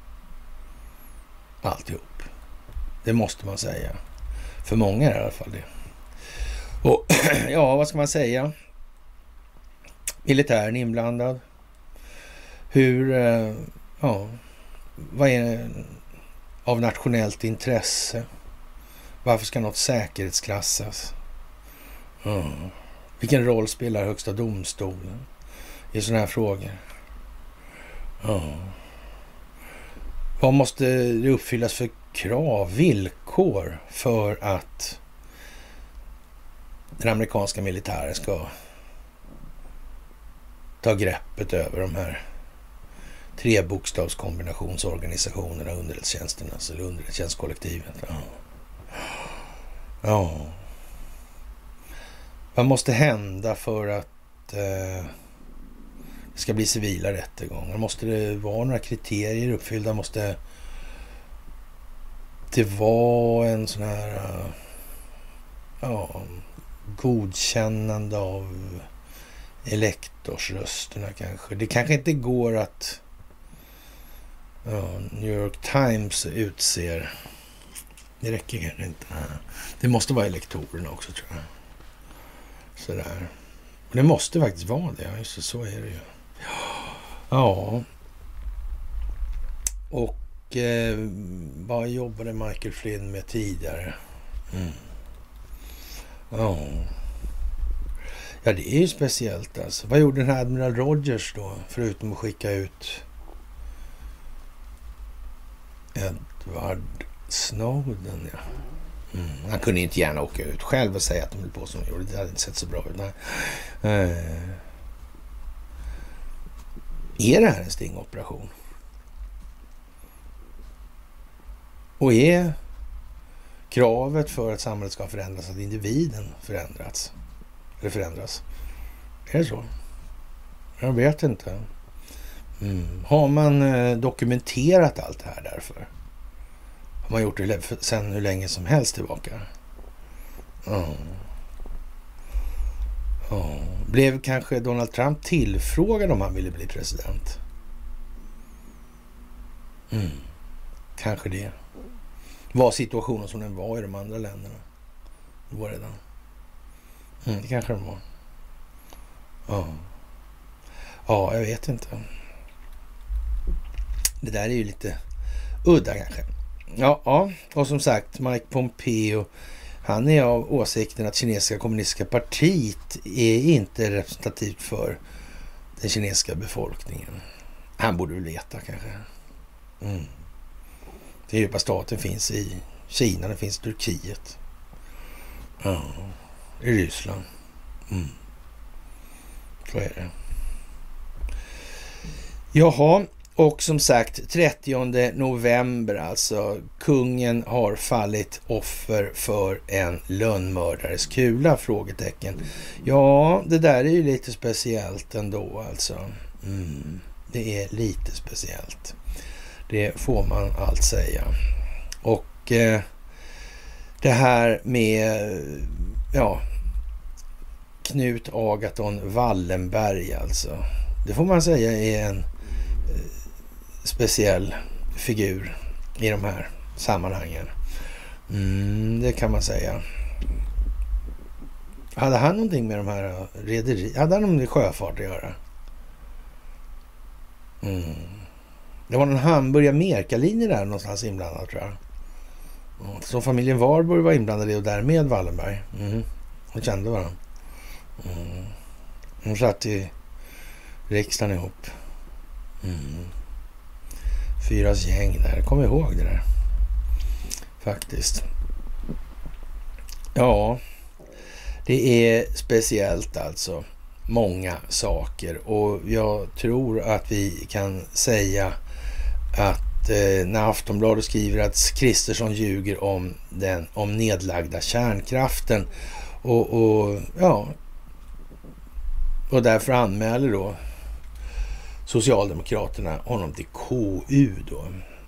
Alltihop. Det måste man säga. För många är det i alla fall det. Och vad ska man säga? Militären inblandad. Vad är av nationellt intresse? Varför ska något säkerhetsklassas? Vilken roll spelar Högsta domstolen i sådana här frågor? Vad måste det uppfyllas för krav, villkor för att den amerikanska militären ska ta greppet över de här trebokstavskombinationsorganisationerna, underrättelsetjänsterna, eller underrättelsetjänstkollektivet? Vad måste hända för att det ska bli civila rättegångar? Måste det vara några kriterier uppfyllda? Måste det vara en sån här godkännande av elektorsrösterna kanske? Det kanske inte går att New York Times utser. Det räcker kanske inte. Det måste vara elektorerna också, tror jag. Sådär. Och det måste faktiskt vara det. Just så är det ju. Ja. Och vad jobbade Michael Flynn med tidigare? Ja, det är ju speciellt alltså. Vad gjorde den här Admiral Rogers då? Förutom att skicka ut Edward Snowden, Han kunde inte gärna åka ut själv och säga att de höll på som de gjorde. Det hade inte sett så bra ut. Är det här en stingoperation? Och är kravet för att samhället ska förändras att individen förändras? Är det så? Jag vet inte. Har man dokumenterat allt det här därför? Har man gjort det sedan hur länge som helst tillbaka? Blev kanske Donald Trump tillfrågad om han ville bli president? Kanske det. Var situationen som den var i de andra länderna? Det var redan. Det kanske den var. Jag vet inte. Det där är ju lite udda kanske. Och som sagt, Mike Pompeo, han är av åsikten att kinesiska kommunistiska partiet är inte representativt för den kinesiska befolkningen. Han borde väl veta kanske. Den djupa staten finns i Kina, den finns i Turkiet. I Ryssland. Så är det. Jaha, och som sagt 30 november alltså. Kungen har fallit offer för en lönnmördares kula? Frågetecken. Ja, det där är ju lite speciellt ändå alltså. Det är lite speciellt. Det får man allt säga. Och det här med Knut Agaton Wallenberg alltså. Det får man säga är en speciell figur i de här sammanhangen. Det kan man säga. Hade han någonting med de här rederi? Hade han någonting med sjöfart att göra? Det var någon Hamburg-Amerika-linje där någonstans inblandad, tror jag. Så familjen Warburg var inblandad i och därmed Wallenberg. De kände varandra. De satt i riksdagen ihop. Fyras gäng där. Kom ihåg det där. Faktiskt. Ja, det är speciellt alltså. Många saker. Och jag tror att vi kan säga att när Aftonbladet skriver att Kristersson ljuger om nedlagda kärnkraften och därför anmäler då Socialdemokraterna honom till KU då.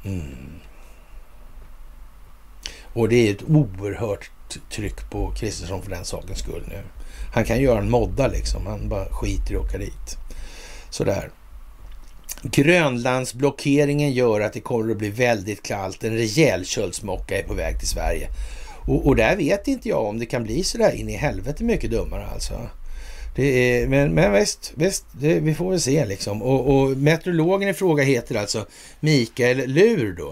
Och det är ett oerhört tryck på Kristersson för den sakens skull nu. Han kan göra en modda liksom. Han bara skiter i att åka dit. Sådär. Grönlandsblockeringen gör att det kommer att bli väldigt kallt. En rejäl köldsmocka är på väg till Sverige. Och där vet inte jag om det kan bli sådär in i helvete mycket dummare alltså. Det är, men visst vi får väl se liksom. Och meteorologen i fråga heter alltså Mikael Lur då.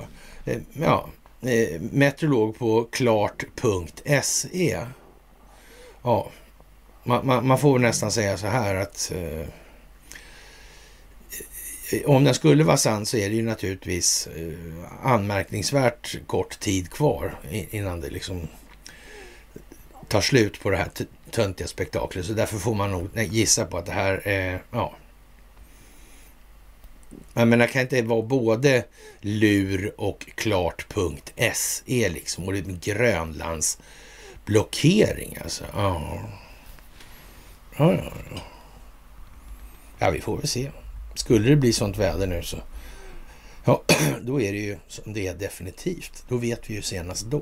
Meteorolog på klart.se. Ja, man får nästan säga så här att om den skulle vara sann så är det ju naturligtvis anmärkningsvärt kort tid kvar innan det liksom tar slut på det här töntiga spektaklet. Så därför får man nog gissa på att det här är, jag menar, det kan inte vara både lur och klart.se liksom. Och det är Grönlands blockering alltså. Ja, vi får väl se. Skulle det bli sånt väder nu så då är det ju som det är definitivt. Då vet vi ju senast då.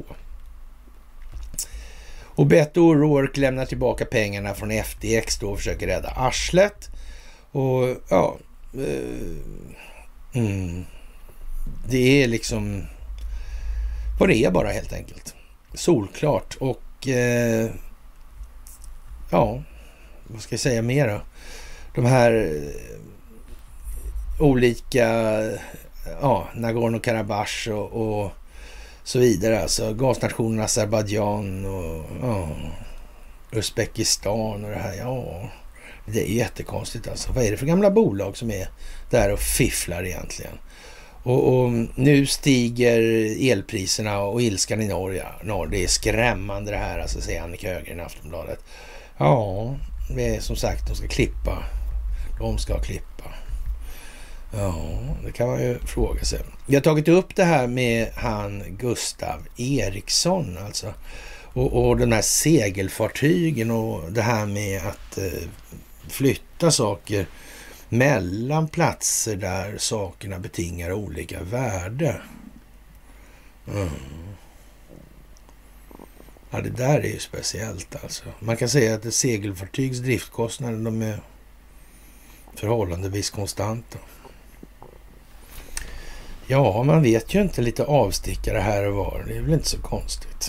Och Beto O'Rourke lämnar tillbaka pengarna från FTX då och försöker rädda arslet. Och det är liksom vad det är bara helt enkelt. Solklart. Och vad ska jag säga mer då? De här olika Nagorno-Karabach och så vidare. Alltså gasnationen Azerbaijan och Uzbekistan och det här. Ja, det är jättekonstigt alltså. Vad är det för gamla bolag som är där och fifflar egentligen? Och nu stiger elpriserna och ilskan i Norge. Det är skrämmande det här, alltså, säger Annika Högren i Aftonbladet. Ja, det är som sagt, de ska klippa. Ja, det kan man ju fråga sig. Jag har tagit upp det här med han Gustav Eriksson alltså. Och de här segelfartygen och det här med att flytta saker mellan platser där sakerna betingar olika värde. Ja, det där är ju speciellt alltså. Man kan säga att ett segelfartygs driftkostnader, de är förhållandevis konstanta. Ja, man vet ju inte, lite avstickare här och var. Det är väl inte så konstigt.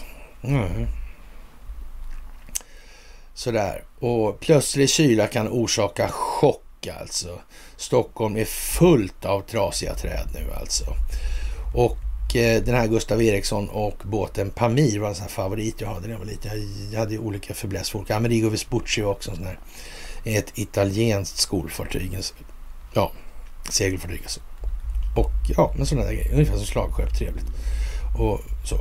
Sådär. Och plötslig kyla kan orsaka chock alltså. Stockholm är fullt av trasiga träd nu alltså. Och den här Gustav Eriksson och båten Pamir var en sån här favorit jag hade när jag var liten. Jag hade ju olika förblässfolk. Amerigo Vespucci var också en sån här. Ett italienskt skolfartyg. Ja, segelfartyg alltså. Och men sådana där grejer. Ungefär som slagskepp, trevligt. Och så.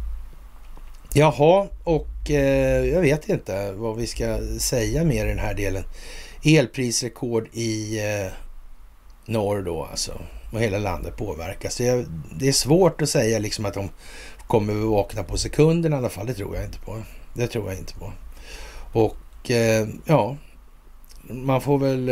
Jaha, och jag vet inte vad vi ska säga mer i den här delen. Elprisrekord i norr då alltså. Och hela landet påverkas. Det är svårt att säga liksom att de kommer att vakna på sekunden i alla fall. Det tror jag inte på. Och man får väl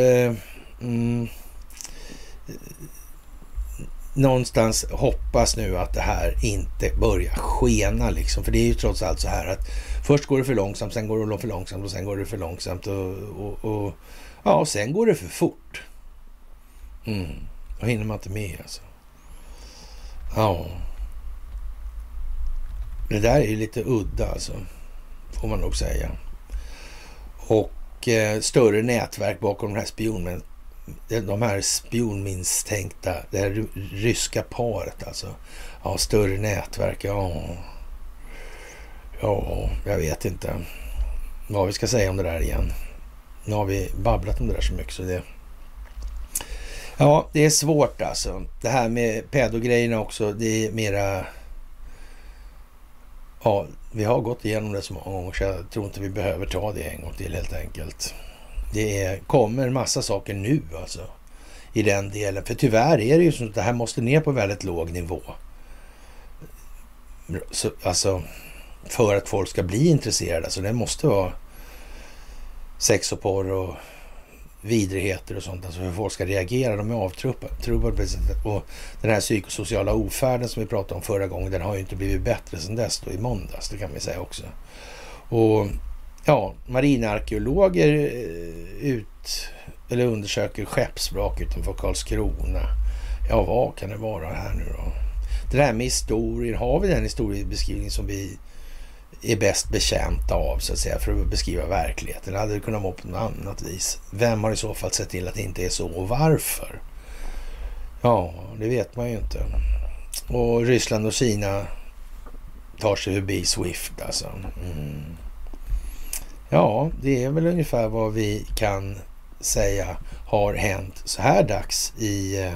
någonstans hoppas nu att det här inte börjar skena liksom. För det är ju trots allt så här att först går det för långsamt, sen går det för långsamt och sen går det för långsamt och sen går det för fort. Då hinner man inte med alltså. Ja. Det där är ju lite udda alltså. Får man nog säga. Och större nätverk bakom de här spionmisstänkta, det här ryska paret alltså. Ja, större nätverk, jag vet inte vad vi ska säga om det där igen. Nu har vi babblat om det där så mycket så det Ja, det är svårt alltså. Det här med pedogrejerna också, det är mera... Ja, vi har gått igenom det så många gånger så jag tror inte vi behöver ta det en gång till helt enkelt. Kommer massa saker nu alltså i den delen. För tyvärr är det ju så att det här måste ner på väldigt låg nivå. Så, alltså för att folk ska bli intresserade. Alltså det måste vara sex och porr och vidrigheter och sånt. Alltså hur folk ska reagera. De är avtrubbade. Och den här psykosociala ofärden som vi pratade om förra gången, den har ju inte blivit bättre sedan dess då i måndags. Det kan vi säga också. Och ja, marinarkeologer undersöker skeppsvrak utanför Karlskrona. Ja, vad kan det vara här nu då? Det där med historier, har vi den historiebeskrivning som vi är bäst betjänta av så att säga för att beskriva verkligheten? Eller hade det kunnat vara på något annat vis? Vem har i så fall sett till att det inte är så och varför? Ja, det vet man ju inte. Och Ryssland och Kina tar sig förbi Swift alltså. Ja, det är väl ungefär vad vi kan säga har hänt så här dags i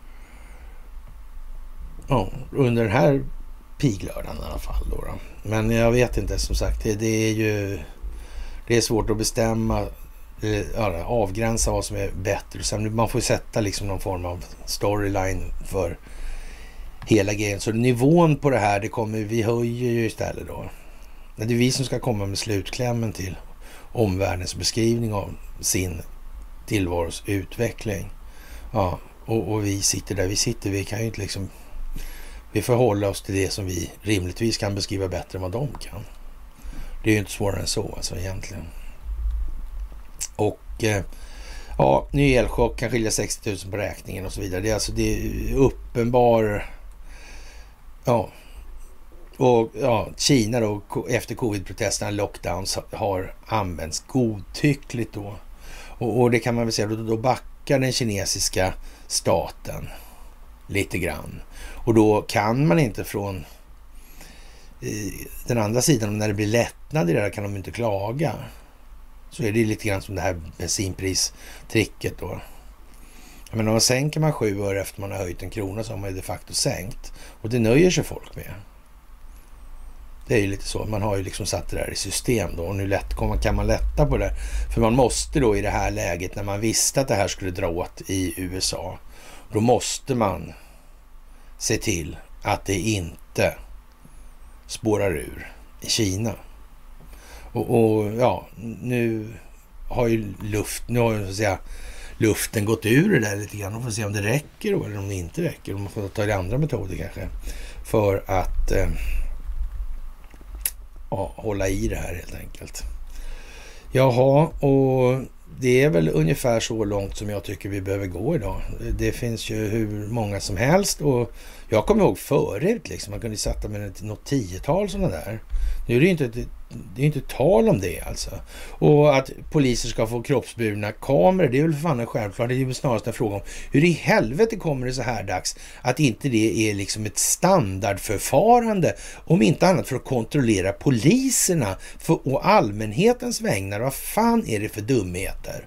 under den här piglördagen i alla fall då. Men jag vet inte, som sagt, det är svårt att bestämma, avgränsa vad som är bättre. Sen man får sätta liksom någon form av storyline för hela grejen. Så nivån på det här, vi höjer ju istället då. Det är vi som ska komma med slutklämmen till omvärldens beskrivning av sin tillvaros utveckling. Ja, och vi sitter där vi sitter. Vi kan ju inte liksom... Vi får hålla oss till det som vi rimligtvis kan beskriva bättre än vad de kan. Det är ju inte svårare än så alltså egentligen. Och ja, ny elchock kan skilja 60 000 på räkningen och så vidare. Det är uppenbar... Ja. Och ja, Kina då efter covid-protesterna, lockdowns har använts godtyckligt då. Och det kan man väl säga, då backar den kinesiska staten lite grann. Och då kan man inte från den andra sidan, när det blir lättnad i det där kan de inte klaga. Så är det lite grann som det här bensinpristricket då. Men om man sänker man 7 öre efter man har höjt en krona så har man ju de facto sänkt. Och det nöjer sig folk med. Det är ju lite så. Man har ju liksom satt det där i system då. Och nu kan man lätta på det. För man måste då i det här läget, när man visste att det här skulle dra åt i USA, då måste man se till att det inte spårar ur i Kina. Och ja, nu har ju luften gått ur det där lite grann. Och får se om det räcker då, eller om det inte räcker. Man får ta andra metoder kanske för att hålla i det här helt enkelt. Jaha, och det är väl ungefär så långt som jag tycker vi behöver gå idag. Det finns ju hur många som helst och jag kommer ihåg förut liksom, man kunde sätta med något 10-tal sådana där. Nu är det är inte tal om det alltså. Och att poliser ska få kroppsburna kameror, det är väl för fan självklart. Det är ju snarast en fråga om hur i helvete kommer det så här dags att inte det är liksom ett standardförfarande, om inte annat för att kontrollera poliserna och allmänhetens vägnar. Vad fan är det för dumheter?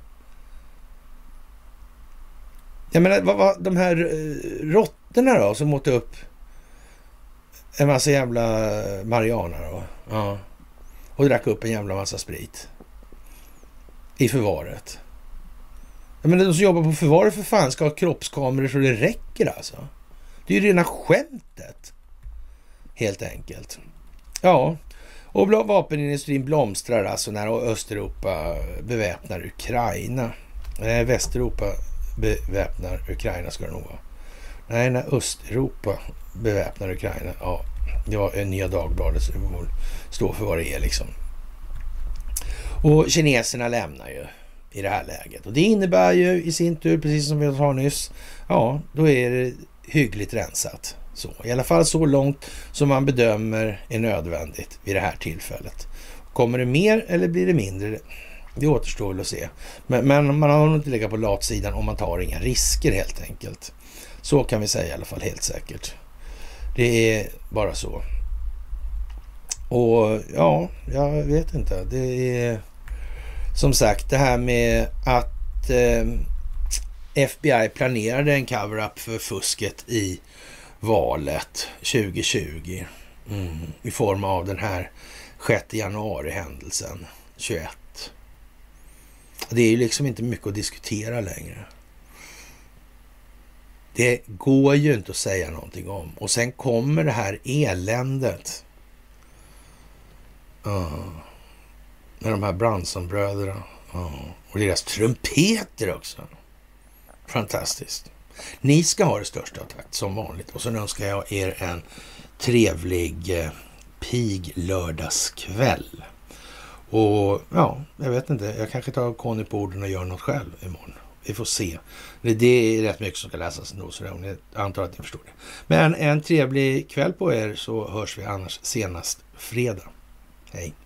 Jag menar, vad de här råttorna då som åt upp en massa jävla marijuana då. Ja. Och drack upp en jävla massa sprit i förvaret. Jag menar, de som jobbar på förvaret för fan ska ha kroppskameror så det räcker alltså. Det är ju rena skämtet. Helt enkelt. Ja. Och vapenindustrin blomstrar alltså när Östeuropa beväpnar Ukraina. Västeuropa beväpnar Ukraina ska det nog vara. Nej, när Östeuropa beväpnar Ukraina. Ja, det var en Nya Dagbladet så det får stå för vad det är liksom. Och kineserna lämnar ju i det här läget. Och det innebär ju i sin tur, precis som vi sa nyss, ja, då är det hyggligt rensat. Så, i alla fall så långt som man bedömer är nödvändigt vid det här tillfället. Kommer det mer eller blir det mindre? Det återstår väl att se. Men man har nog inte legat på latsidan om man tar inga risker helt enkelt. Så kan vi säga i alla fall helt säkert. Det är bara så. Och ja, jag vet inte. Det är som sagt det här med att FBI planerade en cover-up för fusket i valet 2020 i form av den här 6 januari-händelsen 21. Det är ju liksom inte mycket att diskutera längre. Det går ju inte att säga någonting om. Och sen kommer det här eländet. Med de här Branson-bröderna. Och deras trumpeter också. Fantastiskt. Ni ska ha det största tack som vanligt. Och så önskar jag er en trevlig pig lördagskväll. Och ja, jag vet inte. Jag kanske tar Conny på orden och gör något själv imorgon. Vi får se. Det är rätt mycket som ska läsas ändå, så jag antar att ni förstår det. Men en trevlig kväll på er, så hörs vi annars senast fredag. Hej!